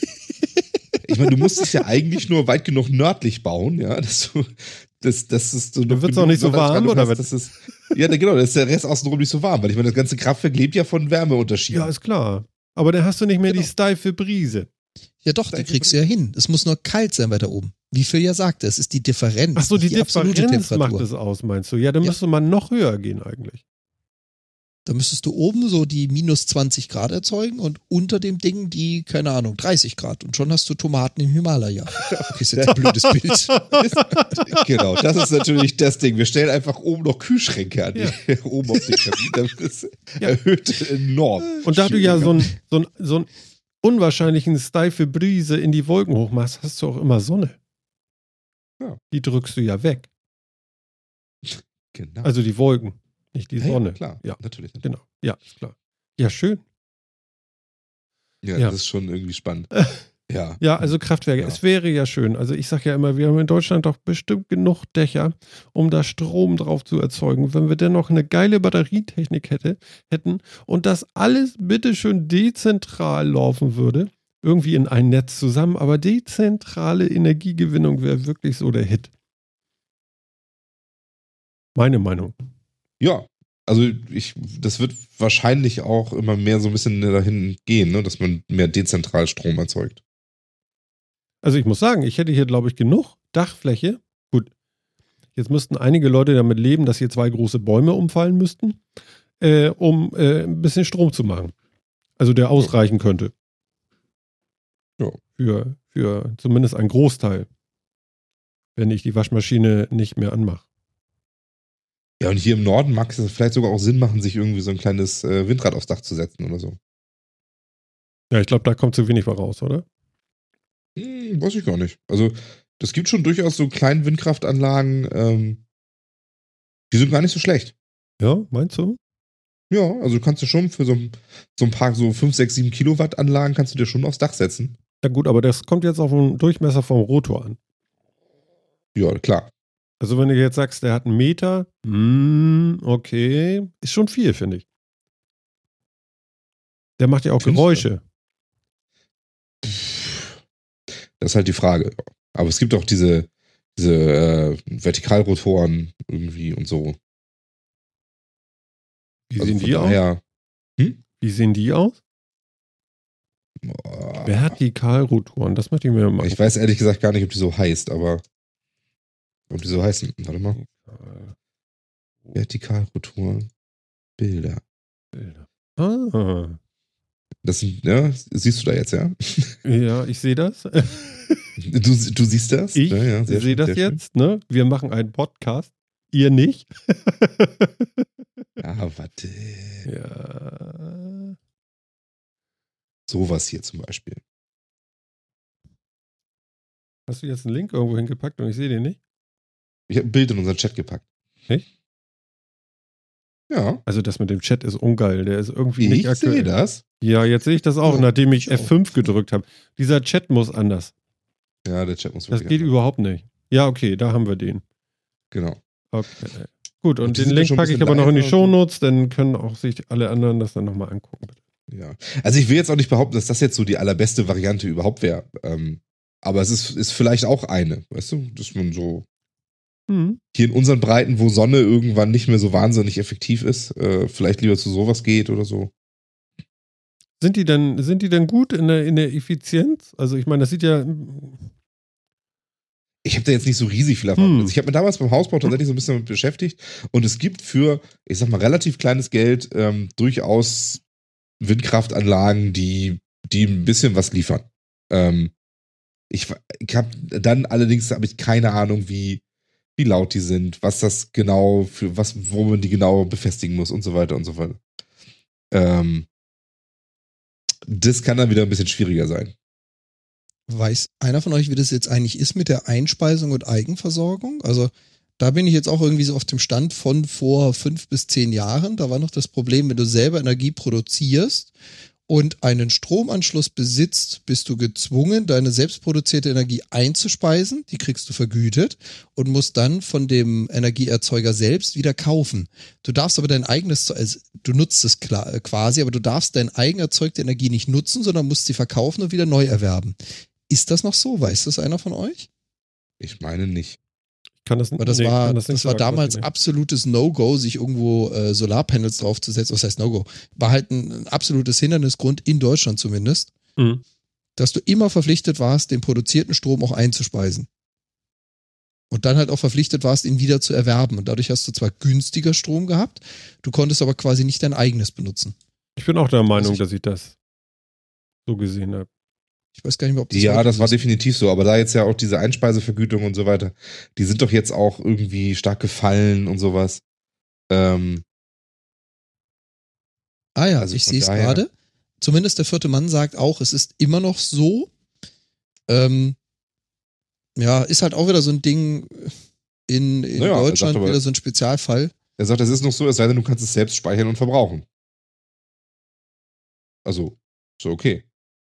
Ich meine, du musst es ja eigentlich nur weit genug nördlich bauen, ja, dass du, das, das ist so. Dann wird's auch nicht so warm, oder was? Das ist, ja, genau, da ist der Rest außenrum nicht so warm, weil ich meine, das ganze Kraftwerk lebt ja von Wärmeunterschieden. Ja, ist klar. Aber dann hast du nicht mehr Genau. die steife Brise. Ja doch, die kriegst du ja hin. Es muss nur kalt sein weiter oben. Wie Phil ja sagte, es ist die Differenz. Ach so, die, nicht absolute Differenz macht Temperatur. es aus, meinst du? Ja, dann Ja. müsste man noch höher gehen eigentlich. Da müsstest du oben so die minus zwanzig Grad erzeugen und unter dem Ding die, keine Ahnung, dreißig Grad. Und schon hast du Tomaten im Himalaya. Okay, ist jetzt ein blödes Bild. Genau, das ist natürlich das Ding. Wir stellen einfach oben noch Kühlschränke an, Ja. die, oben auf den Kamin. Das ist Ja. erhöht enorm. Und da du ja so einen so ein, so ein unwahrscheinlichen steife Brise in die Wolken hochmachst, hast du auch immer Sonne. Ja. Die drückst du ja weg. Genau. Also die Wolken, nicht die Ja, ja, Sonne. klar, Ja, natürlich. natürlich. genau. Ja, ist klar. Ja, schön. Ja, Ja. das ist schon irgendwie spannend. Ja. Ja, also Kraftwerke. Ja. Es wäre ja schön. Also ich sage ja immer, wir haben in Deutschland doch bestimmt genug Dächer, um da Strom drauf zu erzeugen. Wenn wir denn noch eine geile Batterietechnik hätte, hätten und das alles bitteschön dezentral laufen würde, irgendwie in ein Netz zusammen, aber dezentrale Energiegewinnung wäre wirklich so der Hit. Meine Meinung. Ja, also ich, das wird wahrscheinlich auch immer mehr so ein bisschen dahin gehen, ne, dass man mehr dezentral Strom erzeugt. Also ich muss sagen, ich hätte hier, glaube ich, genug Dachfläche. Gut, jetzt müssten einige Leute damit leben, dass hier zwei große Bäume umfallen müssten, äh, um äh, ein bisschen Strom zu machen. Also der ausreichen könnte. Ja. Für, für zumindest einen Großteil. Wenn ich die Waschmaschine nicht mehr anmache. Ja, und hier im Norden mag es vielleicht sogar auch Sinn machen, sich irgendwie so ein kleines äh, Windrad aufs Dach zu setzen oder so. Ja, ich glaube, da kommt zu wenig raus, oder? Hm, weiß ich gar nicht. Also, das gibt schon durchaus so kleine Windkraftanlagen, ähm, die sind gar nicht so schlecht. Ja, meinst du? Ja, also du kannst du schon für so, ein- so ein paar so fünf, sechs, sieben Kilowatt Anlagen kannst du dir schon aufs Dach setzen. Ja gut, aber das kommt jetzt auf den Durchmesser vom Rotor an. Ja, klar. Also wenn du jetzt sagst, der hat einen Meter, mm, okay, ist schon viel, finde ich. Der macht ja auch Findest du? Geräusche. Das ist halt die Frage. Aber es gibt auch diese, diese äh, Vertikalrotoren irgendwie und so. Wie Also sehen von die aus? daher, Wie sehen die aus? boah, Vertikalrotoren, das möchte ich mir mal ich weiß ehrlich gesagt gar nicht, ob die so heißt, aber ob die so heißen. Warte mal. Vertikalrotoren, Bilder. Ah, Das sind, ja, siehst du da jetzt, ja? Ja, ich sehe das. Du, du siehst das? Ich ja, ja, sehr sehe schön, das sehr schön. jetzt, ne? Wir machen einen Podcast. Ihr nicht. Ah, warte. Ja. Sowas hier zum Beispiel. Hast du jetzt einen Link irgendwo hingepackt und ich sehe den nicht? Ich habe ein Bild in unseren Chat gepackt. Echt? Ja. Also das mit dem Chat ist ungeil. Der ist irgendwie nicht Ich aktuell. sehe das. Ja, jetzt sehe ich das auch, Ja, nachdem ich ich auch. F fünf gedrückt habe. Dieser Chat muss anders. Ja, der Chat muss Das wirklich geht einfach- überhaupt nicht. Ja, okay, da haben wir den. Genau. Okay. Gut, und, Und die den sind ja Link schon ein packe ich bisschen aber noch in die leiser und so. Shownotes, dann können auch sich alle anderen das dann nochmal angucken. Ja. Also ich will jetzt auch nicht behaupten, dass das jetzt so die allerbeste Variante überhaupt wäre. Ähm, aber es ist, ist vielleicht auch eine, weißt du, dass man so Mhm. hier in unseren Breiten, wo Sonne irgendwann nicht mehr so wahnsinnig effektiv ist, äh, vielleicht lieber zu sowas geht oder so. Sind die denn, sind die denn gut in der, in der Effizienz? Also ich meine, das sieht ja. Ich habe da jetzt nicht so riesig viel Erfahrung. Hm. Also ich habe mir damals beim Hausbau tatsächlich so ein bisschen damit beschäftigt und es gibt für, ich sag mal, relativ kleines Geld ähm, durchaus Windkraftanlagen, die, die ein bisschen was liefern. Ähm, ich ich habe dann allerdings habe ich keine Ahnung, wie, wie laut die sind, was das genau für, was, wo man die genau befestigen muss und so weiter und so fort. Ähm, das kann dann wieder ein bisschen schwieriger sein. Weiß einer von euch, wie das jetzt eigentlich ist mit der Einspeisung und Eigenversorgung? Also da bin ich jetzt auch irgendwie so auf dem Stand von vor fünf bis zehn Jahren. Da war noch das Problem, wenn du selber Energie produzierst und einen Stromanschluss besitzt, bist du gezwungen, deine selbstproduzierte Energie einzuspeisen. Die kriegst du vergütet und musst dann von dem Energieerzeuger selbst wieder kaufen. Du darfst aber dein eigenes, also du nutzt es klar, quasi, aber du darfst deine eigen erzeugte Energie nicht nutzen, sondern musst sie verkaufen und wieder neu erwerben. Ist das noch so? Weiß das einer von euch? Ich meine nicht. Kann das, Weil das nee, war, kann das, nicht war sagen, damals weiß ich nicht. absolutes No-Go, sich irgendwo äh, Solarpanels draufzusetzen. Was heißt No-Go? War halt ein, ein absolutes Hindernisgrund, in Deutschland zumindest, Mhm. dass du immer verpflichtet warst, den produzierten Strom auch einzuspeisen. Und dann halt auch verpflichtet warst, ihn wieder zu erwerben. Und dadurch hast du zwar günstiger Strom gehabt, du konntest aber quasi nicht dein eigenes benutzen. Ich bin auch der Meinung, ich- dass ich das so gesehen habe. Ich weiß gar nicht mehr, ob das Ja, heute das so war ist. definitiv so. Aber da jetzt ja auch diese Einspeisevergütung und so weiter, die sind doch jetzt auch irgendwie stark gefallen und sowas. Ähm, Ah ja, Also ich von sehe es daher- gerade. Zumindest der vierte Mann sagt auch, es ist immer noch so. Ähm, ja, ist halt auch wieder so ein Ding in, in Naja, er Deutschland, sagt aber- wieder so ein Spezialfall. er sagt, es ist noch so, es sei denn, du kannst es selbst speichern und verbrauchen. Also, so okay.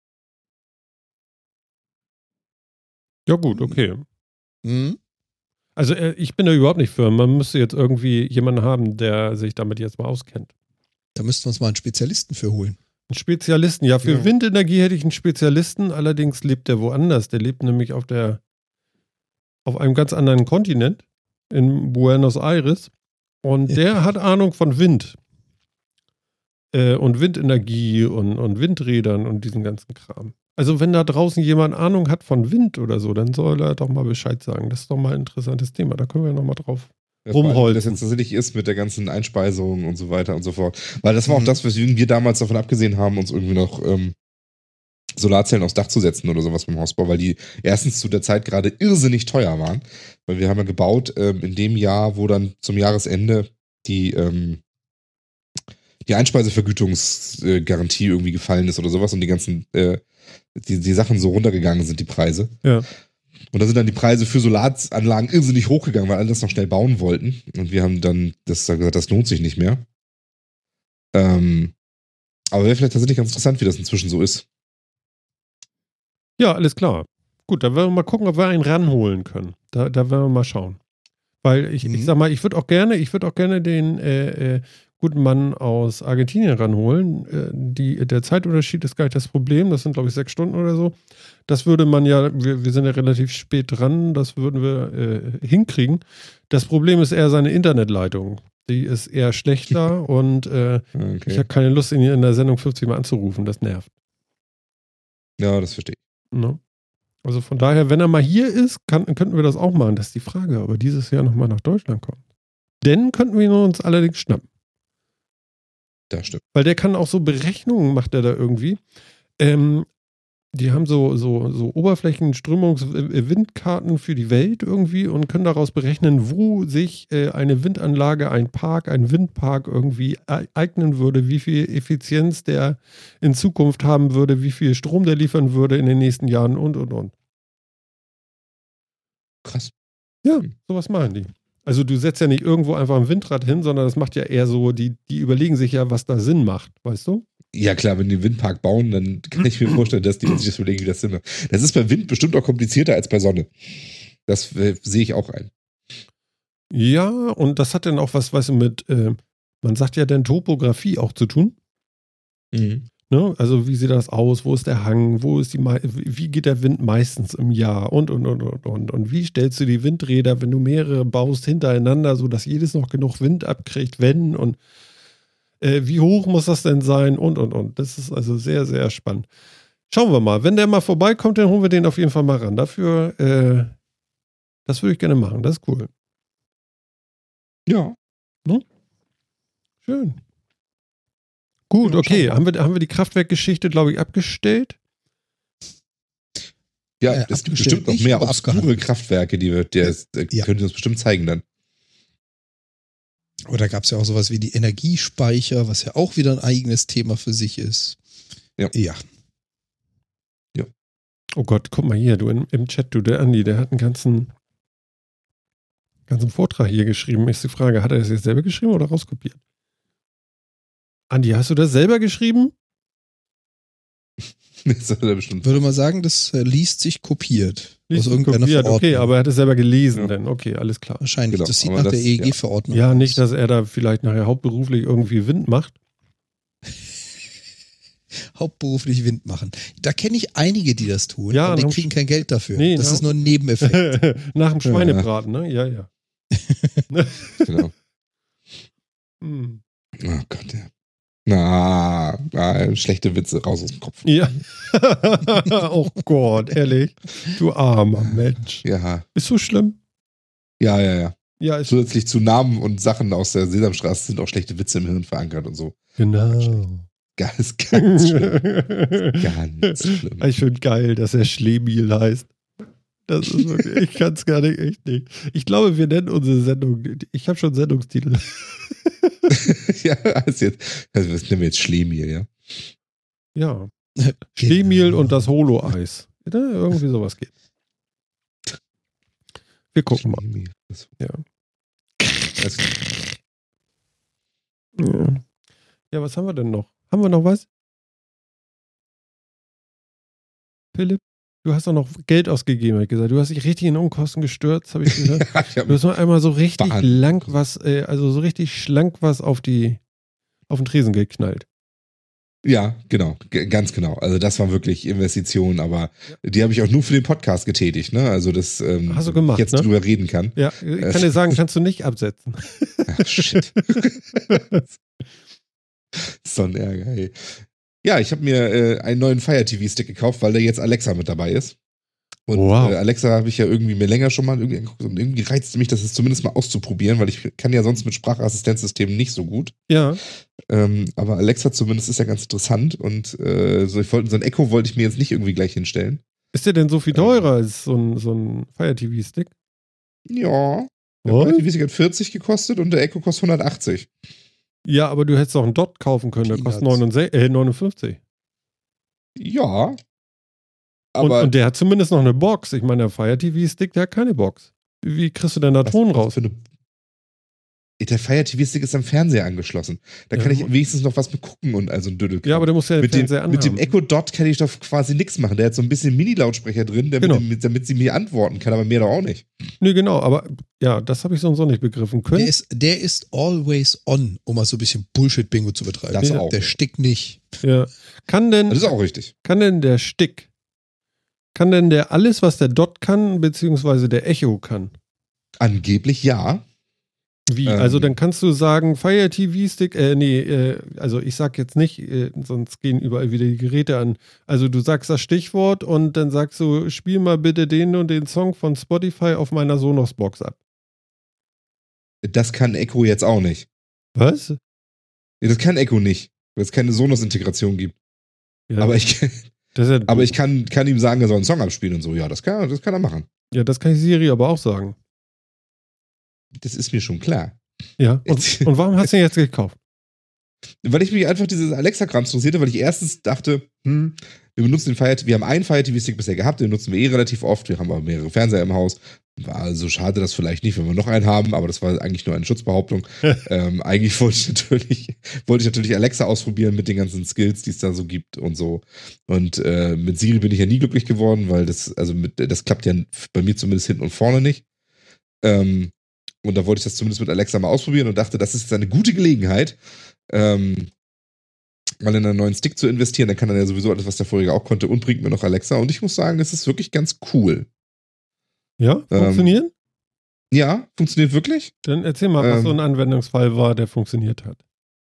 Ja, gut, okay. Hm? Also äh, ich bin da überhaupt nicht für. Man müsste jetzt irgendwie jemanden haben, der sich damit jetzt mal auskennt. Da müssten wir uns mal einen Spezialisten für holen. Einen Spezialisten. Ja, für Ja. Windenergie hätte ich einen Spezialisten, allerdings lebt der woanders. Der lebt nämlich auf der auf einem ganz anderen Kontinent, in Buenos Aires. Und Ja. der hat Ahnung von Wind. Äh, und Windenergie und, und Windrädern und diesen ganzen Kram. Also wenn da draußen jemand Ahnung hat von Wind oder so, dann soll er doch mal Bescheid sagen. Das ist doch mal ein interessantes Thema. Da können wir noch mal drauf. Ja, vor allem, Rumholzen. wie das jetzt tatsächlich ist mit der ganzen Einspeisung und so weiter und so fort. Weil das war auch Mhm. das, weswegen wir damals davon abgesehen haben, uns irgendwie noch ähm, Solarzellen aufs Dach zu setzen oder sowas beim Hausbau, weil die erstens zu der Zeit gerade irrsinnig teuer waren. Weil wir haben ja gebaut ähm, in dem Jahr, wo dann zum Jahresende die, ähm, die Einspeisevergütungsgarantie irgendwie gefallen ist oder sowas und die ganzen, äh, die, die Sachen so runtergegangen sind, die Preise. Ja. Und da sind dann die Preise für Solaranlagen irrsinnig hochgegangen, weil alle das noch schnell bauen wollten. Und wir haben dann das dann gesagt, das lohnt sich nicht mehr. Ähm, aber wäre vielleicht tatsächlich ganz interessant, wie das inzwischen so ist. Ja, alles klar. Gut, dann werden wir mal gucken, ob wir einen ranholen können. Da, da werden wir mal schauen. Weil ich, Mhm. ich sag mal, ich würde auch gerne, ich würde auch gerne den äh, äh, guten Mann aus Argentinien ranholen. Äh, die, der Zeitunterschied ist gar nicht das Problem. Das sind, glaube ich, sechs Stunden oder so. Das würde man ja, wir, wir sind ja relativ spät dran, das würden wir äh, hinkriegen. Das Problem ist eher seine Internetleitung. Die ist eher schlechter und äh, ich Okay. habe keine Lust, ihn hier in der Sendung fünfzig Mal anzurufen. Das nervt. Ja, das verstehe ich. Ne? Also von daher, wenn er mal hier ist, kann, könnten wir das auch machen. Das ist die Frage, ob er dieses Jahr nochmal nach Deutschland kommt. Denn könnten wir ihn uns allerdings schnappen. das stimmt. Weil der kann auch so Berechnungen, macht er da irgendwie. Ähm, die haben so, so, so Oberflächenströmungs-Windkarten für die Welt irgendwie und können daraus berechnen, wo sich äh, eine Windanlage, ein Park, ein Windpark irgendwie e- eignen würde, wie viel Effizienz der in Zukunft haben würde, wie viel Strom der liefern würde in den nächsten Jahren und, und, und. Krass. Ja, sowas machen die. Also du setzt ja nicht irgendwo einfach ein Windrad hin, sondern das macht ja eher so, die, die überlegen sich ja, was da Sinn macht, weißt du? Ja klar, wenn die einen Windpark bauen, dann kann ich mir vorstellen, dass die sich das überlegen, wie das Sinn macht. Das ist bei Wind bestimmt auch komplizierter als bei Sonne. Das äh, sehe ich auch ein. Ja, und das hat dann auch was, weißt du, mit, äh, man sagt ja dann Topografie auch zu tun. Mhm. Ne? Also wie sieht das aus? Wo ist der Hang? Wo ist die, Me- wie geht der Wind meistens im Jahr? Und, und, und, und, und. Und wie stellst du die Windräder, wenn du mehrere baust, hintereinander, sodass jedes noch genug Wind abkriegt, wenn und äh, wie hoch muss das denn sein? Und, und, und. Das ist also sehr, sehr spannend. Schauen wir mal. Wenn der mal vorbeikommt, dann holen wir den auf jeden Fall mal ran. Dafür, äh, das würde ich gerne machen. Das ist cool. Ja. Schön. Gut, Ja, okay. schauen wir. Haben wir, haben wir die Kraftwerkgeschichte, glaube ich, abgestellt? Ja, Äh, es gibt abgestellt bestimmt noch nicht, mehr aber obskure abgehandelt. Kraftwerke, die wir, der, der Ja. können die uns bestimmt zeigen dann. Oder gab es ja auch sowas wie die Energiespeicher, was ja auch wieder ein eigenes Thema für sich ist. Ja. Ja. Oh Gott, guck mal hier, du in, im Chat, du, der Andi, der hat einen ganzen, ganzen Vortrag hier geschrieben. Ist die Frage, hat er das jetzt selber geschrieben oder rauskopiert? Andi, hast du das selber geschrieben? Das hat er bestimmt. Würde mal sagen, das äh, liest sich kopiert. Liest aus irgendeiner kopiert, Verordnung. okay, aber er hat es selber gelesen, Ja. dann. Okay, alles klar. Wahrscheinlich. Genau, Das sieht aber nach das- der E E ja. G-Verordnung Ja, aus. nicht, dass er da vielleicht nachher hauptberuflich irgendwie Wind macht. Hauptberuflich Wind machen. Da kenne ich einige, die das tun. Ja, aber die nach dem kriegen kein Geld dafür. Nee, das nach- ist nur ein Nebeneffekt. Nach dem Schweinebraten, ne? Ja, ja. Genau. Hm. Oh Gott, ja. Na, na, schlechte Witze raus aus dem Kopf. Ja. Oh Gott, ehrlich. Du armer Mensch. Ja, Ist so schlimm? ja, ja, ja. Ja, ist Zusätzlich zu Namen und Sachen aus der Sesamstraße sind auch schlechte Witze im Hirn verankert und so. genau. Ganz, ganz schlimm. Ganz schlimm. Ich finde geil, dass er Schlemiel heißt. Das ist wirklich, ich kann es gar nicht, echt nicht. Ich glaube, wir nennen unsere Sendung, ich habe schon Sendungstitel. Ja, also jetzt, also das nennen wir jetzt Schlemiel, ja. Ja. Schlemiel und das Holo-Eis. Ja, irgendwie sowas geht. Wir gucken mal. Schlemiel. Das- Ja. Das- Ja. Ja, was haben wir denn noch? Haben wir noch was? Philipp, du hast doch noch Geld ausgegeben, habe ich gesagt. Du hast dich richtig in Unkosten gestürzt, habe ich gesagt. ich hab Du hast noch einmal so richtig Wahnsinn. lang was, äh, also so richtig schlank was auf die, auf den Tresen geknallt. Ja, genau, g- ganz genau. Also das war wirklich Investitionen, aber die habe ich auch nur für den Podcast getätigt, ne? Also das ähm, Hast du gemacht, ich jetzt ne? drüber reden kann. Ja, ich kann dir sagen, kannst du nicht absetzen. Ach, shit. So ein Ärger, ey. Ja, ich habe mir äh, einen neuen Fire T V-Stick gekauft, weil da jetzt Alexa mit dabei ist. Und Wow. äh, Alexa habe ich ja irgendwie mir länger schon mal irgendwie angeguckt und irgendwie reizt mich, das ist zumindest mal auszuprobieren, weil ich kann ja sonst mit Sprachassistenzsystemen nicht so gut. Ja, Ähm, aber Alexa zumindest ist ja ganz interessant und äh, so, ich wollte, so ein Echo wollte ich mir jetzt nicht irgendwie gleich hinstellen. ist der denn so viel teurer als so ein, so ein Fire T V-Stick? Ja. Der Was? Fire T V-Stick hat vierzig gekostet und der Echo kostet hundertachtzig. Ja, aber du hättest auch einen Dot kaufen können, der Peanuts. kostet neunundsechzig, äh, neunundfünfzig. Ja. Und, Aber und der hat zumindest noch eine Box. Ich meine, der Fire T V-Stick, der hat keine Box. Wie kriegst du denn da was- Ton was raus? für eine der Fire T V-Stick ist am Fernseher angeschlossen. Da Ja, kann ich mu- wenigstens noch was mit gucken und also ein Dödel. Ja, aber der muss ja den mit dem, Fernseher mit dem anhaben. Echo Dot kann ich doch quasi nichts machen. Der hat so ein bisschen Mini-Lautsprecher drin, damit, Genau. damit, damit sie mir antworten kann, aber mehr doch auch nicht. Nee, genau, aber ja, das habe ich so und so nicht begriffen können. Der ist, der ist always on, um mal so ein bisschen Bullshit-Bingo zu betreiben. Das Ja. auch. Der stickt nicht. Ja. Kann denn, Das ist auch richtig. kann denn der Stick, kann denn der alles, was der Dot kann, beziehungsweise der Echo kann? Angeblich ja. Wie? Ähm. Also dann kannst du sagen, Fire T V-Stick, äh, nee, äh, also ich sag jetzt nicht, äh, sonst gehen überall wieder die Geräte an. Also du sagst das Stichwort und dann sagst du, spiel mal bitte den und den Song von Spotify auf meiner Sonos-Box ab. Das kann Echo jetzt auch nicht. Was? Ja, das kann Echo nicht, weil es keine Sonos-Integration gibt. Ja, Aber ich, das ist ja, aber ich kann, kann ihm sagen, er soll einen Song abspielen und so. Ja, das kann, das kann er machen. ja, das kann ich Siri aber auch sagen. Das ist mir schon klar. Ja, und, und warum hast du ihn jetzt gekauft? Weil ich mich einfach dieses Alexa-Kram interessierte, weil ich erstens dachte, hm, wir benutzen den Fire, wir haben einen Fire T V-Stick bisher gehabt, den nutzen wir eh relativ oft, wir haben aber mehrere Fernseher im Haus. War also schade das vielleicht nicht, wenn wir noch einen haben, aber das war eigentlich nur eine Schutzbehauptung. ähm, eigentlich wollte ich natürlich, wollte ich natürlich Alexa ausprobieren mit den ganzen Skills, die es da so gibt und so. Und äh, mit Siri bin ich ja nie glücklich geworden, weil das, also mit, das klappt ja bei mir zumindest hinten und vorne nicht. Ähm, und da wollte ich das zumindest mit Alexa mal ausprobieren und dachte, das ist jetzt eine gute Gelegenheit, ähm, mal in einen neuen Stick zu investieren. Dann kann er ja sowieso alles, was der vorige auch konnte, und bringt mir noch Alexa. Und ich muss sagen, das ist wirklich ganz cool. Ja, funktionieren? Ähm, ja, funktioniert wirklich. Dann erzähl mal, was ähm, so ein Anwendungsfall war, der funktioniert hat.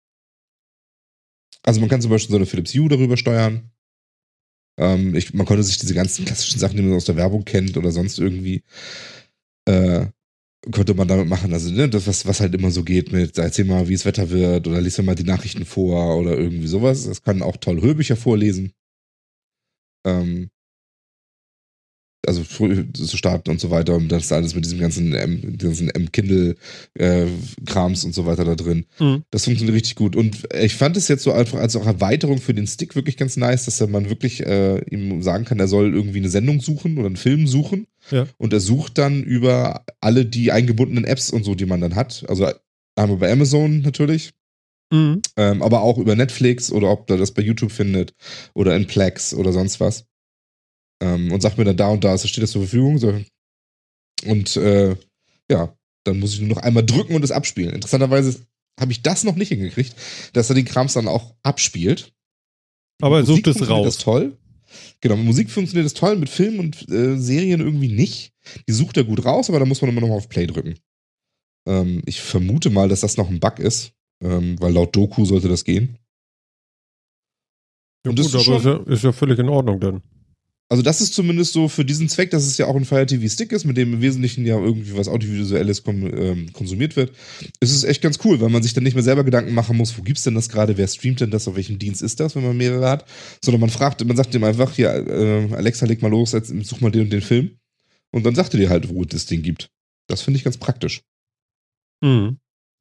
Also man kann zum Beispiel so eine Philips Hue darüber steuern. Ähm, ich, man konnte sich diese ganzen klassischen Sachen, die man aus der Werbung kennt oder sonst irgendwie, äh, konnte man damit machen. Also ne, das, was, was halt immer so geht mit, erzähl mal, wie es Wetter wird oder lies mir mal die Nachrichten vor oder irgendwie sowas. Das kann auch toll Hörbücher vorlesen. Ähm, also zu starten und so weiter. Und das ist alles mit diesem ganzen, M, ganzen M-Kindle-Krams äh, und so weiter da drin. Mhm. Das funktioniert richtig gut. Und ich fand es jetzt so einfach als auch Erweiterung für den Stick wirklich ganz nice, dass man wirklich äh, ihm sagen kann, er soll irgendwie eine Sendung suchen oder einen Film suchen. Ja. Und er sucht dann über alle die eingebundenen Apps und so, die man dann hat. Also einmal bei Amazon natürlich. Mhm. Ähm, aber auch über Netflix oder ob er das bei YouTube findet oder in Plex oder sonst was. Ähm, und sagt mir dann, da und da steht das zur Verfügung. So. Und äh, ja, dann muss ich nur noch einmal drücken und es abspielen. Interessanterweise habe ich das noch nicht hingekriegt, dass er den Krams dann auch abspielt. Aber er sucht es raus. Das toll. Genau, mit Musik funktioniert das toll, mit Filmen und äh, Serien irgendwie nicht. Die sucht er gut raus, aber da muss man immer noch mal auf Play drücken. Ähm, ich vermute mal, dass das noch ein Bug ist, ähm, weil laut Doku sollte das gehen. Ja, und das gut, ist, aber schon, ist, ja, ist ja völlig in Ordnung dann. Also das ist zumindest so für diesen Zweck, dass es ja auch ein Fire T V-Stick ist, mit dem im Wesentlichen ja irgendwie was Audiovisuelles kom- ähm, konsumiert wird, ist es echt ganz cool, weil man sich dann nicht mehr selber Gedanken machen muss, wo gibt's denn das gerade, wer streamt denn das, auf welchem Dienst ist das, wenn man mehrere hat, sondern man fragt, man sagt dem einfach, hier, äh, Alexa, leg mal los, jetzt, such mal den und den Film und dann sagt er dir halt, wo es das Ding gibt. Das finde ich ganz praktisch. Mhm.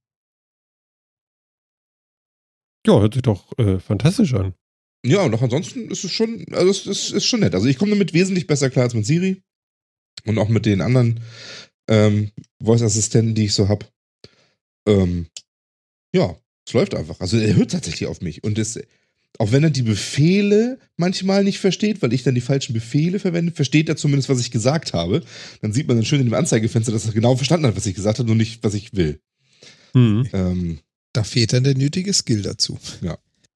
Ja, hört sich doch äh, fantastisch an. Ja, und auch ansonsten ist es schon, also es ist, ist schon nett. Also ich komme damit wesentlich besser klar als mit Siri und auch mit den anderen ähm, Voice-Assistenten, die ich so habe. Ähm, ja, es läuft einfach. Also er hört tatsächlich auf mich. Und es, auch wenn er die Befehle manchmal nicht versteht, weil ich dann die falschen Befehle verwende, versteht er zumindest, was ich gesagt habe. Dann sieht man dann schön in dem Anzeigefenster, dass er genau verstanden hat, was ich gesagt habe, nur nicht, was ich will. Mhm. Ähm, da fehlt dann der nötige Skill dazu. Ja.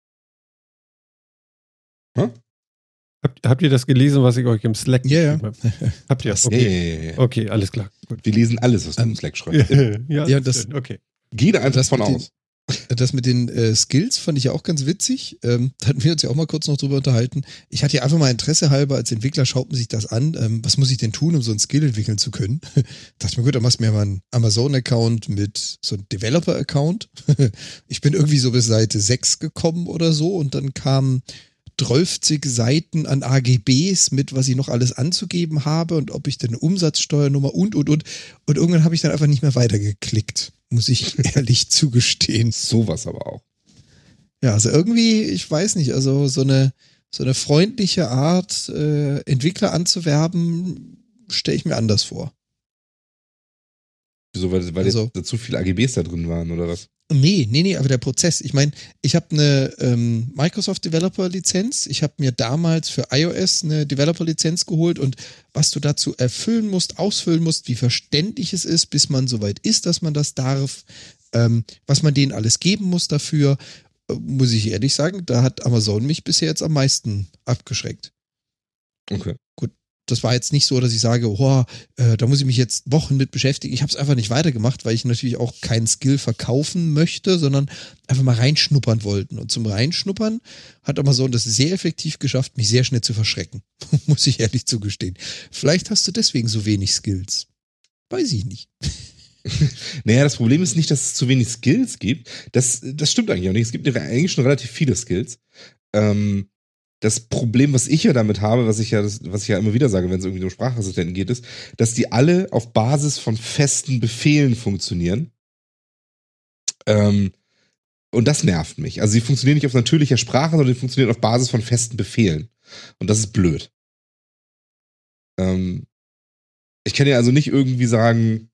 Huh? Habt, habt ihr das gelesen, was ich euch im Slack yeah, geschrieben habe? Habt ihr das? Okay. Okay. Ja, ja, ja. Okay, alles klar. Gut. Wir lesen alles, was du um, im Slack schreibst. ja, ja, das, okay. Geh da einfach davon aus. Den, das mit den äh, Skills fand ich ja auch ganz witzig. Ähm, da hatten wir uns ja auch mal kurz noch drüber unterhalten. Ich hatte ja einfach mal Interesse halber, als Entwickler schaut man sich das an. Ähm, was muss ich denn tun, um so ein Skill entwickeln zu können? Dachte mir, gut, dann machst du mir mal einen Amazon-Account mit so einem Developer-Account. Ich bin irgendwie so bis Seite sechs gekommen oder so und dann kam zwölfzig Seiten an A G Bs mit, was ich noch alles anzugeben habe und ob ich denn eine Umsatzsteuernummer und, und, und. Und irgendwann habe ich dann einfach nicht mehr weitergeklickt, muss ich ehrlich zugestehen. Sowas aber auch. Ja, also irgendwie, ich weiß nicht, also so eine, so eine freundliche Art, äh, Entwickler anzuwerben, stelle ich mir anders vor. Wieso, weil, weil also, da zu viele A G Bs da drin waren, oder was? Nee, nee, nee, aber der Prozess. Ich meine, ich habe eine ähm, Microsoft Developer Lizenz. Ich habe mir damals für iOS eine Developer Lizenz geholt und was du dazu erfüllen musst, ausfüllen musst, wie verständlich es ist, bis man soweit ist, dass man das darf, ähm, was man denen alles geben muss dafür, äh, muss ich ehrlich sagen, da hat Amazon mich bisher jetzt am meisten abgeschreckt. Okay. Gut. Das war jetzt nicht so, dass ich sage, oh, äh, da muss ich mich jetzt Wochen mit beschäftigen. Ich habe es einfach nicht weitergemacht, weil ich natürlich auch keinen Skill verkaufen möchte, sondern einfach mal reinschnuppern wollten. Und zum Reinschnuppern hat Amazon das sehr effektiv geschafft, mich sehr schnell zu verschrecken. Muss ich ehrlich zugestehen. Vielleicht hast du deswegen so wenig Skills. Weiß ich nicht. Naja, das Problem ist nicht, dass es zu wenig Skills gibt. Das, das stimmt eigentlich auch nicht. Es gibt eigentlich schon relativ viele Skills. Ähm, das Problem, was ich ja damit habe, was ich ja, das, was ich ja immer wieder sage, wenn es irgendwie um Sprachassistenten geht, ist, dass die alle auf Basis von festen Befehlen funktionieren. Ähm, und das nervt mich. Also sie funktionieren nicht auf natürlicher Sprache, sondern sie funktionieren auf Basis von festen Befehlen. Und das ist blöd. Ähm, ich kann ja also nicht irgendwie sagen,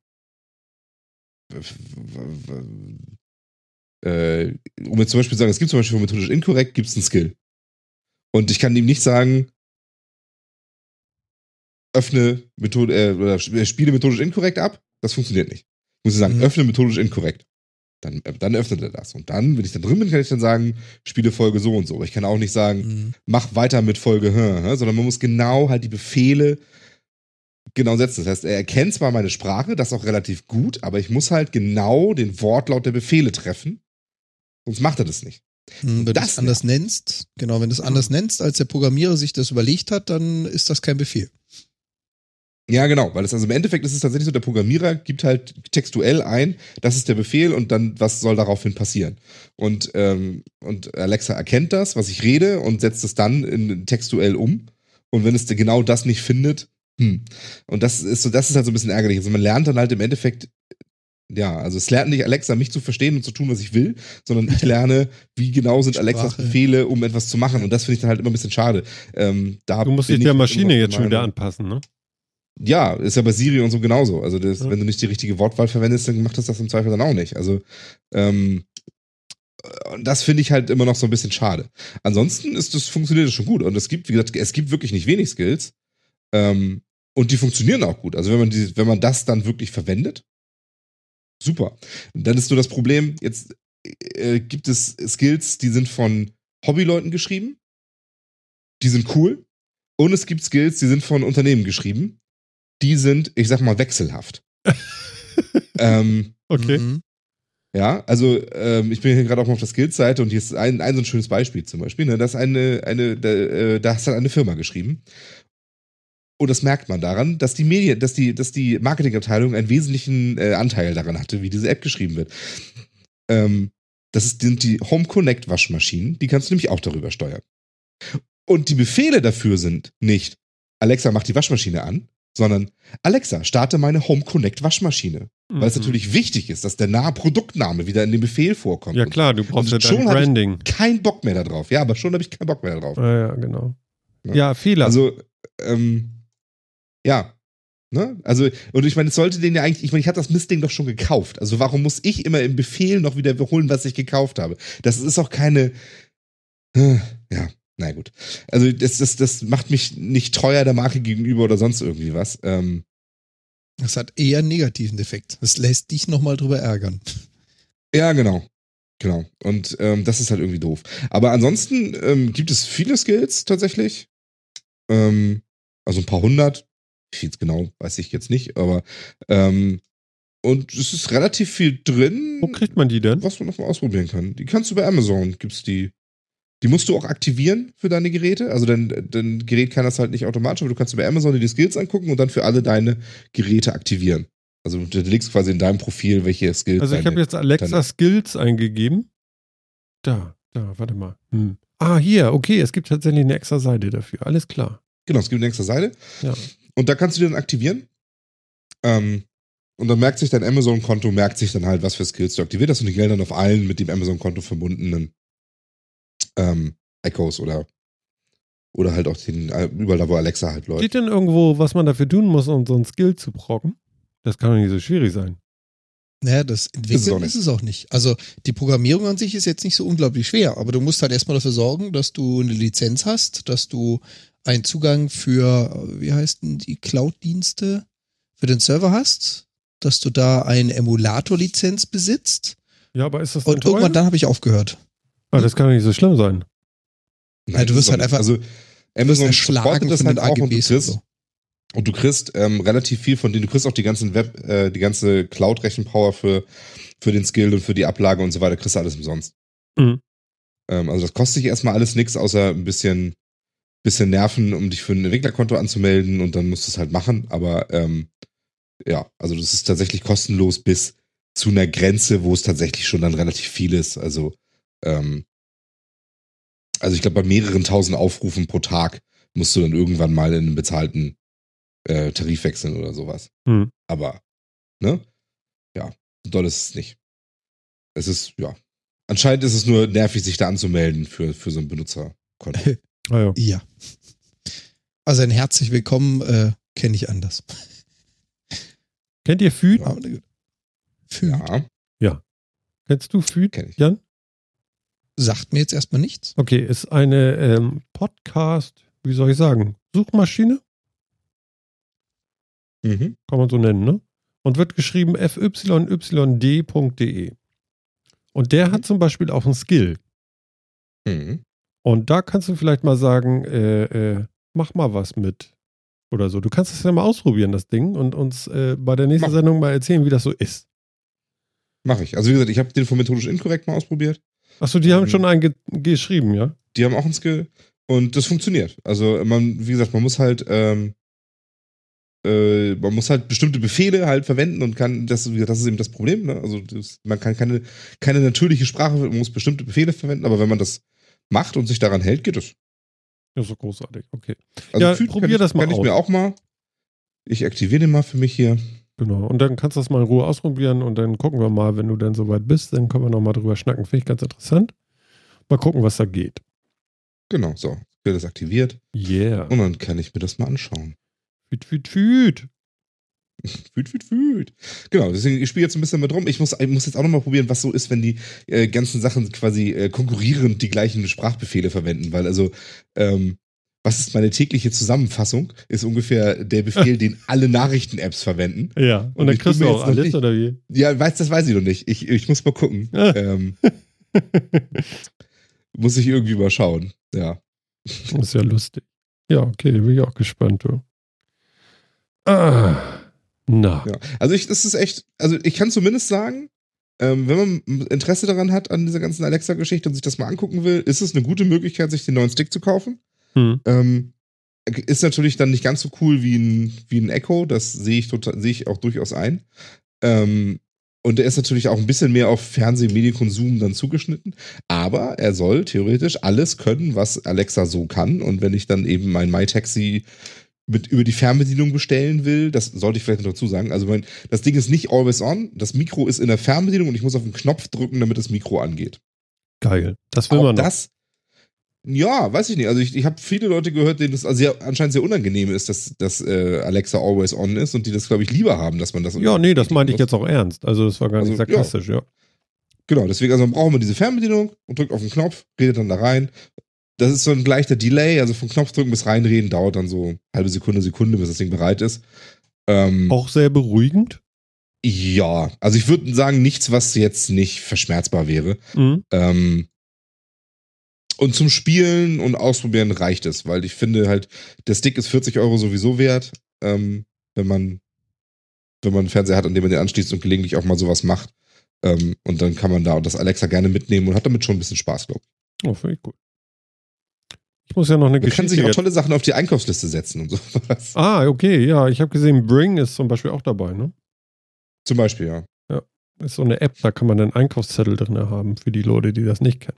äh, um jetzt zum Beispiel zu sagen, es gibt zum Beispiel für methodisch inkorrekt, gibt es einen Skill. Und ich kann ihm nicht sagen, öffne Methode, äh, oder spiele methodisch inkorrekt ab. Das funktioniert nicht. Ich muss sagen, mhm. öffne methodisch inkorrekt. Dann, äh, dann öffnet er das. Und dann, wenn ich da drin bin, kann ich dann sagen, spiele Folge so und so. Aber ich kann auch nicht sagen, mhm. mach weiter mit Folge, hm, hm, sondern man muss genau halt die Befehle genau setzen. Das heißt, er erkennt zwar meine Sprache, das auch relativ gut, aber ich muss halt genau den Wortlaut der Befehle treffen. Sonst macht er das nicht. Hm, wenn du es anders nennst, genau, wenn du es anders nennst, als der Programmierer sich das überlegt hat, dann ist das kein Befehl. Ja, genau, weil es also im Endeffekt ist es tatsächlich so, der Programmierer gibt halt textuell ein, das ist der Befehl und dann, was soll daraufhin passieren? Und, ähm, und Alexa erkennt das, was ich rede und setzt es dann in, textuell um. Und wenn es genau das nicht findet, hm. Und das ist so, das ist halt so ein bisschen ärgerlich. Also man lernt dann halt im Endeffekt, ja, also es lernt nicht Alexa, mich zu verstehen und zu tun, was ich will, sondern ich lerne, wie genau sind Sprache. Alexas Befehle, um etwas zu machen. Und das finde ich dann halt immer ein bisschen schade. Ähm, da du musst dich der Maschine jetzt schon wieder anpassen, ne? Ja, ist ja bei Siri und so genauso. Also das, ja. wenn du nicht die richtige Wortwahl verwendest, dann macht das das im Zweifel dann auch nicht. Also ähm, das finde ich halt immer noch so ein bisschen schade. Ansonsten ist das, funktioniert das schon gut. Und es gibt, wie gesagt, es gibt wirklich nicht wenig Skills. Ähm, und die funktionieren auch gut. Also wenn man die, wenn man das dann wirklich verwendet, super. Und dann ist nur das Problem, jetzt äh, gibt es Skills, die sind von Hobbyleuten geschrieben. Die sind cool. Und es gibt Skills, die sind von Unternehmen geschrieben. Die sind, ich sag mal, wechselhaft. ähm, okay. Mhm. Ja, also ähm, ich bin hier gerade auch mal auf der Skills-Seite und hier ist ein, ein so ein schönes Beispiel zum Beispiel. Ne? Da ist eine, eine, da, äh, da hast du eine Firma geschrieben. Und das merkt man daran, dass die Medien, dass die, dass die Marketingabteilung einen wesentlichen äh, Anteil daran hatte, wie diese App geschrieben wird. Ähm, das ist, sind die Home Connect Waschmaschinen, die kannst du nämlich auch darüber steuern. Und die Befehle dafür sind nicht, Alexa, mach die Waschmaschine an, sondern Alexa, starte meine Home Connect Waschmaschine. Mhm. Weil es natürlich wichtig ist, dass der nahe Produktname wieder in dem Befehl vorkommt. Ja klar, du brauchst ja dein Branding. Ich keinen Bock mehr darauf. Ja, aber schon habe ich keinen Bock mehr darauf. Ja, ja, genau. Ja, ja Fehler. Also, ähm, ja. Ne? Also, und ich meine, es sollte den ja eigentlich, ich meine, ich hatte das Mistding doch schon gekauft. Also, warum muss ich immer im Befehl noch wieder wiederholen, was ich gekauft habe? Das ist auch keine, äh, ja. Na gut. Also das, das, das macht mich nicht treuer der Marke gegenüber oder sonst irgendwie was. Ähm, das hat eher einen negativen Effekt. Das lässt dich nochmal drüber ärgern. Ja, genau. Genau. Und ähm, das ist halt irgendwie doof. Aber ansonsten ähm, gibt es viele Skills tatsächlich. Ähm, also ein paar hundert. Wie viel genau, weiß ich jetzt nicht. Aber ähm, und es ist relativ viel drin. Wo kriegt man die denn? Was man noch mal ausprobieren kann. Die kannst du bei Amazon, gibt's die. Die musst du auch aktivieren für deine Geräte. Also dein, dein Gerät kann das halt nicht automatisch, aber du kannst bei Amazon dir die Skills angucken und dann für alle deine Geräte aktivieren. Also du legst quasi in deinem Profil, welche Skills. Also ich habe jetzt Alexa deine Skills eingegeben. Da, da, warte mal. Hm. Ah, hier, okay, es gibt tatsächlich eine extra Seite dafür. Alles klar. Genau, es gibt eine extra Seite. Ja. Und da kannst du die dann aktivieren. Ähm, und dann merkt sich dein Amazon-Konto, merkt sich dann halt, was für Skills du aktiviert hast und die gelten dann auf allen mit dem Amazon-Konto verbundenen Ähm, Echos oder oder halt auch den, überall da, wo Alexa halt läuft. Steht denn irgendwo, was man dafür tun muss, um so ein Skill zu brocken? Das kann doch nicht so schwierig sein. Naja, das Entwickeln ist es auch nicht. Also die Programmierung an sich ist jetzt nicht so unglaublich schwer, aber du musst halt erstmal dafür sorgen, dass du eine Lizenz hast, dass du einen Zugang für, wie heißt denn die Cloud-Dienste, für den Server hast, dass du da eine Emulator-Lizenz besitzt. Ja, aber ist das Und irgendwann teuer? Dann habe ich aufgehört. Ah, das kann doch nicht so schlimm sein. Nein, du wirst halt einfach also Amazon schlagen das halt auch und du kriegst, so. und du kriegst ähm, relativ viel von denen, du kriegst auch die ganzen Web, äh, die ganze Cloud-Rechenpower für, für den Skill und für die Ablage und so weiter, kriegst du alles umsonst. Mhm. Ähm, also das kostet dich erstmal alles nichts, außer ein bisschen, bisschen Nerven, um dich für ein Entwicklerkonto anzumelden und dann musst du es halt machen, aber ähm, ja, also das ist tatsächlich kostenlos bis zu einer Grenze, wo es tatsächlich schon dann relativ viel ist. Also, ähm, also ich glaube, bei mehreren tausend Aufrufen pro Tag musst du dann irgendwann mal in einen bezahlten äh, Tarif wechseln oder sowas. Hm. Aber, ne? Ja, so doll ist es nicht. Es ist, ja. Anscheinend ist es nur nervig, sich da anzumelden für, für so ein Benutzerkonto. Ah, ja. Ja. Also ein herzlich willkommen äh, kenne ich anders. Kennt ihr Füd? Aber, Füd. Ja, Kennst du Füd, kenne ich. Jan? Sagt mir jetzt erstmal nichts. Okay, ist eine ähm, Podcast, wie soll ich sagen, Suchmaschine, Mhm. kann man so nennen, ne? Und wird geschrieben f y y d punkt d e. Und der hat zum Beispiel auch einen Skill. Mhm. Und da kannst du vielleicht mal sagen, äh, äh, mach mal was mit. Oder so. Du kannst es ja mal ausprobieren, das Ding, und uns äh, bei der nächsten Mach. Sendung mal erzählen, wie das so ist. Mache ich. Also wie gesagt, ich habe den von methodisch inkorrekt mal ausprobiert. Achso, die haben Ähm, schon einen ge geschrieben, ja? Die haben auch einen Skill und das funktioniert. Also man, wie gesagt, man muss halt, ähm, äh, man muss halt bestimmte Befehle halt verwenden und kann, das, wie gesagt, das ist eben das Problem, ne? Also das, man kann keine, keine natürliche Sprache, man muss bestimmte Befehle verwenden, aber wenn man das macht und sich daran hält, geht es. Ja, so großartig, okay. Also Ja, Feed probier kann ich, das mal kann ich aus. mir auch mal. Ich aktiviere den mal für mich hier. Genau. Und dann kannst du das mal in Ruhe ausprobieren und dann gucken wir mal, wenn du dann soweit bist, dann können wir nochmal drüber schnacken. Finde ich ganz interessant. Mal gucken, was da geht. Genau, so. Wird das aktiviert Yeah. und dann kann ich mir das mal anschauen. Füd, füd, füd. Füt, füt, füt. Genau, deswegen, ich spiele jetzt ein bisschen mit rum. Ich muss, ich muss jetzt auch nochmal probieren, was so ist, wenn die äh, ganzen Sachen quasi äh, konkurrierend die gleichen Sprachbefehle verwenden. Weil also, ähm, was ist meine tägliche Zusammenfassung? Ist ungefähr der Befehl, den alle Nachrichten-Apps verwenden. Ja, und, Und dann ich bin kriegst du mir auch jetzt noch alles, nicht- oder wie? Ja, weiß, das weiß ich noch nicht. Ich, ich muss mal gucken. Ah. ähm, muss ich irgendwie mal schauen. Ja. Das ist ja lustig. Ja, okay, bin ich auch gespannt, du. Ah, na. Ja. Also ich, das ist echt, also ich kann zumindest sagen, ähm, wenn man Interesse daran hat an dieser ganzen Alexa-Geschichte und sich das mal angucken will, ist es eine gute Möglichkeit, sich den neuen Stick zu kaufen. Hm. Ähm, ist natürlich dann nicht ganz so cool wie ein, wie ein Echo, das sehe ich total, sehe ich auch durchaus ein. Ähm, und der ist natürlich auch ein bisschen mehr auf Fernseh-Medienkonsum dann zugeschnitten. Aber er soll theoretisch alles können, was Alexa so kann. Und wenn ich dann eben mein MyTaxi mit über die Fernbedienung bestellen will, das sollte ich vielleicht noch dazu sagen. Also mein, das Ding ist nicht always on. Das Mikro ist in der Fernbedienung und ich muss auf den Knopf drücken, damit das Mikro angeht. Geil. Das will Auch man noch. das, ja, weiß ich nicht. Also ich, ich habe viele Leute gehört, denen das also sehr, anscheinend sehr unangenehm ist, dass, dass äh, Alexa always on ist und die das, glaube ich, lieber haben, dass man das. Ja, nee, das meinte ich jetzt auch ernst. Also das war gar nicht Also, sarkastisch, ja. Genau, deswegen, also man braucht immer diese Fernbedienung und drückt auf den Knopf, redet dann da rein. Das ist so ein leichter Delay, also vom Knopfdrücken bis reinreden dauert dann so halbe Sekunde, Sekunde, bis das Ding bereit ist. Ähm, Auch sehr beruhigend. Ja, also ich würde sagen, nichts, was jetzt nicht verschmerzbar wäre. Mhm. Ähm, und zum Spielen und Ausprobieren reicht es, weil ich finde halt, der Stick ist vierzig Euro sowieso wert, ähm, wenn man wenn man einen Fernseher hat, an dem man den anschließt und gelegentlich auch mal sowas macht. Ähm, und dann kann man da das Alexa gerne mitnehmen und hat damit schon ein bisschen Spaß, glaube ich. Oh, finde ich gut. Ich muss ja noch eine Man kann Geschichte sich auch jetzt- tolle Sachen auf die Einkaufsliste setzen und sowas. Ah, okay, ja. Ich habe gesehen, Bring ist zum Beispiel auch dabei, ne? Zum Beispiel, ja. Ist so eine App, da kann man einen Einkaufszettel drin haben für die Leute, die das nicht kennen.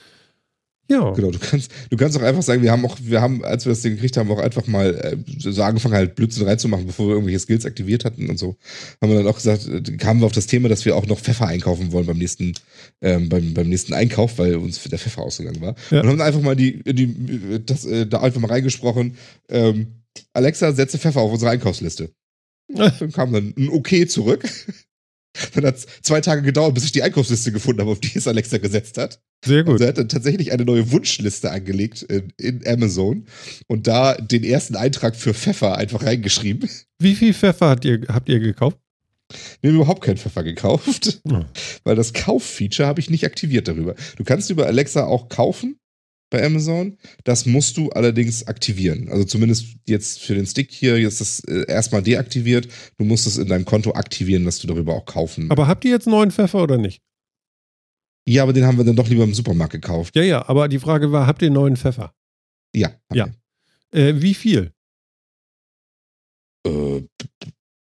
Ja. Genau, du kannst, du kannst auch einfach sagen, wir haben auch, wir haben, als wir das Ding gekriegt haben, auch einfach mal äh, so angefangen, halt Blödsinn reinzumachen, bevor wir irgendwelche Skills aktiviert hatten und so. Haben wir dann auch gesagt, äh, kamen wir auf das Thema, dass wir auch noch Pfeffer einkaufen wollen beim nächsten, ähm, beim, beim nächsten Einkauf, weil uns der Pfeffer ausgegangen war. Ja. Und haben dann einfach mal die, die, das, äh, da einfach mal reingesprochen, ähm, Alexa, setze Pfeffer auf unsere Einkaufsliste. Dann kam dann ein Okay zurück. Dann hat es zwei Tage gedauert, bis ich die Einkaufsliste gefunden habe, auf die es Alexa gesetzt hat. Sehr gut. Also er hat dann tatsächlich eine neue Wunschliste angelegt in, in Amazon und da den ersten Eintrag für Pfeffer einfach reingeschrieben. Wie viel Pfeffer habt ihr, habt ihr gekauft? Wir haben überhaupt keinen Pfeffer gekauft, Oh. weil das Kauffeature habe ich nicht aktiviert darüber. Du kannst über Alexa auch kaufen bei Amazon. Das musst du allerdings aktivieren. Also zumindest jetzt für den Stick hier, jetzt ist das äh, erstmal deaktiviert. Du musst es in deinem Konto aktivieren, dass du darüber auch kaufen. Aber habt ihr jetzt neuen Pfeffer oder nicht? ja, aber den haben wir dann doch lieber im Supermarkt gekauft. Ja, ja, aber die Frage war, habt ihr neuen Pfeffer? Ja. Ja. Äh, wie viel? Äh,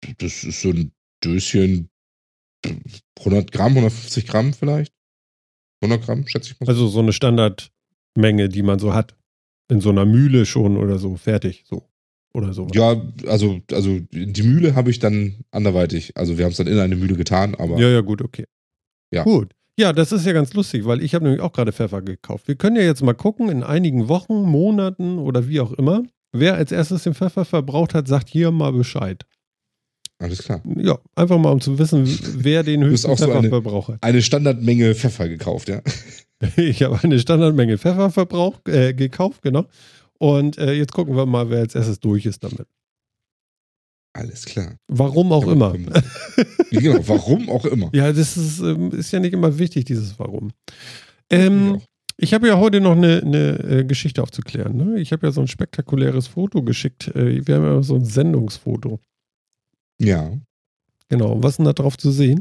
Das ist so ein Döschen, hundert Gramm, hundertfünfzig Gramm vielleicht. hundert Gramm, schätze ich mal. Also so eine Standardmenge, die man so hat. In so einer Mühle schon oder so, fertig, so. Oder so. Ja, also, also die Mühle habe ich dann anderweitig. Also wir haben es dann in eine Mühle getan, aber. Ja, ja, gut, okay. Ja. Gut. Ja, das ist ja ganz lustig, weil ich habe nämlich auch gerade Pfeffer gekauft. Wir können ja jetzt mal gucken, in einigen Wochen, Monaten oder wie auch immer, wer als erstes den Pfeffer verbraucht hat, sagt hier mal Bescheid. Alles klar. Ja, einfach mal um zu wissen, wer den Du hast höchsten auch so eine- Pfefferverbrauch hat. Eine Standardmenge Pfeffer gekauft, ja. Ich habe eine Standardmenge Pfefferverbrauch äh, gekauft, genau. Und äh, jetzt gucken wir mal, wer als erstes durch ist damit. Alles klar. Warum auch Ja, immer. Genau, warum auch immer. Ja, das ist, ähm, ist ja nicht immer wichtig, dieses Warum. Ich Ähm, auch. ich habe ja heute noch eine, eine äh, Geschichte aufzuklären. Ne? Ich habe ja so ein spektakuläres Foto geschickt. Äh, wir haben ja so ein Sendungsfoto. Ja. Genau. Was ist denn da drauf zu sehen?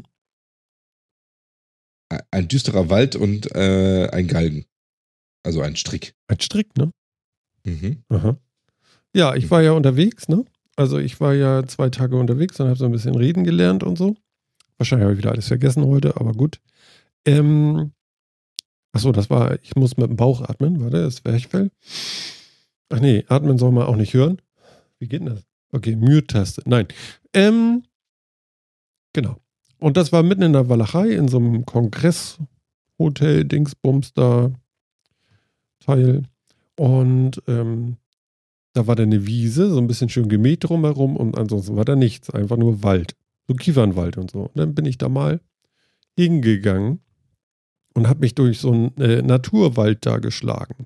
Ein düsterer Wald und äh, ein Galgen. Also ein Strick. Ein Strick, ne? Mhm. Aha. Ja, ich war ja unterwegs, ne? Also ich war ja zwei Tage unterwegs und habe so ein bisschen reden gelernt und so. Wahrscheinlich habe ich wieder alles vergessen heute, aber gut. Ähm, achso, das war, ich muss mit dem Bauch atmen, warte, das Zwerchfell. Ach nee, atmen soll man auch nicht hören. Wie geht denn das? Okay, Mute-Taste. Nein. Ähm, genau. Und das war mitten in der Walachei, in so einem Kongresshotel, Dingsbums da Teil. Und ähm, da war da eine Wiese, so ein bisschen schön gemäht drumherum und ansonsten war da nichts, einfach nur Wald. So Kiefernwald und so. Und dann bin ich da mal hingegangen und habe mich durch so einen äh, Naturwald da geschlagen.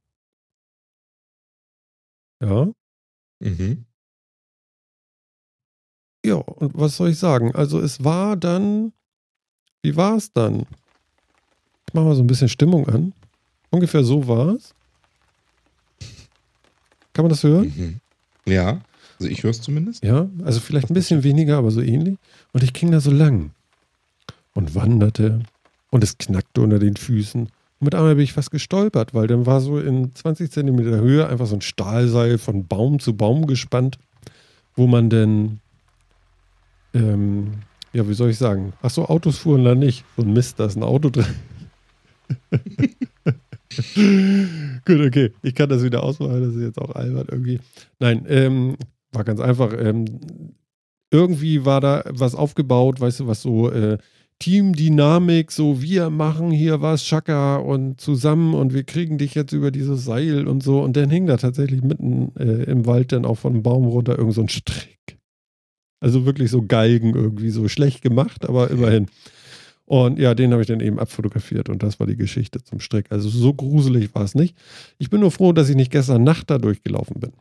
Ja. Mhm. Ja, und was soll ich sagen? Also es war dann, wie war es dann? Ich mache mal so ein bisschen Stimmung an. Ungefähr so war es. Kann man das hören? Mhm. Ja, also ich höre es zumindest. Ja, also vielleicht ein bisschen weniger, aber so ähnlich. Und ich ging da so lang und wanderte und es knackte unter den Füßen. Und mit einmal bin ich fast gestolpert, weil dann war so in zwanzig Zentimeter Höhe einfach so ein Stahlseil von Baum zu Baum gespannt, wo man denn, ähm, ja, wie soll ich sagen? Ach so, Autos fuhren da nicht. So ein Mist, da ist ein Auto drin. Gut, okay. Ich kann das wieder ausmachen, das ist jetzt auch albern irgendwie. Nein, ähm, war ganz einfach. Ähm, irgendwie war da was aufgebaut, weißt du, was so äh, Teamdynamik, so wir machen hier was, Chaka und zusammen und wir kriegen dich jetzt über dieses Seil und so. Und dann hing da tatsächlich mitten äh, im Wald dann auch von einem Baum runter irgend so ein Strick. Also wirklich so Galgen irgendwie, so schlecht gemacht, aber immerhin. Und ja, den habe ich dann eben abfotografiert und das war die Geschichte zum Strick. Also so gruselig war es nicht. Ich bin nur froh, dass ich nicht gestern Nacht da durchgelaufen bin.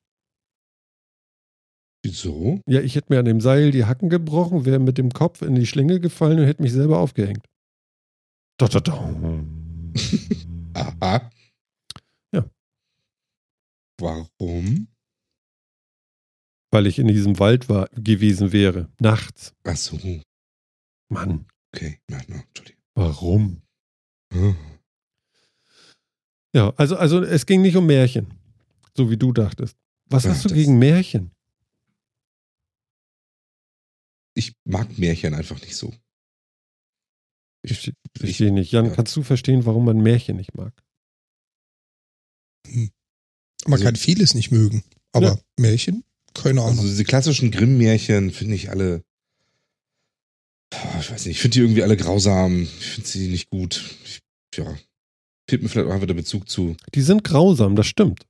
Wieso? Ja, ich hätte mir an dem Seil die Hacken gebrochen, wäre mit dem Kopf in die Schlinge gefallen und hätte mich selber aufgehängt. Da, da, da. Aha. Ja. Warum? Weil ich in diesem Wald war, gewesen wäre. Nachts. Ach so. Mann, Okay. Ja, no, Entschuldigung. warum? Hm. Ja, also, also es ging nicht um Märchen. So wie du dachtest. Was Ja, hast du das- gegen Märchen? Ich mag Märchen einfach nicht so. Ich Ich, verstehe nicht. Jan, ja. kannst du verstehen, warum man Märchen nicht mag? Man Also- kann vieles nicht mögen, aber Ja. Märchen? Keine Ahnung. Also diese klassischen Grimm-Märchen finde ich alle, ich weiß nicht, ich finde die irgendwie alle grausam. Ich finde sie nicht gut. Ich, ja, fehlt mir vielleicht auch einfach der Bezug zu. Die sind grausam, das stimmt.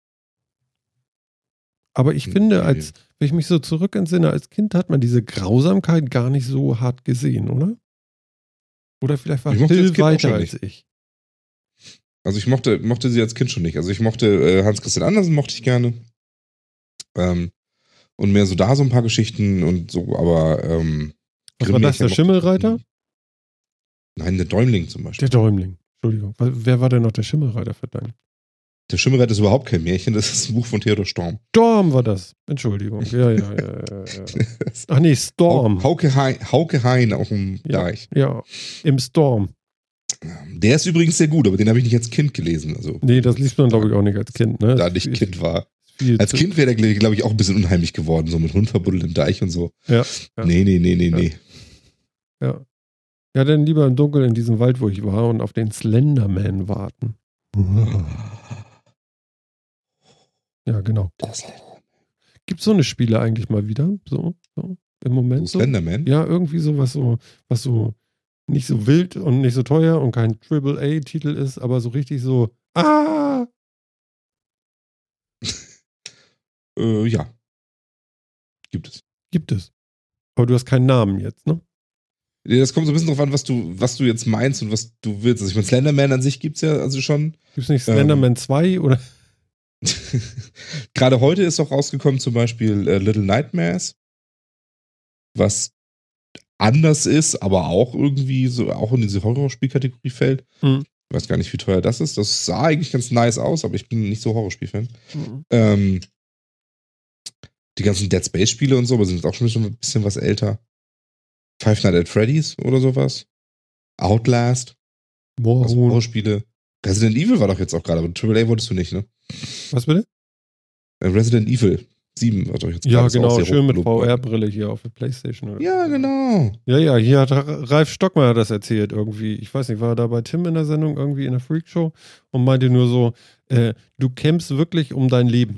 Aber ich finde, Nee. als, wenn ich mich so zurückentsinne, als Kind hat man diese Grausamkeit gar nicht so hart gesehen, oder? Oder vielleicht war Ich mochte das Phil Kind auch weiter schon als nicht. ich. Also ich mochte, mochte sie als Kind schon nicht. Also ich mochte äh, Hans Christian Andersen mochte ich gerne. Ähm, und mehr so da so ein paar Geschichten und so, aber ähm, Was war das, Grimm-Märchen der mochte ich Schimmelreiter? nie. Nein, der Däumling zum Beispiel. Der Däumling. Entschuldigung. Wer war denn noch der Schimmelreiter, verdammt? Der Schimmelreiter ist überhaupt kein Märchen, das ist ein Buch von Theodor Storm. Storm war das. Entschuldigung. Ja, ja, ja, ja, ja. Ach nee, Storm. Hauke Hein, Hauke Hein auf dem Ja. Deich. Ja, im Storm. Der ist übrigens sehr gut, aber den habe ich nicht als Kind gelesen. Also, Nee, das liest man, glaube ich, auch nicht als Kind, ne? da nicht Ist Kind war. viel Als zu- Kind wäre der, glaube ich, auch ein bisschen unheimlich geworden, so mit Hund verbuddelt im Deich und so. Ja, ja. Nee, nee, nee, nee, Ja. nee. Ja. Ja, dann lieber im Dunkeln in diesem Wald, wo ich war, und auf den Slenderman warten. Ja, genau. Das Gibt es so eine Spiele eigentlich mal wieder? So, so im Moment? so So? Slenderman? Ja, irgendwie sowas so, was so nicht so wild und nicht so teuer und kein Triple A Titel ist, aber so richtig so, ah! Äh, ja. Gibt es. Gibt es. Aber du hast keinen Namen jetzt, ne? Ja, das kommt so ein bisschen drauf an, was du, was du jetzt meinst und was du willst. Also ich meine, Slenderman an sich gibt's ja also schon. Gibt es nicht Ähm. Slenderman zwei oder? Gerade heute ist auch rausgekommen zum Beispiel äh, Little Nightmares, was anders ist, aber auch irgendwie so auch in diese Horrorspielkategorie fällt. Mhm. Ich weiß gar nicht, wie teuer das ist. Das sah eigentlich ganz nice aus, aber ich bin nicht so Horrorspiel-Fan. Mhm. Ähm, die ganzen Dead Space-Spiele und so, aber sind jetzt auch schon ein bisschen was älter. Five Nights at Freddy's oder sowas. Outlast. Also Moorhuhn. Horrorspiele. Resident Evil war doch jetzt auch gerade, aber Triple A wolltest du nicht, ne? Was bitte? Äh, Resident Evil sieben war doch jetzt Ja, gerade, ist auch genau, sehr schön mit hochgelobt V worden. R-Brille hier auf der Playstation. Oder? Ja, genau. Ja, ja, hier hat Ralf Stockmeier das erzählt irgendwie. Ich weiß nicht, war er da bei Tim in der Sendung irgendwie in der Freakshow und meinte nur so, äh, du kämpfst wirklich um dein Leben.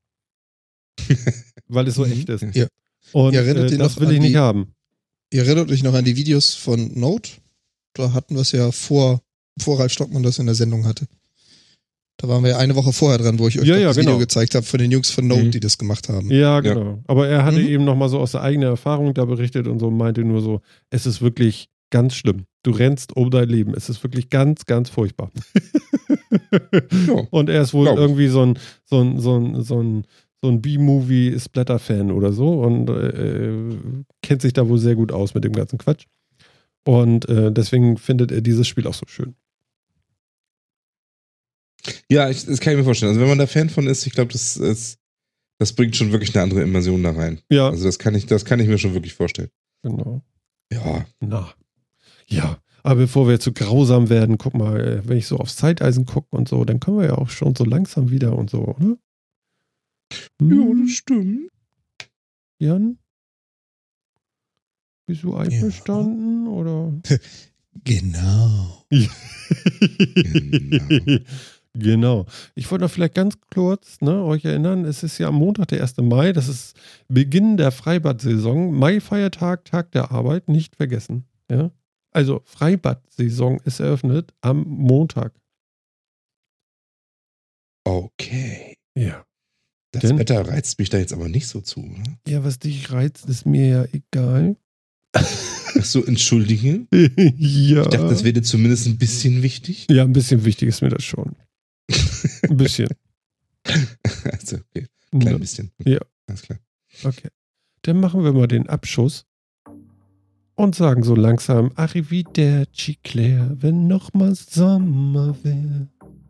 Weil es so echt ist. Ja. Und Ihr erinnert äh, ihr das noch will an ich nicht die- haben. Ihr erinnert euch noch an die Videos von Note? Da hatten wir es ja vor, bevor Ralf Stockmann das in der Sendung hatte. Da waren wir ja eine Woche vorher dran, wo ich euch Ja, noch ja, das genau. Video gezeigt habe von den Jungs von Note, Mhm. die das gemacht haben. Ja, genau. Aber er hatte Mhm. eben nochmal so aus der eigenen Erfahrung da berichtet und so meinte nur so, es ist wirklich ganz schlimm. Du rennst um dein Leben. Es ist wirklich ganz, ganz furchtbar. Ja. Und er ist wohl Glaub ich. irgendwie so ein, so ein, so ein, so ein, so ein B-Movie-Splatter-Fan oder so und äh, kennt sich da wohl sehr gut aus mit dem ganzen Quatsch. Und äh, deswegen findet er dieses Spiel auch so schön. Ja, ich, das kann ich mir vorstellen. Also wenn man da Fan von ist, ich glaube, das, ist, das bringt schon wirklich eine andere Immersion da rein. Ja, Also das kann ich, das kann ich mir schon wirklich vorstellen. genau. Ja. Na. Ja. Aber bevor wir zu grausam werden, guck mal, äh, wenn ich so aufs Zeiteisen gucke und so, dann können wir ja auch schon so langsam wieder und so, oder? Hm, stimmt. Jan? Bist du einverstanden? Oder? Genau. Genau. Genau. Ich wollte noch vielleicht ganz kurz ne, euch erinnern, es ist ja am Montag, der erste Mai, das ist Beginn der Freibad-Saison. Mai-Feiertag, Tag der Arbeit, nicht vergessen. Ja? Also Freibad-Saison ist eröffnet am Montag. Okay. Ja. Das Denn? Wetter reizt mich da jetzt aber nicht so zu, oder? Ja, was dich reizt, ist mir ja egal. Ach so, entschuldige. Ja. Ich dachte, das wäre dir zumindest ein bisschen wichtig. Ja, ein bisschen wichtig ist mir das schon. Ein bisschen. Also, okay. Klein bisschen. Ja. Alles klar. Okay. Dann machen wir mal den Abschuss und sagen so langsam Arrivederci Claire, wenn nochmal Sommer wäre.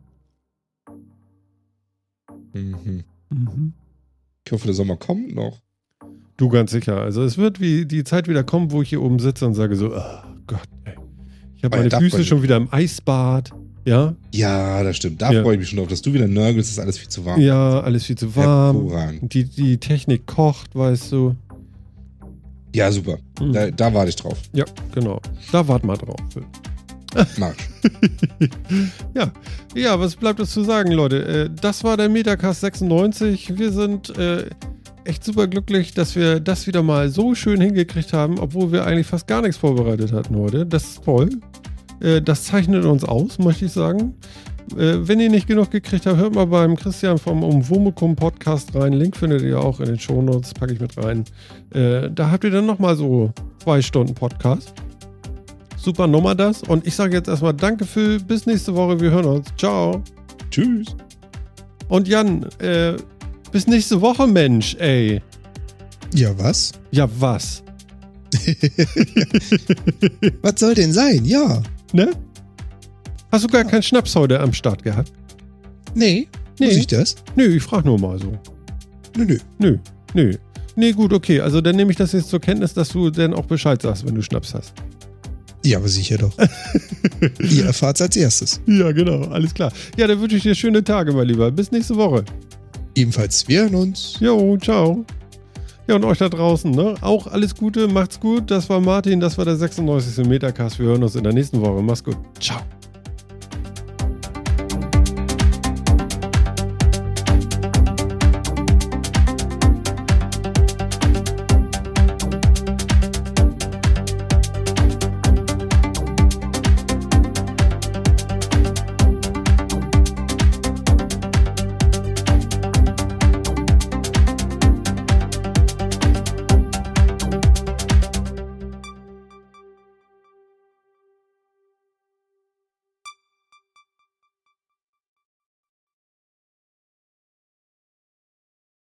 Mhm. Mhm. Ich hoffe, der Sommer kommt noch. Du ganz sicher. Also es wird wie die Zeit wieder kommen, wo ich hier oben sitze und sage so, oh Gott, ey. Ich habe Oh ja, meine darf Füße man schon nicht. wieder im Eisbad. Ja, Ja, das stimmt. Da Ja. freue ich mich schon drauf, dass du wieder nörgelst. Das ist alles viel zu warm. ja, alles viel zu warm. Hervorragend. Die, die Technik kocht, weißt du. Ja, super. Mhm. Da, da warte ich drauf. Ja, genau. Da wart mal drauf. Marsch. ja. ja, was bleibt es zu sagen, Leute? Äh, das war der Metacast sechsundneunzig. Wir sind äh, echt super glücklich, dass wir das wieder mal so schön hingekriegt haben, obwohl wir eigentlich fast gar nichts vorbereitet hatten heute. Das ist toll. Äh, das zeichnet uns aus, möchte ich sagen. Äh, wenn ihr nicht genug gekriegt habt, hört mal beim Christian vom Umwomukum Podcast rein. Link findet ihr auch in den Shownotes, packe ich mit rein. Äh, da habt ihr dann nochmal so zwei Stunden Podcast. Super Nummer das. Und ich sage jetzt erstmal Danke für bis nächste Woche. Wir hören uns. Ciao. Tschüss. Und Jan, äh, bis nächste Woche, Mensch, ey. Ja, was? Ja, was? Was soll denn sein? Ja. Ne? Hast du gar keinen Schnaps heute am Start gehabt? Nee. Nee. Muss ich das? Nö, ich frage nur mal so. Nö, nö. Nö, nö. Nee, gut, okay. Also dann nehme ich das jetzt zur Kenntnis, dass du dann auch Bescheid sagst, wenn du Schnaps hast. Ja, aber sicher doch. Ihr erfahrt's als erstes. Ja, genau. Alles klar. Ja, dann wünsche ich dir schöne Tage, mein Lieber. Bis nächste Woche. Ebenfalls, wir hören uns. Jo, ciao. Ja, und euch da draußen, ne? Auch alles Gute, macht's gut. Das war Martin, das war der sechsundneunzigste Metacast. Wir hören uns in der nächsten Woche. Macht's gut. Ciao.